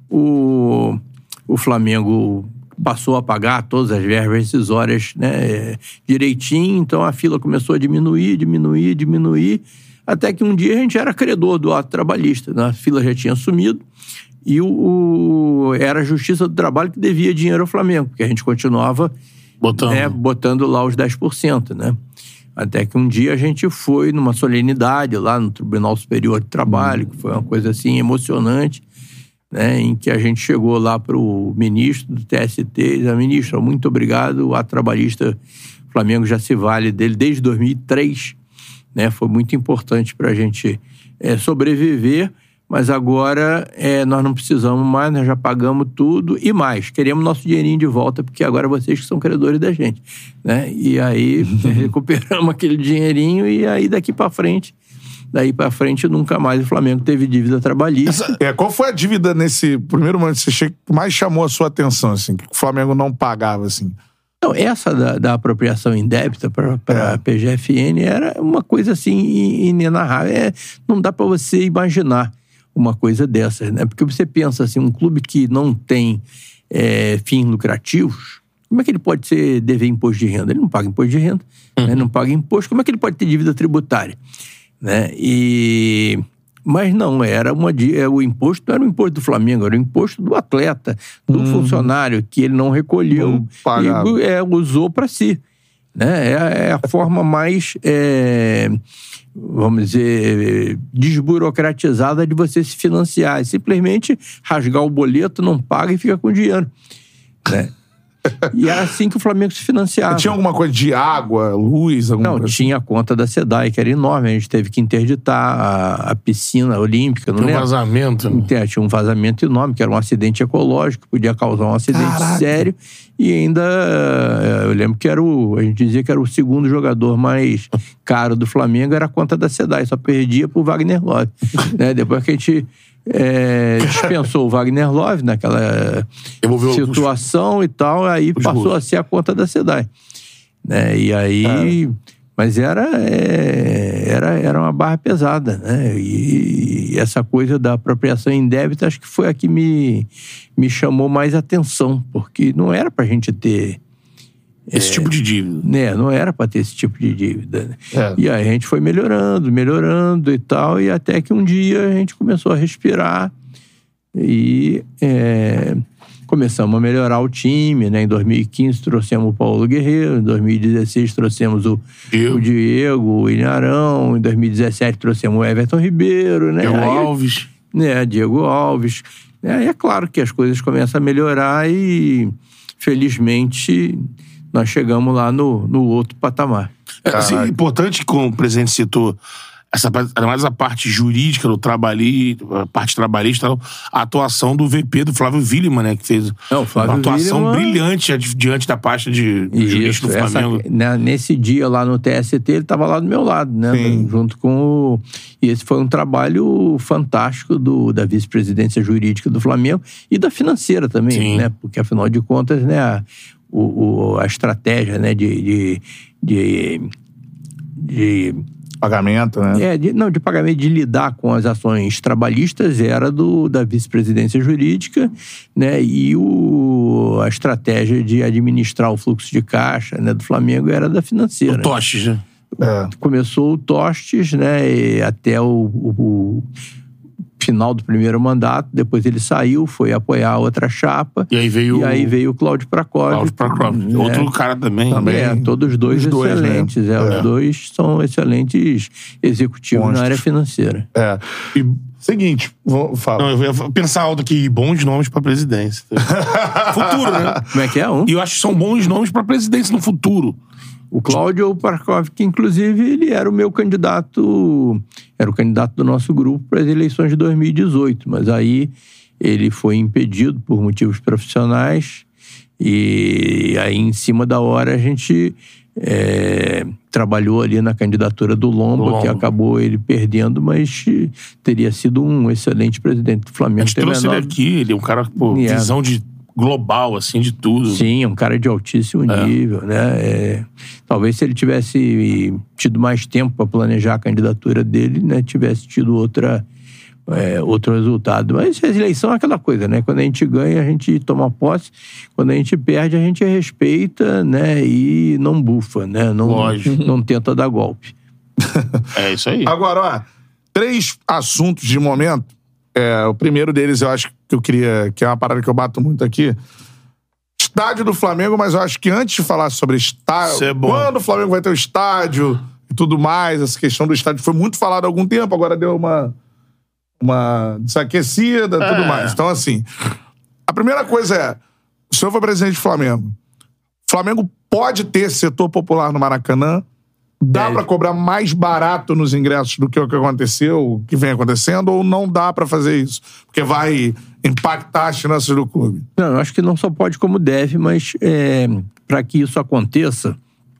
o Flamengo passou a pagar todas as verbas rescisórias, né, direitinho, então a fila começou a diminuir, até que um dia a gente era credor do ato trabalhista, né? A fila já tinha sumido e era a Justiça do Trabalho que devia dinheiro ao Flamengo, porque a gente continuava botando lá os 10%, né? Até que um dia a gente foi numa solenidade lá no Tribunal Superior de Trabalho, que foi uma coisa assim emocionante, né, em que a gente chegou lá para o ministro do TST e disse: ministro, muito obrigado, o ato trabalhista, o Flamengo já se vale dele desde 2003, né, foi muito importante para a gente sobreviver, mas agora nós não precisamos mais, nós já pagamos tudo e mais, queremos nosso dinheirinho de volta, porque agora vocês que são credores da gente, né? E aí recuperamos aquele dinheirinho e aí daqui para frente nunca mais o Flamengo teve dívida trabalhista. Qual foi a dívida nesse primeiro momento que mais chamou a sua atenção, assim, que o Flamengo não pagava, assim? Não, essa da apropriação indébita para a PGFN era uma coisa, assim, inenarrável. Não dá para você imaginar uma coisa dessas, né? Porque você pensa, assim, um clube que não tem fins lucrativos, como é que ele pode dever imposto de renda? Ele não paga imposto de renda, né? Não paga imposto. Como é que ele pode ter dívida tributária? Né? Mas não, o imposto não era o imposto do Flamengo, era o imposto do atleta, do funcionário, que ele não recolheu e usou para si. Né? É a forma mais, vamos dizer, desburocratizada de você se financiar. É simplesmente rasgar o boleto, não paga e fica com dinheiro. Né? E era assim que o Flamengo se financiava. Tinha alguma coisa de água, luz? Não, tinha a conta da SEDAI, que era enorme. A gente teve que interditar a piscina olímpica. Tinha um vazamento. Tinha um vazamento enorme, que era um acidente ecológico, podia causar um acidente sério. E ainda, eu lembro que a gente dizia que era o segundo jogador mais caro do Flamengo, era a conta da SEDAI. Só perdia pro Wagner Love. Né? Depois que a gente dispensou o Wagner Love naquela situação e tal, aí passou a ser a conta da SEDAI. Né? E aí... Mas era uma barra pesada, né? E essa coisa da apropriação indébita, acho que foi a que me chamou mais atenção, porque não era pra gente ter... Esse tipo de dívida. Né? Não era pra ter esse tipo de dívida. Né? E aí a gente foi melhorando e tal, e até que um dia a gente começou a respirar e começamos a melhorar o time, né? Em 2015 trouxemos o Paulo Guerreiro, em 2016 trouxemos o Diego, o Ilharão, em 2017 trouxemos o Everton Ribeiro, né? Diego Alves. É claro que as coisas começam a melhorar e, felizmente, nós chegamos lá no outro patamar. Assim, importante, como o presidente citou, mais a parte jurídica do a parte trabalhista, a atuação do VP, do Flávio Williman, né? Que fez uma atuação brilhante diante da pasta de jurista do Flamengo. Nesse dia lá no TST, ele estava lá do meu lado, né? Junto com E esse foi um trabalho fantástico da vice-presidência jurídica do Flamengo e da financeira também, né? Porque, afinal de contas, né, a estratégia, né, de pagamento, né? De pagamento, de lidar com as ações trabalhistas era da vice-presidência jurídica, né? E a estratégia de administrar o fluxo de caixa, né, do Flamengo era da financeira. O Tostes, né? Começou o Tostes, né? E até o final do primeiro mandato, depois ele saiu, foi apoiar outra chapa. E aí veio o Cláudio Pracóvio. Outro cara também. Todos os dois excelentes. Né? Os dois são excelentes executivos na área financeira. E Seguinte, vou falar. Não, eu ia pensar alto aqui, bons nomes pra presidência. Futuro, né? Como é que é? E eu acho que são bons nomes pra presidência no futuro. O Cláudio Parkov, que inclusive ele era o meu candidato, era o candidato do nosso grupo para as eleições de 2018, mas aí ele foi impedido por motivos profissionais e aí em cima da hora a gente trabalhou ali na candidatura do Lomba, que acabou ele perdendo, mas teria sido um excelente presidente do Flamengo. A gente trouxe ele aqui, ele é um cara com visão de global, assim, de tudo. Sim, um cara de altíssimo nível, né? Talvez se ele tivesse tido mais tempo para planejar a candidatura dele, né, tivesse tido outro resultado. Mas a eleição é aquela coisa, né? Quando a gente ganha, a gente toma posse. Quando a gente perde, a gente respeita, né? E não bufa, né? Não tenta dar golpe. É isso aí. Agora, ó, 3 assuntos de momento. O primeiro deles, eu acho que eu queria... Que é uma parada que eu bato muito aqui. Estádio do Flamengo, mas eu acho que antes de falar sobre estádio... Quando o Flamengo vai ter o estádio e tudo mais, essa questão do estádio foi muito falada há algum tempo, agora deu uma desaquecida e tudo mais. Então, assim, a primeira coisa é... O senhor foi presidente do Flamengo. O Flamengo pode ter setor popular no Maracanã? Dá pra cobrar mais barato nos ingressos do que o que aconteceu, o que vem acontecendo, ou não dá pra fazer isso? Porque vai impactar as finanças do clube. Não, eu acho que não só pode como deve, mas para que isso aconteça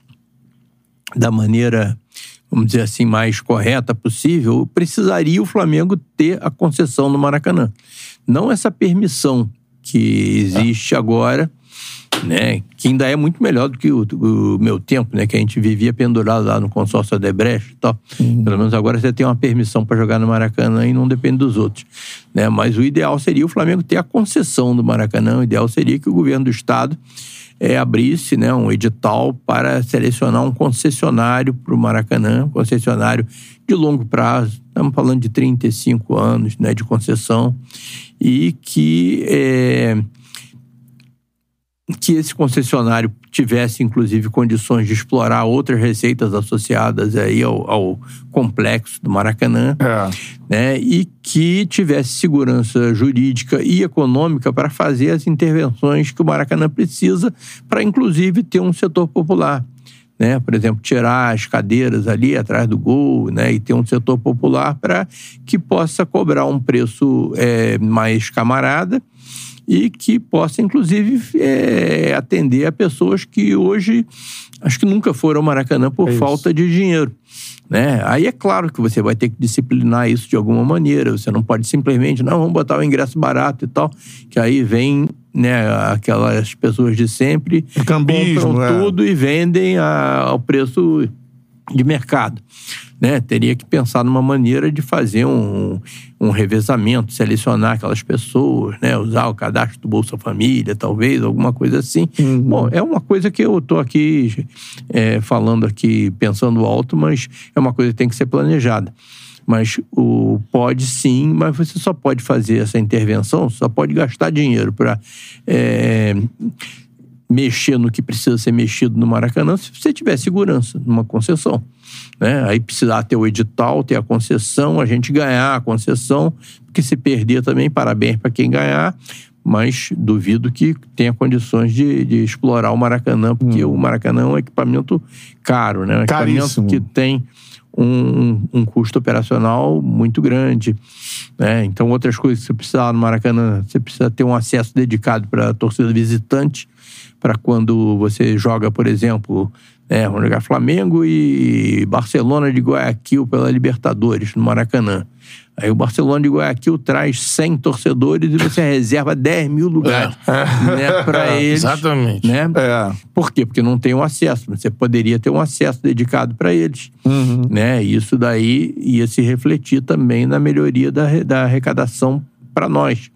da maneira, vamos dizer assim, mais correta possível, precisaria o Flamengo ter a concessão no Maracanã. Não essa permissão que existe agora, né, que ainda é muito melhor do que o meu tempo, né, que a gente vivia pendurado lá no consórcio Odebrecht e tal. Pelo menos agora você tem uma permissão para jogar no Maracanã e não depende dos outros, né? Mas o ideal seria o Flamengo ter a concessão do Maracanã. O ideal seria que o governo do estado abrisse, né, um edital para selecionar um concessionário para o Maracanã, um concessionário de longo prazo. Estamos falando de 35 anos, né, de concessão, e que esse concessionário tivesse, inclusive, condições de explorar outras receitas associadas aí ao complexo do Maracanã, né? E que tivesse segurança jurídica e econômica para fazer as intervenções que o Maracanã precisa para, inclusive, ter um setor popular, né? Por exemplo, tirar as cadeiras ali atrás do gol, né? E ter um setor popular para que possa cobrar um preço mais camarada e que possa, inclusive, atender a pessoas que hoje acho que nunca foram ao Maracanã por falta de dinheiro, né? Aí é claro que você vai ter que disciplinar isso de alguma maneira. Você não pode simplesmente, não, vamos botar o ingresso barato e tal, que aí vem, né, aquelas pessoas de sempre, compram tudo e vendem ao preço de mercado, né? Teria que pensar numa maneira de fazer um revezamento, selecionar aquelas pessoas, né? Usar o cadastro do Bolsa Família, talvez, alguma coisa assim. Bom, é uma coisa que eu estou aqui falando aqui, pensando alto, mas é uma coisa que tem que ser planejada. Mas pode sim, mas você só pode fazer essa intervenção, só pode gastar dinheiro para mexer no que precisa ser mexido no Maracanã se você tiver segurança numa concessão, né? Aí precisar ter o edital, ter a concessão, a gente ganhar a concessão, porque se perder também, parabéns para quem ganhar, mas duvido que tenha condições de explorar o Maracanã, porque o Maracanã é um equipamento caro, né? Um Caríssimo. equipamento que tem um custo operacional muito grande, né? Então, outras coisas que você precisa no Maracanã, você precisa ter um acesso dedicado para a torcida visitante, para quando você joga, por exemplo, vamos jogar Flamengo e Barcelona de Guayaquil pela Libertadores, no Maracanã. Aí o Barcelona de Guayaquil traz 100 torcedores e você reserva 10 mil lugares, né, para eles. Exatamente. Né? Por quê? Porque não tem um acesso. Você poderia ter um acesso dedicado para eles. Né? E isso daí ia se refletir também na melhoria da arrecadação para nós.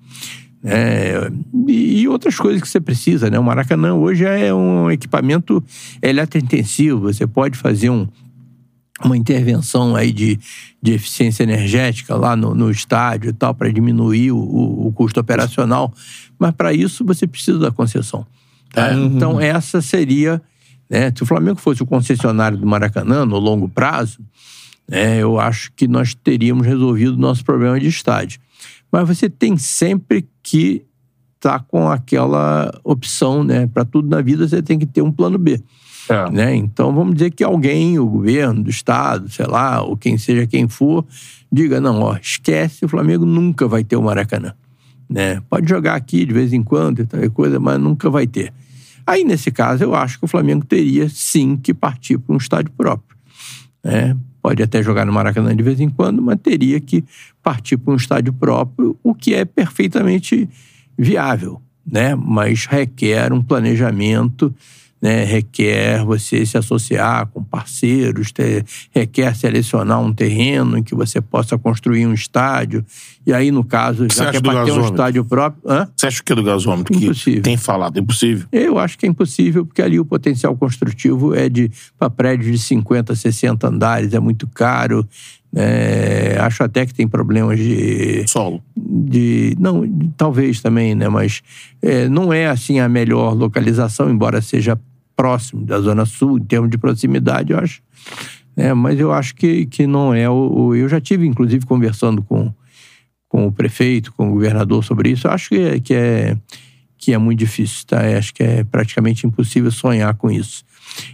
E outras coisas que você precisa, né? O Maracanã hoje é um equipamento eletrointensivo. Você pode fazer uma intervenção aí de eficiência energética lá no estádio e tal, para diminuir o custo operacional. Mas para isso você precisa da concessão. Tá? Então essa seria, né? Se o Flamengo fosse o concessionário do Maracanã no longo prazo, Eu acho que nós teríamos resolvido o nosso problema de estádio. Mas você tem sempre que estar com aquela opção, né? Para tudo na vida você tem que ter um plano B. Né? Então vamos dizer que alguém, o governo do estado, sei lá, ou quem seja quem for, diga, não, esquece, o Flamengo nunca vai ter o Maracanã. Né? Pode jogar aqui de vez em quando e tal coisa, mas nunca vai ter. Aí, nesse caso, eu acho que o Flamengo teria, sim, que partir para um estádio próprio. Né? Pode até jogar no Maracanã de vez em quando, mas teria que partir para um estádio próprio, o que é perfeitamente viável, né? Mas requer um planejamento, né? Requer você se associar com parceiros, requer selecionar um terreno em que você possa construir um estádio. E aí, no caso, já que é para ter um estádio próprio... Você acha que é do gasômetro? Impossível. Que tem falado, é impossível? Eu acho que é impossível, porque ali o potencial construtivo é para prédios de 50, 60 andares, é muito caro. Acho até que tem problemas de... Solo? Não, talvez também, né? Mas não é, assim, a melhor localização, embora seja próximo da Zona Sul, em termos de proximidade, eu acho. Mas eu acho que não é o... Eu já tive, inclusive, conversando com o prefeito, com o governador sobre isso. Eu acho que é muito difícil, tá? Eu acho que é praticamente impossível sonhar com isso.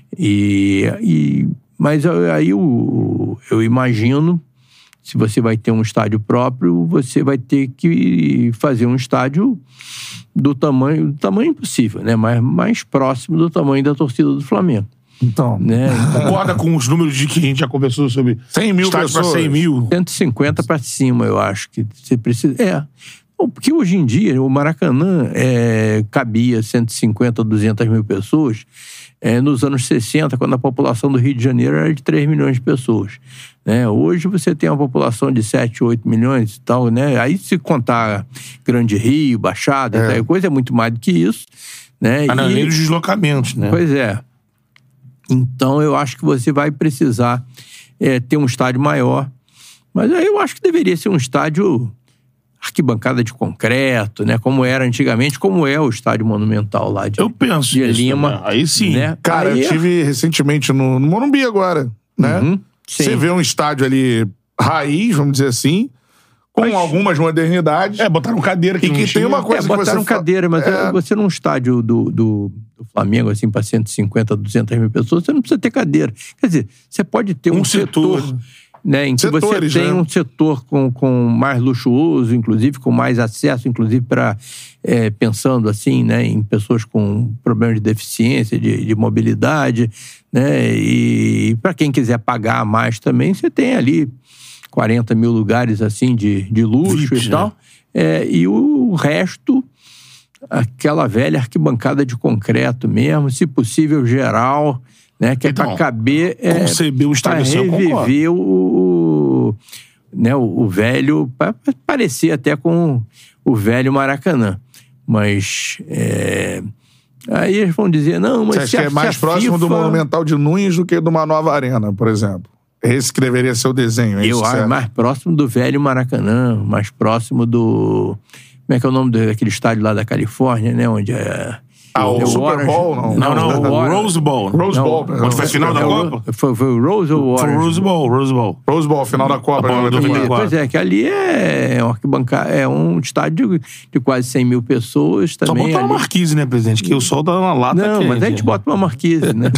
Mas aí eu imagino, se você vai ter um estádio próprio, você vai ter que fazer um estádio do tamanho impossível, né? Mas mais próximo do tamanho da torcida do Flamengo. Então, né? Concorda com os números de que a gente já conversou sobre 100 mil estádio para pessoas. 100 mil? 150 para cima, eu acho que você precisa... Porque hoje em dia, o Maracanã cabia 150, 200 mil pessoas. Nos anos 60, quando a população do Rio de Janeiro era de 3 milhões de pessoas. Hoje você tem uma população de 7, 8 milhões e tal, né? Aí se contar Grande Rio, Baixada e tal coisa, é muito mais do que isso. Né? Além dos deslocamentos, né? Pois é. Então eu acho que você vai precisar ter um estádio maior. Mas aí eu acho que deveria ser um estádio... arquibancada de concreto, né? Como era antigamente, como é o estádio Monumental lá de Lima. Né? Aí sim. Né? Cara, eu tive recentemente no Morumbi agora, né? Você vê um estádio ali raiz, vamos dizer assim, com algumas modernidades. Botaram cadeira aqui. E que tem uma coisa que botaram cadeira, mas você num estádio do Flamengo, assim, para 150, 200 mil pessoas, você não precisa ter cadeira. Quer dizer, você pode ter um setor... Né, em que setores, você tem um setor com mais luxuoso, inclusive, com mais acesso, inclusive para pensando assim, né, em pessoas com problemas de deficiência, de mobilidade, né, e para quem quiser pagar mais também, você tem ali 40 mil lugares assim de luxo VIPs, e tal, e o resto, aquela velha arquibancada de concreto mesmo, se possível geral, né, que então, é para caber... conceber o estádio para reviver o velho... Para parecer até com o velho Maracanã. Mas... aí eles vão dizer, não, mas... Você acha que é mais próximo do Monumental de Nunes do que de uma nova arena, por exemplo? Esse que deveria ser o desenho, eu acho mais próximo do velho Maracanã, mais próximo do... Como é que é o nome daquele estádio lá da Califórnia, né? Onde o Super Bowl, não. Não, o Rose Bowl. Rose Bowl. Onde foi a final da Copa? Foi o Rose ou o Orange? Foi o Rose Bowl. Rose Bowl, final da Copa. Pois é, que ali é uma arquibancada, é um estádio de quase 100 mil pessoas também. Só botar uma marquise, né, presidente? Que o sol tá na lata. Não, mas a gente bota uma marquise, né?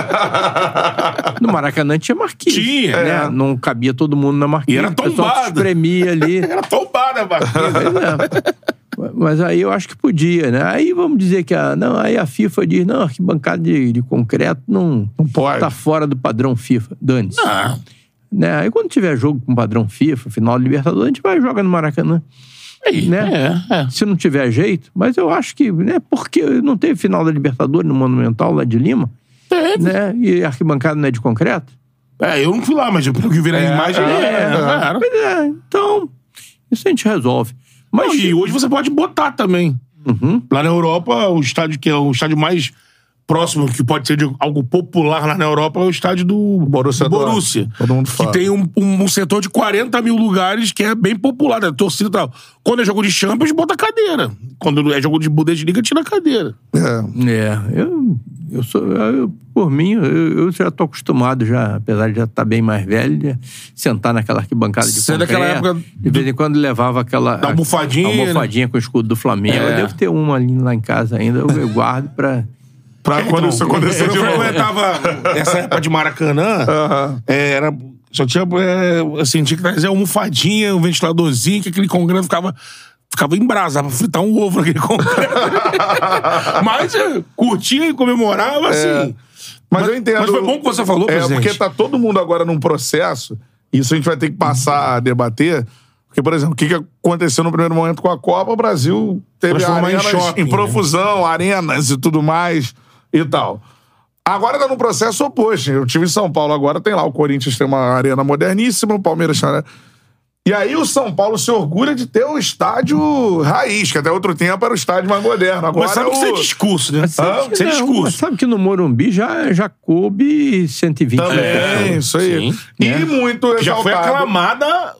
No Maracanã tinha marquise. Tinha, né? Não cabia todo mundo na marquise. E era tombada. O pessoal se espremia ali. Era tombada a marquise. Mas aí eu acho que podia, né? Aí vamos dizer que aí a FIFA diz, não, arquibancada de concreto não pode. Tá fora do padrão FIFA. Dane-se. Né? Aí quando tiver jogo com padrão FIFA, final de Libertadores, a gente vai jogar no Maracanã. Né? Se não tiver jeito. Mas eu acho que, né? Porque não teve final da Libertadores no Monumental lá de Lima? Teve. Né? E a arquibancada não é de concreto? Eu não fui lá, mas pelo que vi na imagem, então, isso a gente resolve. Mas e hoje você pode botar também. Lá na Europa, o estádio que é o estádio mais próximo, que pode ser de algo popular lá na Europa, é o estádio do Borussia. Todo mundo fala. Que tem um setor de 40 mil lugares que é bem popular, né? Torcida e tal. Quando é jogo de Champions, bota cadeira. Quando é jogo de Bundesliga, tira a cadeira. Por mim, eu já tô acostumado já, apesar de já estar bem mais velho, de sentar naquela arquibancada de concreto. Daquela época de vez em quando levava aquela... Da almofadinha. Almofadinha com o escudo do Flamengo. Eu devo ter uma ali lá em casa ainda, eu guardo pra quando isso acontecer de novo. Eu frequentava essa época de Maracanã, era... Só tinha, assim, tinha que trazer a almofadinha, um ventiladorzinho, que aquele concreto ficava embrasado pra fritar um ovo naquele concreto. Mas curtia e comemorava, assim. Mas eu entendo. Mas foi bom que você falou, presidente. Porque tá todo mundo agora num processo, e isso a gente vai ter que passar a debater. Porque, por exemplo, o que aconteceu no primeiro momento com a Copa? O Brasil teve arenas em profusão, arenas e tudo mais e tal. Agora tá num processo oposto. Eu estive em São Paulo agora, tem lá o Corinthians tem uma arena moderníssima, o Palmeiras tem uma... E aí o São Paulo se orgulha de ter um estádio raiz, que até outro tempo era o estádio mais moderno. Agora mas sabe que isso é discurso, né? Isso é discurso. Mas sabe que no Morumbi já coube 120 também, isso aí. Sim. E muito exaltado. Já foi aclamada...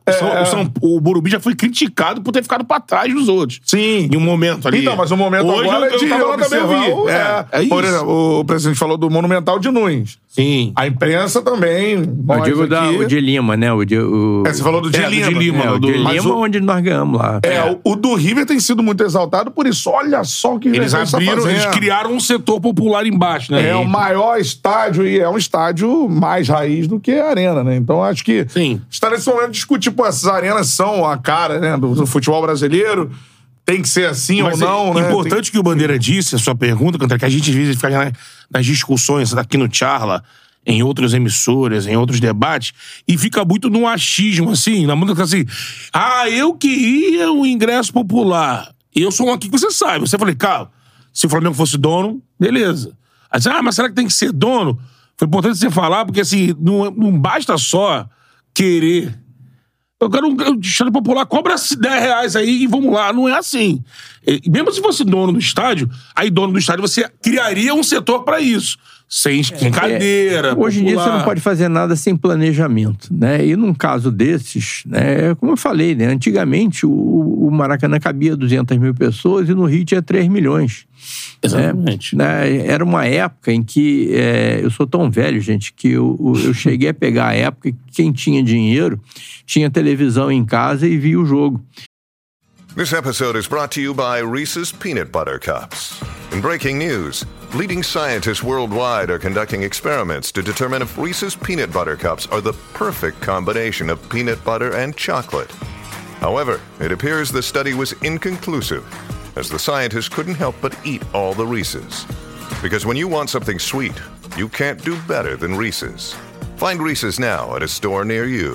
O Morumbi já foi criticado por ter ficado pra trás dos outros. Sim. Em um momento ali. Então, mas o momento hoje agora é de observar. É isso. Por exemplo, o presidente falou do Monumental de Nunes. Sim. A imprensa também. Eu digo o de Lima, né? Você falou do de Lima. O de Lima, onde nós ganhamos lá. O do River tem sido muito exaltado por isso. Olha só o que eles abriram, eles criaram um setor popular embaixo, né? É o maior estádio e é um estádio mais raiz do que a arena, né? Então acho que está nesse momento de discutir, essas arenas são a cara, né, do futebol brasileiro. Tem que ser assim ou não, né? Importante que o Bandeira disse, a sua pergunta, que a gente às vezes fica nas discussões aqui no Charla, em outras emissoras, em outros debates, e fica muito no achismo, assim, na música assim, eu queria o ingresso popular. Eu sou um aqui que você sabe. Você falei, cara, se o Flamengo fosse dono, beleza. Aí você, mas será que tem que ser dono? Foi importante você falar, porque assim, não basta só querer. Eu quero um estádio popular, cobra R$10 aí e vamos lá. Não é assim. E mesmo se fosse dono do estádio, aí dono do estádio você criaria um setor pra isso. Sem cadeira, hoje em dia você não pode fazer nada sem planejamento, né? E num caso desses, né, como eu falei, né, antigamente o Maracanã cabia 200 mil pessoas e no Rio tinha 3 milhões. Exatamente. Né? Era uma época em que, eu sou tão velho, gente, que eu cheguei a pegar a época que quem tinha dinheiro tinha televisão em casa e via o jogo. This episode is brought to you by Reese's Peanut Butter Cups. In breaking news, leading scientists worldwide are conducting experiments to determine if Reese's Peanut Butter Cups are the perfect combination of peanut butter and chocolate. However, it appears the study was inconclusive, as the scientists couldn't help but eat all the Reese's. Because when you want something sweet, you can't do better than Reese's. Find Reese's now at a store near you.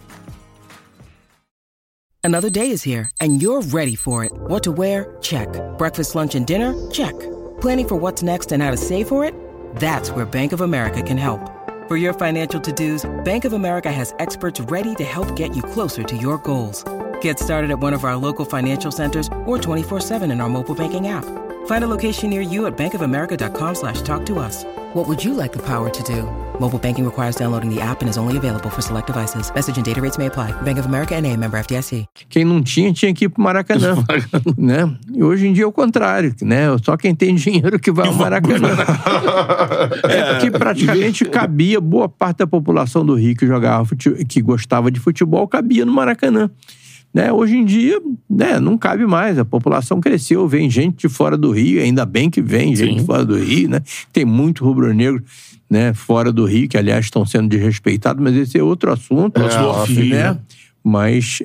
Another day is here, and you're ready for it. What to wear? Check. Breakfast, lunch, and dinner? Check. Planning for what's next and how to save for it? That's where Bank of America can help. For your financial to-dos, Bank of America has experts ready to help get you closer to your goals. Get started at one of our local financial centers or 24/7 in our mobile banking app. Find a location near you at bankofamerica.com/talktous. What would you like the power to do? Mobile banking requires downloading the app and is only available for select devices. Message and data rates may apply. Bank of America N.A., member FDIC. Quem não tinha que ir pro Maracanã, né? E hoje em dia é o contrário, né? Só quem tem dinheiro que vai ao Maracanã. Porque praticamente cabia boa parte da população do Rio que gostava de futebol, cabia no Maracanã. Né? Hoje em dia, né, não cabe mais. A população cresceu, vem gente de fora do Rio, ainda bem que vem gente de fora do Rio, né? Tem muito rubro-negro, né, fora do Rio, que aliás estão sendo desrespeitados, mas esse é outro assunto, né? Mas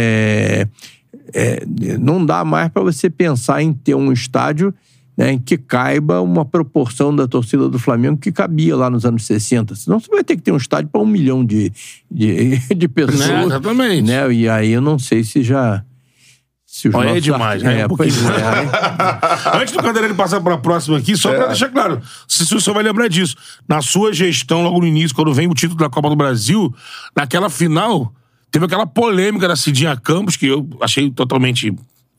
não dá mais para você pensar em ter um estádio, né, em que caiba uma proporção da torcida do Flamengo que cabia lá nos anos 60. Senão você vai ter que ter um estádio para 1 milhão de pessoas. Né? Exatamente. Né? E aí eu não sei se já... É demais, né? Antes do Cantarelli passar para a próxima aqui, só para deixar claro, se o senhor vai lembrar disso, na sua gestão, logo no início, quando vem o título da Copa do Brasil, naquela final, teve aquela polêmica da Cidinha Campos, que eu achei totalmente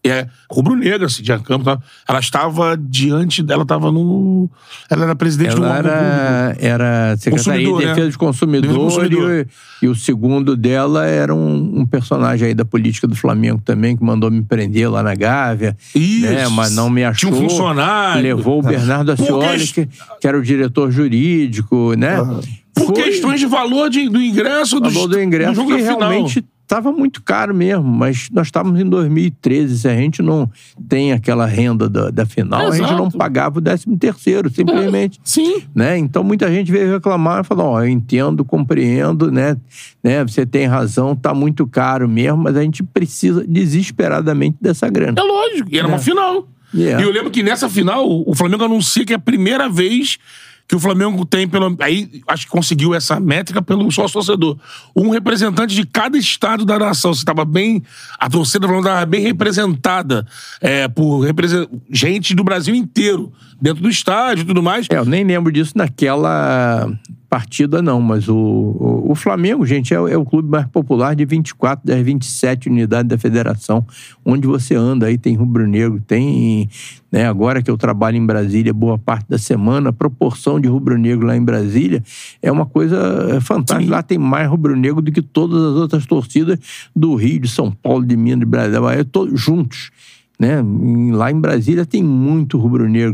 rubro-negra, assim, de campo. Ela estava diante... Ela estava no... Ela era presidente do órgão público. Era Secretaria de Defesa do Consumidor. E o segundo dela era um personagem aí da política do Flamengo também, que mandou me prender lá na Gávea. Isso. Né, mas não me achou. Tinha um funcionário. Levou o Bernardo Ascioli, que era o diretor jurídico, né? Por questões de valor do ingresso do jogo que final. Realmente estava muito caro mesmo, mas nós estávamos em 2013, se a gente não tem aquela renda da final, a gente não pagava o 13º, simplesmente. Sim. Né? Então muita gente veio reclamar e falou, eu entendo, compreendo, né? Você tem razão, tá muito caro mesmo, mas a gente precisa desesperadamente dessa grana. É lógico, e era uma final. E eu lembro que nessa final, o Flamengo anuncia que é a primeira vez que o Flamengo tem, aí acho que conseguiu essa métrica pelo sócio-torcedor. Um representante de cada estado da nação. Você estava bem... A torcida do Flamengo estava bem representada por gente do Brasil inteiro, dentro do estádio e tudo mais. Eu nem lembro disso naquela partida, não, mas o Flamengo, gente, é o clube mais popular de 24 das 27 unidades da federação. Onde você anda aí tem rubro-negro, tem... Né, agora que eu trabalho em Brasília boa parte da semana, a proporção de rubro-negro lá em Brasília é uma coisa fantástica. Sim. Lá tem mais rubro-negro do que todas as outras torcidas do Rio, de São Paulo, de Minas, de Brasília, todos juntos. Né? Lá em Brasília tem muito rubro-negro.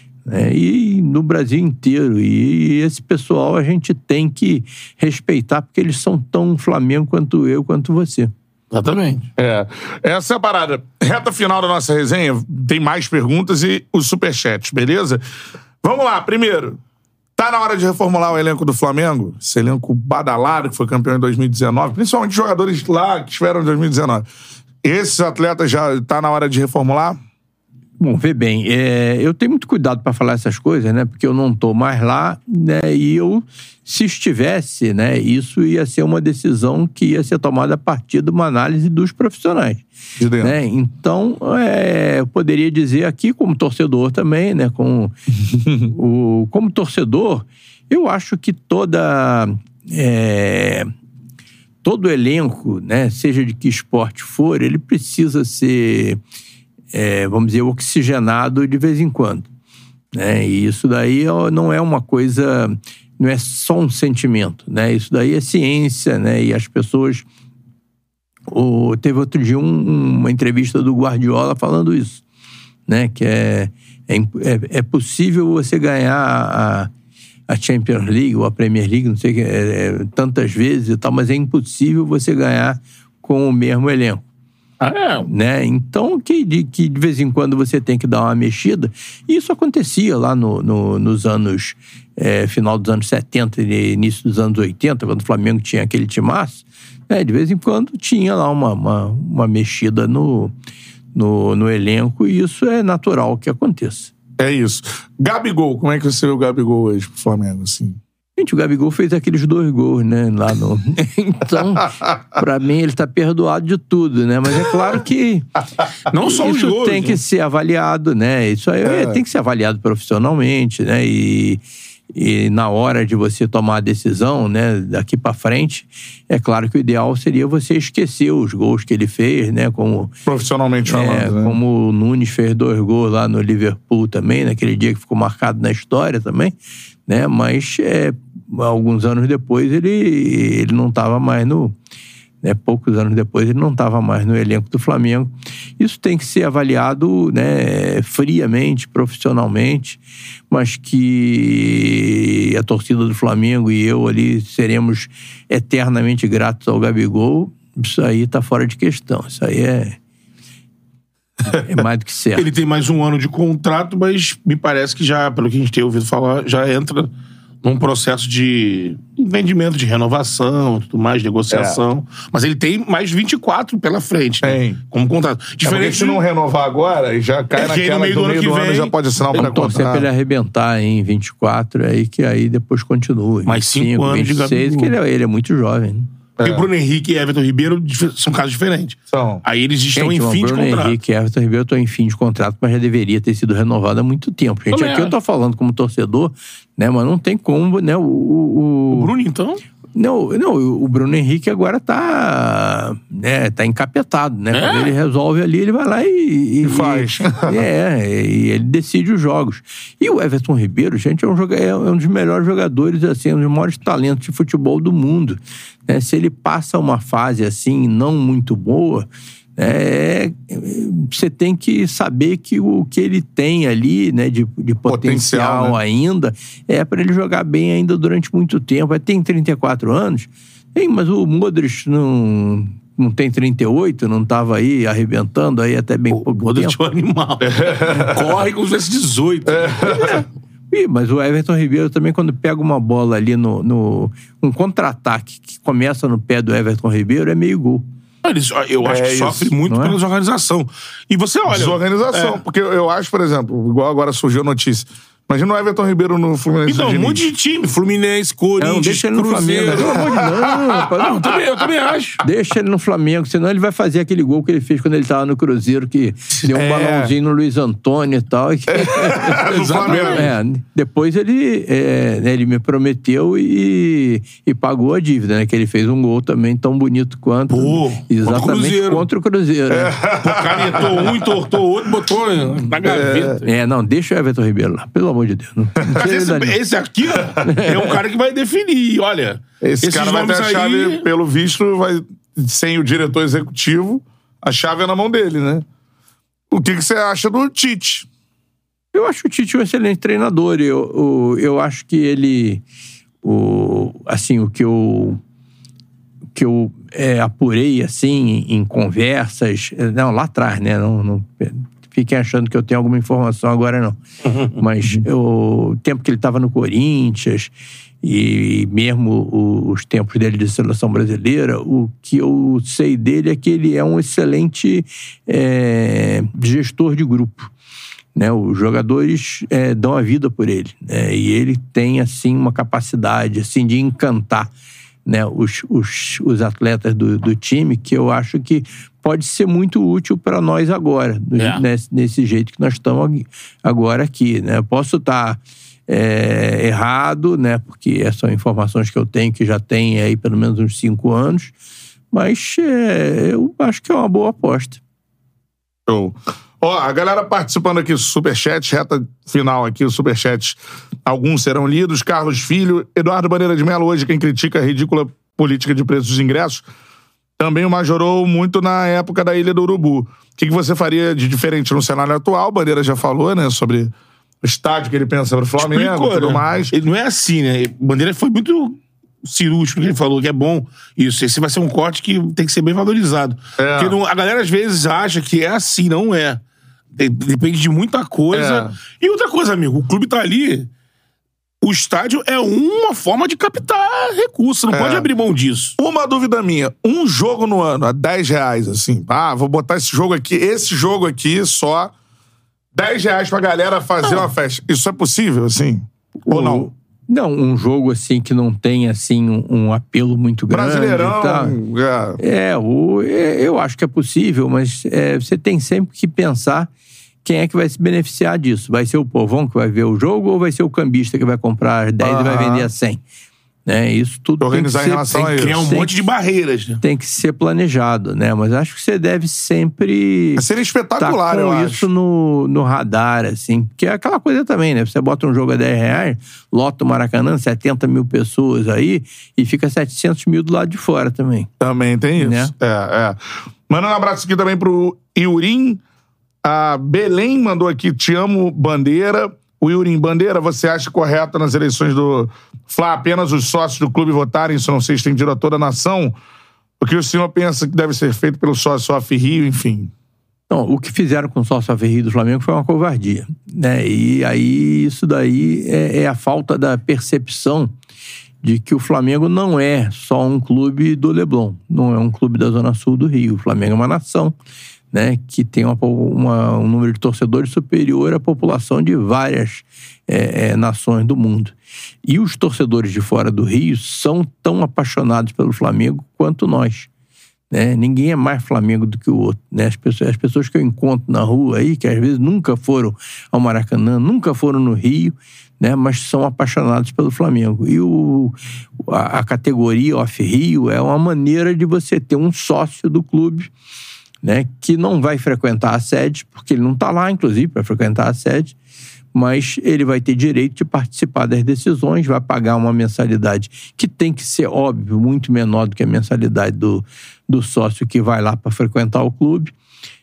E no Brasil inteiro. E esse pessoal a gente tem que respeitar, porque eles são tão Flamengo quanto eu, quanto você. Exatamente. Essa é a parada. Reta final da nossa resenha, tem mais perguntas e os superchats, beleza? Vamos lá, primeiro. Tá na hora de reformular o elenco do Flamengo? Esse elenco badalado que foi campeão em 2019, principalmente jogadores lá que estiveram em 2019. Esses atletas já tá na hora de reformular? Bom, vê bem, eu tenho muito cuidado para falar essas coisas, né? Porque eu não tô mais lá, né? E se estivesse, né? Isso ia ser uma decisão que ia ser tomada a partir de uma análise dos profissionais. Né? Então, eu poderia dizer aqui, como torcedor também, né? Como torcedor, eu acho que todo elenco, né? Seja de que esporte for, ele precisa ser... vamos dizer, oxigenado de vez em quando. Né? E isso daí não é uma coisa, não é só um sentimento. Né? Isso daí é ciência, né? E as pessoas... Teve outro dia uma entrevista do Guardiola falando isso. Né? Que é possível você ganhar a Champions League ou a Premier League, não sei tantas vezes e tal, mas é impossível você ganhar com o mesmo elenco. Né? Então, que de vez em quando você tem que dar uma mexida. E isso acontecia lá nos anos... final dos anos 70 e início dos anos 80, quando o Flamengo tinha aquele timaço. De vez em quando tinha lá uma mexida no elenco, e isso é natural que aconteça. É isso. Gabigol, como é que você vê o Gabigol hoje pro Flamengo, assim? Gente, o Gabigol fez aqueles 2 gols, né? Lá no... Então, pra mim, ele tá perdoado de tudo, né? Mas é claro que... Não só os gols, tem que ser avaliado, né? Isso aí tem que ser avaliado profissionalmente, né? E na hora de você tomar a decisão, né? Daqui pra frente, é claro que o ideal seria você esquecer os gols que ele fez, né? Profissionalmente falando, né? Como o Nunes fez 2 gols lá no Liverpool também, naquele dia que ficou marcado na história também, né? Mas alguns anos depois ele não estava mais poucos anos depois ele não estava mais no elenco do Flamengo. Isso tem que ser avaliado, né, friamente, profissionalmente, mas que a torcida do Flamengo e eu ali seremos eternamente gratos ao Gabigol. Isso aí está fora de questão. Isso aí é mais do que certo. Ele tem mais 1 ano de contrato, mas me parece que já, pelo que a gente tem ouvido falar, já entra num processo de entendimento, de renovação, tudo mais, negociação. Mas ele tem mais 24 pela frente, né? Como contrato. Diferente se não renovar agora, já cai naquela no meio do ano que vem, já pode assinar um pré-contrato. Torcer pra ele arrebentar em 24, que aí depois continua. Mais 5 anos 26, de Gabigol. Que ele é muito jovem, né? Porque Bruno Henrique e Everton Ribeiro são casos diferentes. Aí eles estão em fim de contrato. Bruno Henrique e Everton Ribeiro estão em fim de contrato, mas já deveria ter sido renovado há muito tempo. Gente, aqui eu tô falando como torcedor, né? Mas não tem como, né? O Bruno, então? Não, o Bruno Henrique agora tá né? Tá encapetado, né? Quando ele resolve ali, ele vai lá e faz. E ele decide os jogos. E o Everton Ribeiro, gente, é um dos melhores jogadores, assim, um dos maiores talentos de futebol do mundo. Né? Se ele passa uma fase, assim, não muito boa, você tem que saber que o que ele tem ali, né, de potencial, né? Ainda, é para ele jogar bem ainda durante muito tempo. Ele tem 34 anos, mas o Modric não tem 38, não estava aí arrebentando aí até bem pouco tempo. O Modric é um animal. Corre como se fosse 18. Mas o Everton Ribeiro também, quando pega uma bola ali um contra-ataque que começa no pé do Everton Ribeiro, é meio gol. Eu acho que sofre muito pela desorganização. E você olha... Desorganização. Porque eu acho, por exemplo, igual agora surgiu a notícia... Imagina o Everton Ribeiro no Fluminense. Então, um monte de time. Fluminense, Corinthians, não, deixa ele no Flamengo. Pelo amor de Deus. Eu também acho. Deixa ele no Flamengo, senão ele vai fazer aquele gol que ele fez quando ele tava no Cruzeiro, que deu um balãozinho no Luiz Antônio e tal. No Flamengo. Depois ele me prometeu e pagou a dívida, né? Que ele fez um gol também tão bonito quanto. Exatamente contra o Cruzeiro. Canetou um, entortou o outro, botou na gaveta. Não, deixa o Everton Ribeiro lá, pelo amor de Deus. Esse aqui, ó, é um cara que vai definir, olha. Esse cara vai ter a chave, pelo visto, sem o diretor executivo, a chave é na mão dele, né? O que você acha do Tite? Eu acho o Tite um excelente treinador. Eu acho que ele... assim, o que eu apurei, assim, em conversas... Não, lá atrás, né? Não fiquem achando que eu tenho alguma informação agora, não. Mas o tempo que ele estava no Corinthians e mesmo os tempos dele de seleção brasileira, o que eu sei dele é que ele é um excelente gestor de grupo. Né? Os jogadores dão a vida por ele. Né? E ele tem, assim, uma capacidade assim, de encantar, né, os atletas do time, que eu acho que pode ser muito útil para nós agora, nesse jeito que nós estamos agora aqui. Né? Eu posso estar errado, né, porque são informações que eu tenho, que já tem aí pelo menos uns 5 anos, mas eu acho que é uma boa aposta. Show. Ó, a galera participando aqui do Superchat, reta final aqui, o Superchat, alguns serão lidos. Carlos Filho, Eduardo Bandeira de Mello, hoje quem critica a ridícula política de preços dos ingressos, também o majorou muito na época da Ilha do Urubu. O que você faria de diferente no cenário atual? Bandeira já falou, né, sobre o estádio que ele pensa para o Flamengo e tudo mais. Ele não é assim, né? Bandeira foi muito cirúrgico que ele falou, que é bom isso. Esse vai ser um corte que tem que ser bem valorizado. Porque a galera às vezes acha que é assim, não é. Depende de muita coisa. E outra coisa, amigo, o clube tá ali, o estádio é uma forma de captar recurso, não pode abrir mão disso. Uma dúvida minha, um jogo no ano a R$10, assim, vou botar esse jogo aqui só R$10 pra galera fazer uma festa. Isso é possível, assim? Ou não? Não, um jogo assim que não tem assim um apelo muito grande. Brasileirão. Tá? Eu acho que é possível, mas você tem sempre que pensar quem é que vai se beneficiar disso. Vai ser o povão que vai ver o jogo ou vai ser o cambista que vai comprar 10 e vai vender a 100? Né? Isso tudo organizar tem que em relação a isso. Criar um monte de barreiras. Né? Tem que ser planejado, né? Mas acho que você deve sempre... Seria espetacular, eu acho. Isso no radar, assim. Porque é aquela coisa também, né? Você bota um jogo a R$10, lota o Maracanã, 70 mil pessoas aí, e fica 700 mil do lado de fora também. Também tem isso. Né? Manda um abraço aqui também pro Yurim. A Belém mandou aqui, te amo, Bandeira. O Yurim, Bandeira, você acha correto nas eleições do Fla apenas os sócios do clube votarem, isso não ser estendido a toda a nação? O que o senhor pensa que deve ser feito pelo sócio AFRIO, enfim? Não, o que fizeram com o sócio AFRIO do Flamengo foi uma covardia, né? E aí, isso daí é a falta da percepção de que o Flamengo não é só um clube do Leblon, não é um clube da Zona Sul do Rio. O Flamengo é uma nação, né, que tem um número de torcedores superior à população de várias nações do mundo. E os torcedores de fora do Rio são tão apaixonados pelo Flamengo quanto nós. Né? Ninguém é mais Flamengo do que o outro. Né? As pessoas que eu encontro na rua aí, que às vezes nunca foram ao Maracanã, nunca foram no Rio, né? Mas são apaixonados pelo Flamengo. E a categoria Off-Rio é uma maneira de você ter um sócio do clube, né? Que não vai frequentar a sede, porque ele não está lá, inclusive, para frequentar a sede, mas ele vai ter direito de participar das decisões, vai pagar uma mensalidade que tem que ser, óbvio, muito menor do que a mensalidade do sócio que vai lá para frequentar o clube.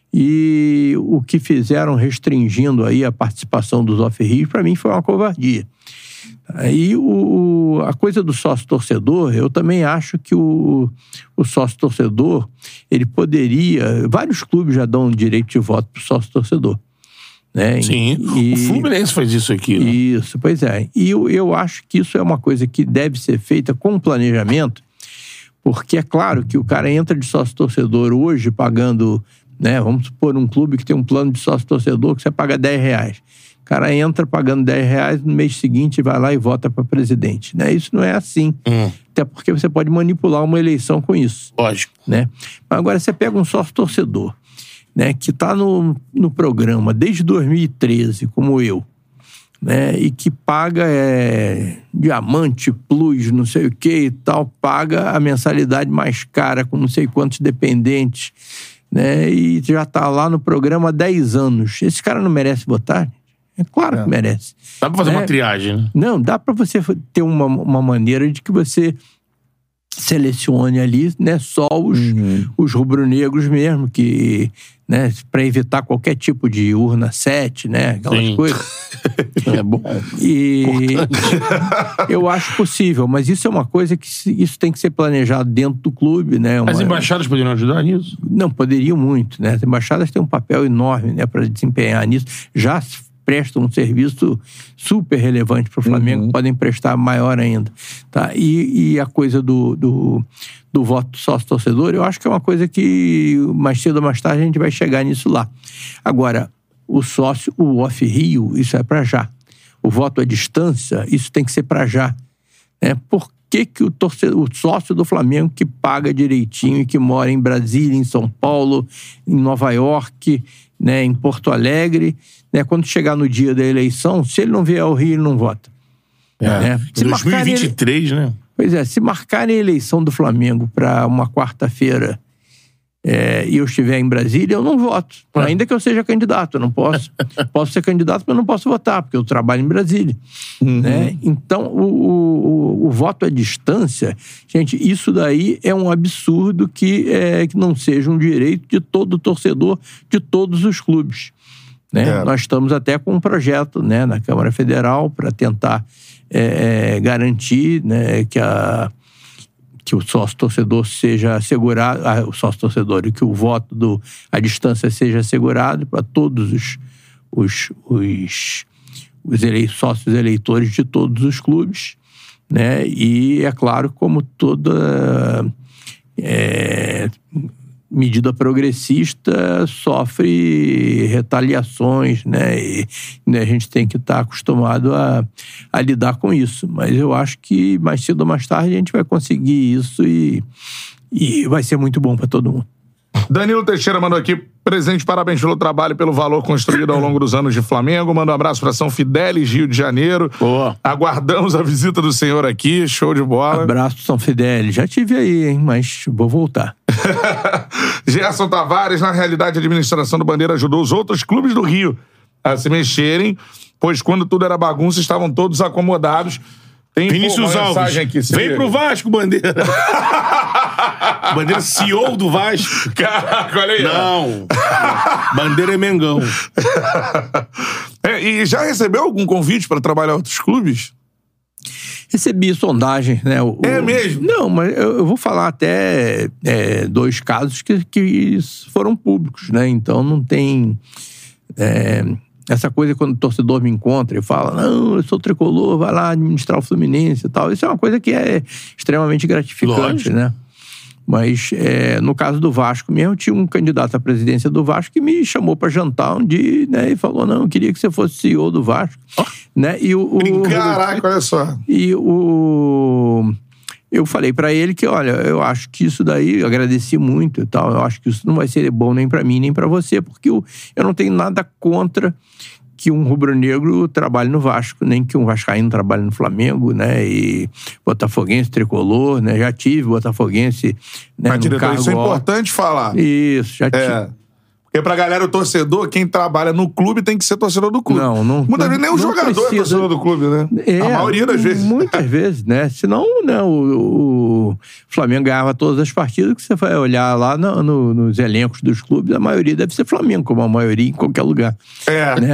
E o que fizeram restringindo aí a participação dos off-rios, para mim, foi uma covardia. Aí a coisa do sócio-torcedor, eu também acho que o sócio-torcedor, ele poderia... Vários clubes já dão direito de voto para o sócio-torcedor. Né? Sim, o Fluminense faz isso aqui. Né? Isso, pois é. E eu acho que isso é uma coisa que deve ser feita com planejamento, porque é claro que o cara entra de sócio-torcedor hoje pagando, né? Vamos supor um clube que tem um plano de sócio-torcedor que você paga R$10. O cara entra pagando R$10, no mês seguinte vai lá e vota para presidente. Né? Isso não é assim. Até porque você pode manipular uma eleição com isso. Lógico. Né? Mas agora você pega um sócio-torcedor, né, que está no programa desde 2013, como eu, né, e que paga diamante, plus, não sei o que e tal, paga a mensalidade mais cara com não sei quantos dependentes, né, e já está lá no programa há 10 anos. Esse cara não merece votar? É claro que merece. Dá para fazer uma triagem, né? Não, dá para você ter uma maneira de que você selecione ali, né, só os rubro-negros mesmo, que, né, para evitar qualquer tipo de urna 7, né, aquelas coisas. É bom. E eu acho possível, mas isso é uma coisa que isso tem que ser planejado dentro do clube, né? As embaixadas poderiam ajudar nisso? Não, poderiam muito, né? As embaixadas têm um papel enorme, né, para desempenhar nisso. Já prestam um serviço super relevante para o Flamengo, podem prestar maior ainda. Tá? E a coisa do voto sócio-torcedor, eu acho que é uma coisa que mais cedo ou mais tarde a gente vai chegar nisso lá. Agora, o off-Rio, isso é para já. O voto à distância, isso tem que ser para já. Né? Por que o sócio do Flamengo que paga direitinho e que mora em Brasília, em São Paulo, em Nova York, né, em Porto Alegre, né, quando chegar no dia da eleição, se ele não vier ao Rio, ele não vota. Né? Em 2023, né? Pois é, se marcarem a eleição do Flamengo para uma quarta-feira e eu estiver em Brasília, eu não voto. Ainda que eu seja candidato, eu não posso. Posso ser candidato, mas não posso votar, porque eu trabalho em Brasília. Né? Então, o voto à distância, gente, isso daí é um absurdo que não seja um direito de todo torcedor de todos os clubes. Né? Nós estamos até com um projeto, né, na Câmara Federal para tentar garantir, né, que o sócio-torcedor seja assegurado, e que o voto à distância seja assegurado para todos os sócios eleitores de todos os clubes, né? E é claro, como toda medida progressista sofre retaliações, né? E a gente tem que estar acostumado a lidar com isso. Mas eu acho que mais cedo ou mais tarde a gente vai conseguir isso e vai ser muito bom para todo mundo. Danilo Teixeira mandou aqui: presente, parabéns pelo trabalho e pelo valor construído ao longo dos anos de Flamengo. Manda um abraço para São Fidélis, Rio de Janeiro. Boa. Aguardamos a visita do senhor aqui, show de bola. Abraço, São Fidélis. Já tive aí, hein, mas vou voltar. Gerson Tavares: na realidade, a administração do Bandeira ajudou os outros clubes do Rio a se mexerem, pois quando tudo era bagunça, estavam todos acomodados. Tem Vinícius Alves, aqui, vem pro Vasco, Bandeira. Bandeira CEO do Vasco. Caraca, olha aí. Não. Bandeira é Mengão. E já recebeu algum convite para trabalhar em outros clubes? Recebi sondagem, né? É mesmo? Não, mas eu vou falar até 2 casos que foram públicos, né? Então não tem... essa coisa quando o torcedor me encontra e fala: não, eu sou tricolor, vai lá administrar o Fluminense e tal. Isso é uma coisa que é extremamente gratificante, lógico, né? Mas no caso do Vasco mesmo, tinha um candidato à presidência do Vasco que me chamou para jantar um dia, né, e falou: não, eu queria que você fosse CEO do Vasco. Né? E caraca, olha só. E eu falei para ele que, olha, eu acho que isso daí, eu agradeci muito e tal, eu acho que isso não vai ser bom nem para mim, nem para você, porque eu não tenho nada contra que um rubro-negro trabalhe no Vasco, nem que um vascaíno trabalhe no Flamengo, né? E botafoguense, tricolor, né? Já tive botafoguense, né? Mas, diretor, isso é importante falar. Isso, já tive. Porque pra galera, o torcedor, quem trabalha no clube tem que ser torcedor do clube. Muitas vezes nem o jogador é torcedor do clube, né? A maioria das vezes. Muitas vezes, né? Senão, né, o Flamengo ganhava todas as partidas, que você vai olhar lá nos elencos dos clubes, a maioria deve ser Flamengo, como a maioria em qualquer lugar. Né?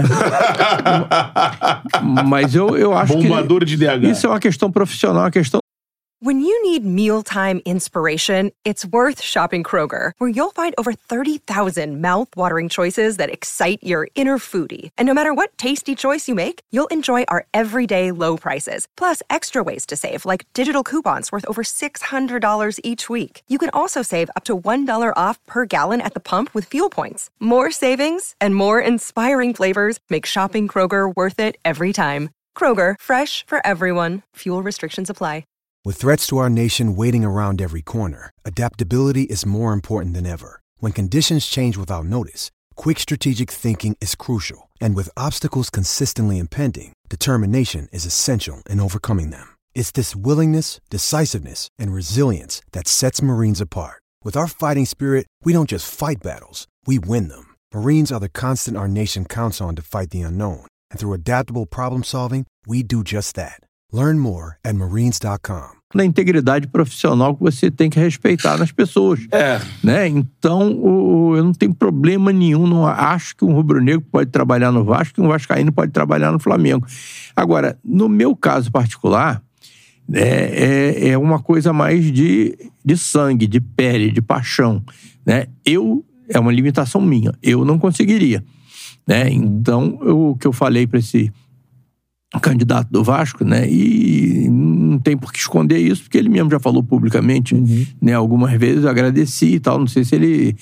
Mas eu acho Bombador de DH. Isso é uma questão profissional, uma questão. When you need mealtime inspiration, it's worth shopping Kroger, where you'll find over 30,000 mouth-watering choices that excite your inner foodie. And no matter what tasty choice you make, you'll enjoy our everyday low prices, plus extra ways to save, like digital coupons worth over $600 each week. You can also save up to $1 off per gallon at the pump with fuel points. More savings and more inspiring flavors make shopping Kroger worth it every time. Kroger, fresh for everyone. Fuel restrictions apply. With threats to our nation waiting around every corner, adaptability is more important than ever. When conditions change without notice, quick strategic thinking is crucial. And with obstacles consistently impending, determination is essential in overcoming them. It's this willingness, decisiveness, and resilience that sets Marines apart. With our fighting spirit, we don't just fight battles, we win them. Marines are the constant our nation counts on to fight the unknown. And through adaptable problem solving, we do just that. Learn more at marines.com. Na integridade profissional que você tem que respeitar nas pessoas. Né? Então, eu não tenho problema nenhum, não acho que um rubro-negro pode trabalhar no Vasco e um vascaíno pode trabalhar no Flamengo. Agora, no meu caso particular, é uma coisa mais de sangue, de pele, de paixão. Né? É uma limitação minha. Eu não conseguiria. Né? Então, o que eu falei para esse candidato do Vasco, né? E não tem por que esconder isso, porque ele mesmo já falou publicamente, né? Algumas vezes, eu agradeci e tal, não sei se ele...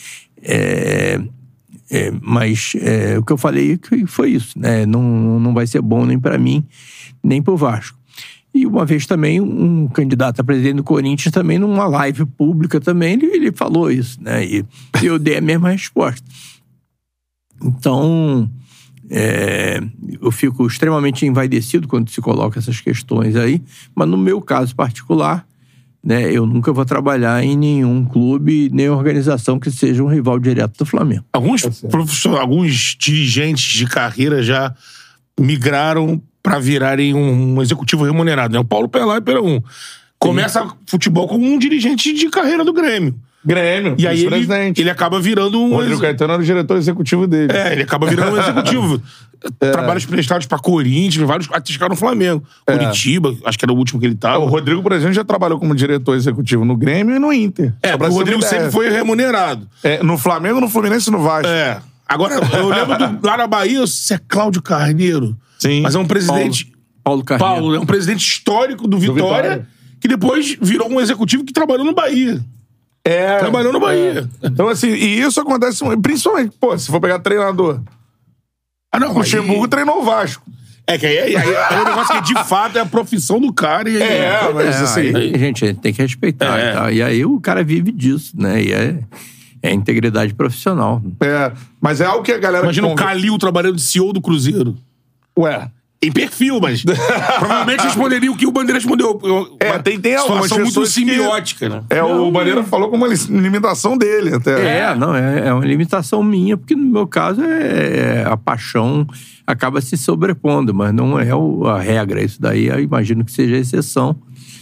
mas o que eu falei foi isso, né? Não vai ser bom nem para mim, nem pro Vasco. E uma vez também, um candidato a presidente do Corinthians também, numa live pública também, ele falou isso, né? E eu dei a mesma resposta. Então... eu fico extremamente envaidecido quando se coloca essas questões aí, mas no meu caso particular, né, eu nunca vou trabalhar em nenhum clube, nem organização que seja um rival direto do Flamengo. Alguns dirigentes de carreira já migraram para virarem um executivo remunerado, né? O Paulo Pelé começa futebol como um dirigente de carreira do Grêmio. E aí ele acaba virando um... O Rodrigo Caetano era o diretor executivo dele. Ele acaba virando um executivo. Trabalhos prestados pra Corinthians, vários até ficaram no Flamengo. Curitiba, acho que era o último que ele tava. O Rodrigo, por exemplo, já trabalhou como diretor executivo no Grêmio e no Inter. O Rodrigo sempre foi remunerado. No Flamengo, no Fluminense e no Vasco. Agora, eu lembro lá na Bahia, se é Cláudio Carneiro. Sim. Mas é um presidente... Paulo Carneiro. Paulo, é um presidente histórico do Vitória, que depois virou um executivo que trabalhou no Bahia. Trabalhou no Bahia. Então, assim, e isso acontece principalmente, se for pegar treinador. O Luxemburgo treinou o Vasco. Que aí é um negócio que de fato é a profissão do cara. Mas assim... gente, tem que respeitar. E aí o cara vive disso, né? E é integridade profissional. Mas é algo que a galera... Imagina o Calil trabalhando de CEO do Cruzeiro. Em perfil, mas provavelmente responderia o que o Bandeira respondeu. Tem uma situação muito simbiótica, né? O Bandeira falou como uma limitação dele até. É uma limitação minha, porque no meu caso a paixão acaba se sobrepondo, mas não é a regra. Isso daí eu imagino que seja a exceção.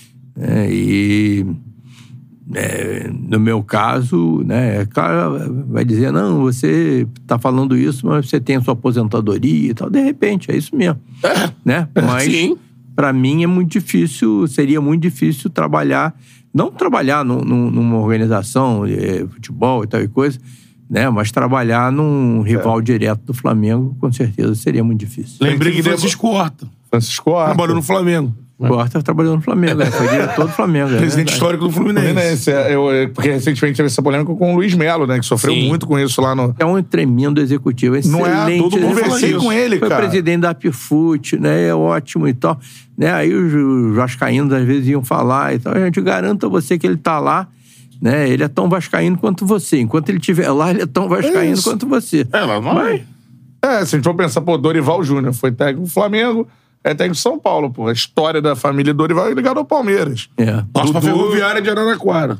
No meu caso, né, o cara vai dizer, não, você tá falando isso, mas você tem a sua aposentadoria e tal. De repente, é isso mesmo. Né? Mas, pra mim, seria muito difícil trabalhar, não trabalhar numa organização de futebol e tal e coisa, né, mas trabalhar num rival direto do Flamengo, com certeza, seria muito difícil. Lembrei que Francisco Horta. Trabalhou no Flamengo. Horta trabalhou no Flamengo, foi diretor do Flamengo. Presidente histórico do Fluminense. Porque recentemente teve essa polêmica com o Luiz Melo, né? Que sofreu muito com isso lá no... É um tremendo executivo, excelente. Não é? Todo conversei com ele, cara. Foi presidente da Apifute, né? É ótimo e tal. Né? Aí os vascaínos às vezes iam falar e tal. A gente garanta a você que ele tá lá, né? Ele é tão vascaíno quanto você. Enquanto ele estiver lá, ele é tão vascaíno quanto você. Mas Se a gente for pensar, Dorival Júnior foi técnico do Flamengo, é técnico do São Paulo, A história da família Dorival é ligada ao Palmeiras. Nossa, pra Ferroviária de Araraquara.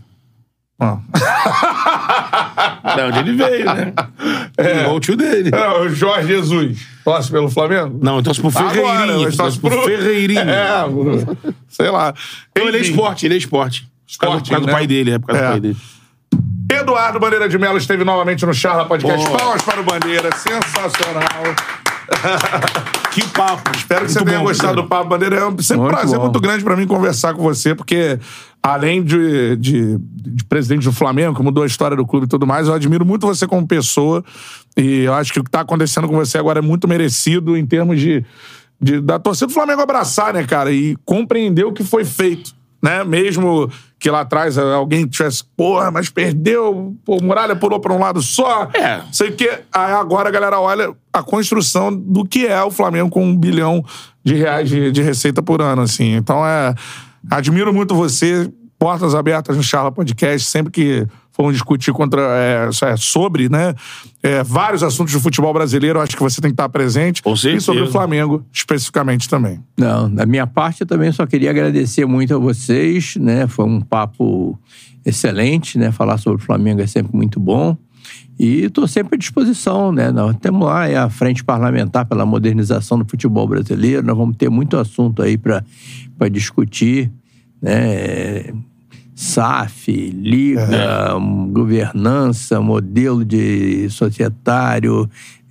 De onde ele veio, né? Igual o tio dele. O Jorge Jesus. Torce pelo Flamengo? Não, eu torço pro Ferreirinho. Eu torço pro Ferreirinho. Sei lá. Então, ele é esporte. Por causa do pai dele, por causa do pai dele. Eduardo Bandeira de Mello esteve novamente no Charla Podcast. Palmas para o Bandeira. Sensacional. Que papo. Espero que você tenha gostado do papo, Bandeira. É sempre um prazer muito grande pra mim conversar com você, porque além de presidente do Flamengo, que mudou a história do clube e tudo mais, eu admiro muito você como pessoa e eu acho que o que tá acontecendo com você agora é muito merecido em termos da torcida do Flamengo abraçar, né, cara, e compreender o que foi feito, né, mesmo que lá atrás alguém tivesse, mas perdeu, o Muralha pulou pra um lado só, sei o quê. Aí agora a galera olha a construção do que é o Flamengo com R$1 bilhão de receita por ano, assim. Então, admiro muito você, portas abertas no Charla Podcast, sempre que formos discutir sobre, né, vários assuntos do futebol brasileiro, acho que você tem que estar presente. Com certeza. E sobre o Flamengo, especificamente, também. Não, da minha parte, eu também só queria agradecer muito a vocês, né, foi um papo excelente, né, falar sobre o Flamengo é sempre muito bom. E estou sempre à disposição, né? Nós temos lá a Frente Parlamentar pela Modernização do Futebol Brasileiro, nós vamos ter muito assunto aí para discutir, né? SAF, Liga, governança, modelo de societário,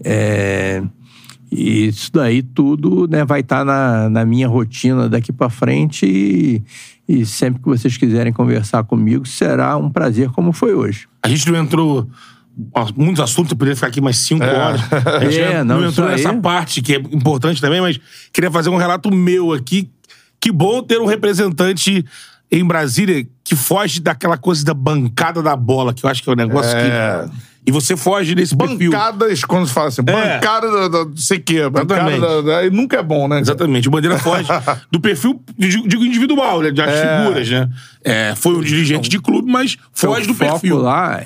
e isso daí tudo, né, vai estar na minha rotina daqui para frente e sempre que vocês quiserem conversar comigo, será um prazer como foi hoje. A gente não entrou... muitos assuntos, eu poderia ficar aqui mais 5 horas. A gente não entrou nessa parte, que é importante também, mas queria fazer um relato meu aqui. Que bom ter um representante em Brasília que foge daquela coisa da bancada da bola, que eu acho que é um negócio que... E você foge desse perfil. Bancadas, quando se fala assim, bancada da não sei o quê, bancada da... nunca é bom, né? Exatamente. O Bandeira foge do perfil, digo, individual, né? Das figuras, né? Foi um dirigente de clube, mas foge do perfil. O foco lá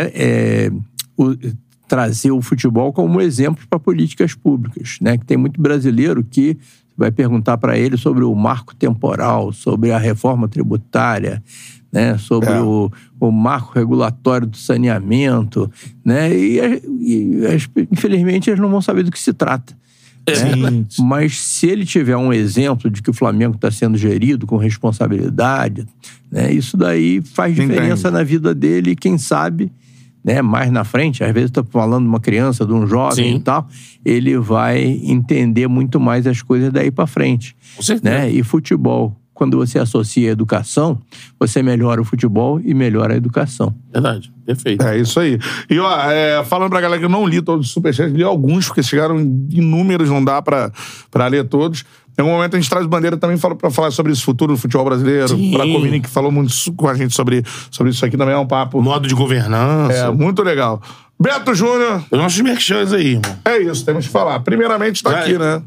trazer o futebol como exemplo para políticas públicas, né? Que tem muito brasileiro que vai perguntar para ele sobre o marco temporal, sobre a reforma tributária, né, sobre o marco regulatório do saneamento, né, infelizmente eles não vão saber do que se trata. Né? Mas se ele tiver um exemplo de que o Flamengo está sendo gerido com responsabilidade, né, isso daí faz diferença na vida dele e quem sabe, né, mais na frente, às vezes estou falando de uma criança, de um jovem e tal, ele vai entender muito mais as coisas daí para frente. Com certeza. Né? E futebol, quando você associa a educação, você melhora o futebol e melhora a educação. Verdade, perfeito. É isso aí. E falando pra galera que eu não li todos os superchats, li alguns, porque chegaram inúmeros, não dá pra ler todos. Em algum momento a gente traz Bandeira também pra falar sobre esse futuro do futebol brasileiro. Pra Comini, que falou muito com a gente sobre isso aqui, também é um papo. Modo de governança. Muito legal. Beto Júnior. Os nossos merchans aí, irmão. É isso, temos que falar. Primeiramente tá aqui, né?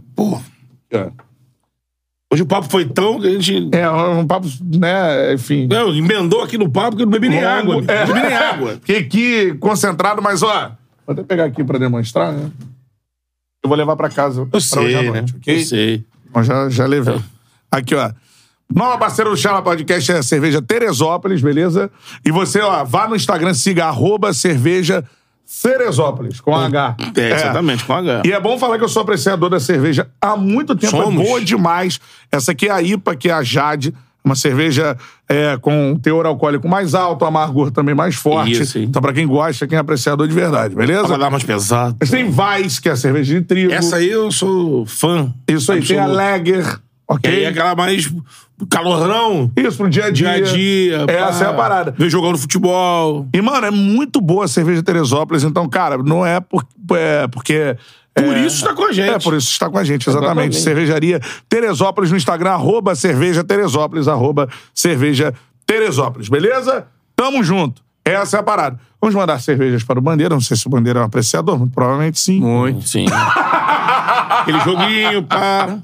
Hoje o papo foi tão que a gente... um papo, né, enfim... Não, emendou aqui no papo que eu não bebi nem água. Não bebi nem água. Fiquei aqui concentrado, mas vou até pegar aqui pra demonstrar, né? Eu vou levar pra casa. Eu sei, né? Okay? Eu sei. Bom, já levei. Aqui, nova parceira do Charla Podcast é a Cerveja Teresópolis, beleza? E você, vá no Instagram, siga @cerveja Teresópolis, com H. Exatamente, com H. E é bom falar que eu sou apreciador da cerveja há muito tempo. Somos. É boa demais. Essa aqui é a IPA, que é a Jade. Uma cerveja com teor alcoólico mais alto, amargor também mais forte. Isso, então, pra quem gosta, quem é apreciador de verdade, beleza? Pra dar mais pesado. Mas tem Weiss, que é a cerveja de trigo. Essa aí eu sou fã. Isso aí. Tem a Lager, ok? E aí aquela mais calorão. Isso, pro dia a dia. Dia a dia. Essa é a parada. Ver jogando futebol. E, mano, é muito boa a cerveja Teresópolis. Então, cara, não é porque... Por isso está com a gente. Por isso está com a gente, exatamente. Cervejaria Teresópolis no Instagram, @cerveja Teresópolis, @cerveja Teresópolis, beleza? Tamo junto. Essa é a parada. Vamos mandar cervejas para o Bandeira. Não sei se o Bandeira é um apreciador, muito provavelmente sim. Muito, sim. Aquele joguinho, pá.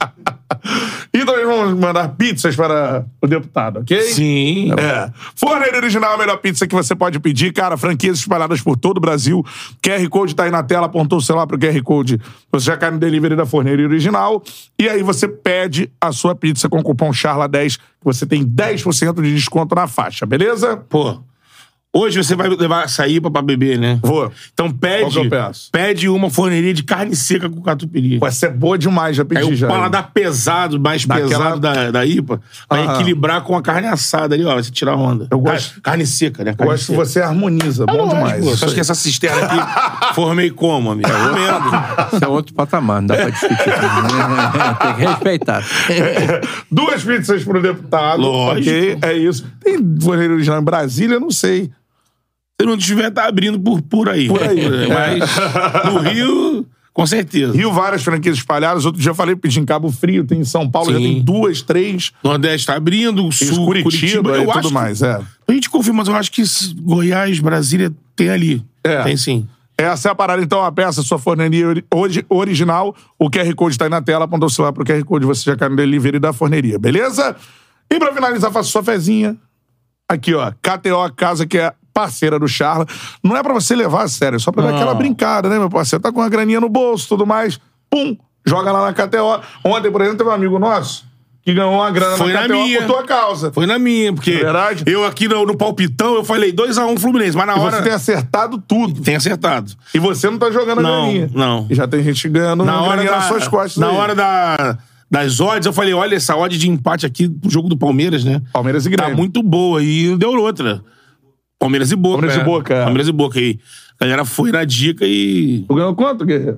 E também vamos mandar pizzas para o deputado, ok? Sim. Forneria Original é a melhor pizza que você pode pedir, cara. Franquias espalhadas por todo o Brasil. QR Code tá aí na tela, apontou o celular pro QR Code. Você já cai no delivery da Forneria Original. E aí você pede a sua pizza com o cupom CHARLA10, que você tem 10% de desconto na faixa, beleza? Pô. Hoje você vai levar açaí pra beber, né? Vou. Então Qual que eu peço? pede uma forneria de carne seca com catupiry. Pô, essa é boa demais, já pedi Aí já. o paladar pesado, mais pesado da IPA, vai equilibrar com a carne assada ali, ó. Você tira a onda. Eu gosto. Carne seca, né? Eu Carne gosto que seca. você harmoniza. Bom demais. Pô, isso você acha aí. que essa cisterna aqui formei como, amigo? Eu vendo. Isso é outro patamar, não dá pra discutir. Tem que respeitar. 2 pizzas pro deputado. Lógico. Ok, é isso. Tem Forneria Original em Brasília? Não sei. Se não tiver, tá abrindo por aí. Por aí. Mas no Rio, com certeza. Rio, várias franquias espalhadas. Outro dia eu falei, pedi em Cabo Frio, tem em São Paulo, Sim. já tem 2, 3. Nordeste tá abrindo, Sul, Curitiba e tudo mais. A gente confirma, mas eu acho que Goiás, Brasília tem ali. Tem sim. Essa é a parada, então, a peça, sua forneria original. O QR Code tá aí na tela, apontou o celular pro QR Code, você já cai no delivery da forneria, beleza? E pra finalizar, faça sua fezinha. Aqui, ó, KTO, a casa que é parceira do Charla. Não é pra você levar a sério, é só pra dar aquela brincada, né, meu parceiro? Tá com uma graninha no bolso, tudo mais. Pum, joga lá na KTO. Ontem, por exemplo, teve um amigo nosso que ganhou uma grana Foi na na KTO minha. por tua causa. Foi na minha, porque Verdade? eu aqui no palpitão, eu falei 2-1 Fluminense, mas na E hora... você tem acertado tudo. Tem acertado. E você não tá jogando a graninha. Não. E já tem gente ganhando Na hora graninha nas suas costas. Na aí. hora das odds, eu falei, olha, essa odd de empate aqui pro jogo do Palmeiras, né? Palmeiras e Grêmio. Tá muito boa. E deu outra. Palmeiras e Boca. Palmeiras e Boca, é. Palmeiras e Boca. E a galera foi na dica e... Tu ganhou quanto, Guerreiro?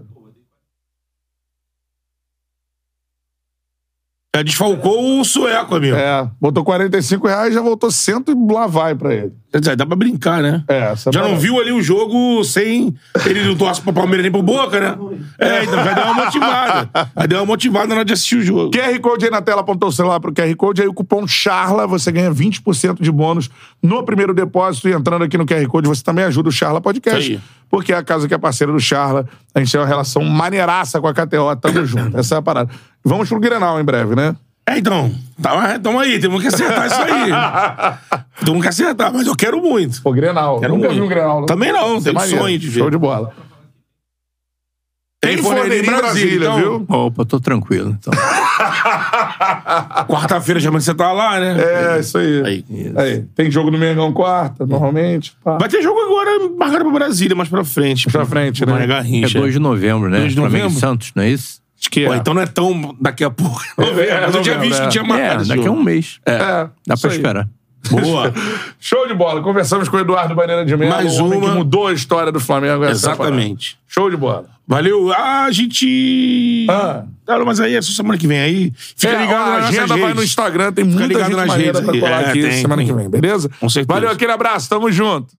Já desfalcou o sueco, amigo. Botou R$45, já voltou 100 e lá vai pra ele. Quer dizer, dá pra brincar, né? Essa Já parada. não viu ali o jogo sem... Ele não torce pro Palmeiras nem pro Boca, né? Então já deu uma motivada. Aí deu uma motivada na hora de assistir o jogo. QR Code aí na tela, apontou o celular pro QR Code, aí o cupom CHARLA, você ganha 20% de bônus no primeiro depósito, e entrando aqui no QR Code, você também ajuda o Charla Podcast, Isso aí. porque é a casa que é parceira do Charla, a gente tem uma relação maneiraça com a KTO, tamo junto, essa é a parada. Vamos pro Grenal em breve, né? Então, tamo aí, temos que acertar isso aí. Temos que acertar, mas eu quero muito. Pô, Grenal. Quero Nunca muito. vi um Grenal. Também não, tenho maneiro. sonho de ver. Show de bola. Tem forneria em Brasília, então. viu? Opa, tô tranquilo, então. Quarta-feira já você tá lá, né? É, isso aí. Aí. Tem jogo no Mengão quarta, normalmente. Pá. Vai ter jogo agora marcado pra Brasília, mais pra frente. Pra frente, né? Mané Garrincha. É 2 de novembro, né? 2 de Flamengo e novembro? Santos, não é isso? Acho que Pô, então não é tão daqui a pouco. Mas eu tinha novembro, visto que tinha marcado esse daqui a jogo. um mês. Dá isso pra aí. esperar. Boa. Show de bola. Conversamos com o Eduardo Bandeira de Mello, Mais o homem uma. que mudou a história do Flamengo. essa Exatamente. parada. Show de bola. Valeu. A gente... Não, mas aí é só semana que vem. Aí fica ligado a nas nossas agenda vai redes. no Instagram, tem Fica muita ligado gente nas maneira redes pra aí. colar aqui tem, semana tem. que vem, beleza? Com certeza. Valeu, aquele abraço, tamo junto.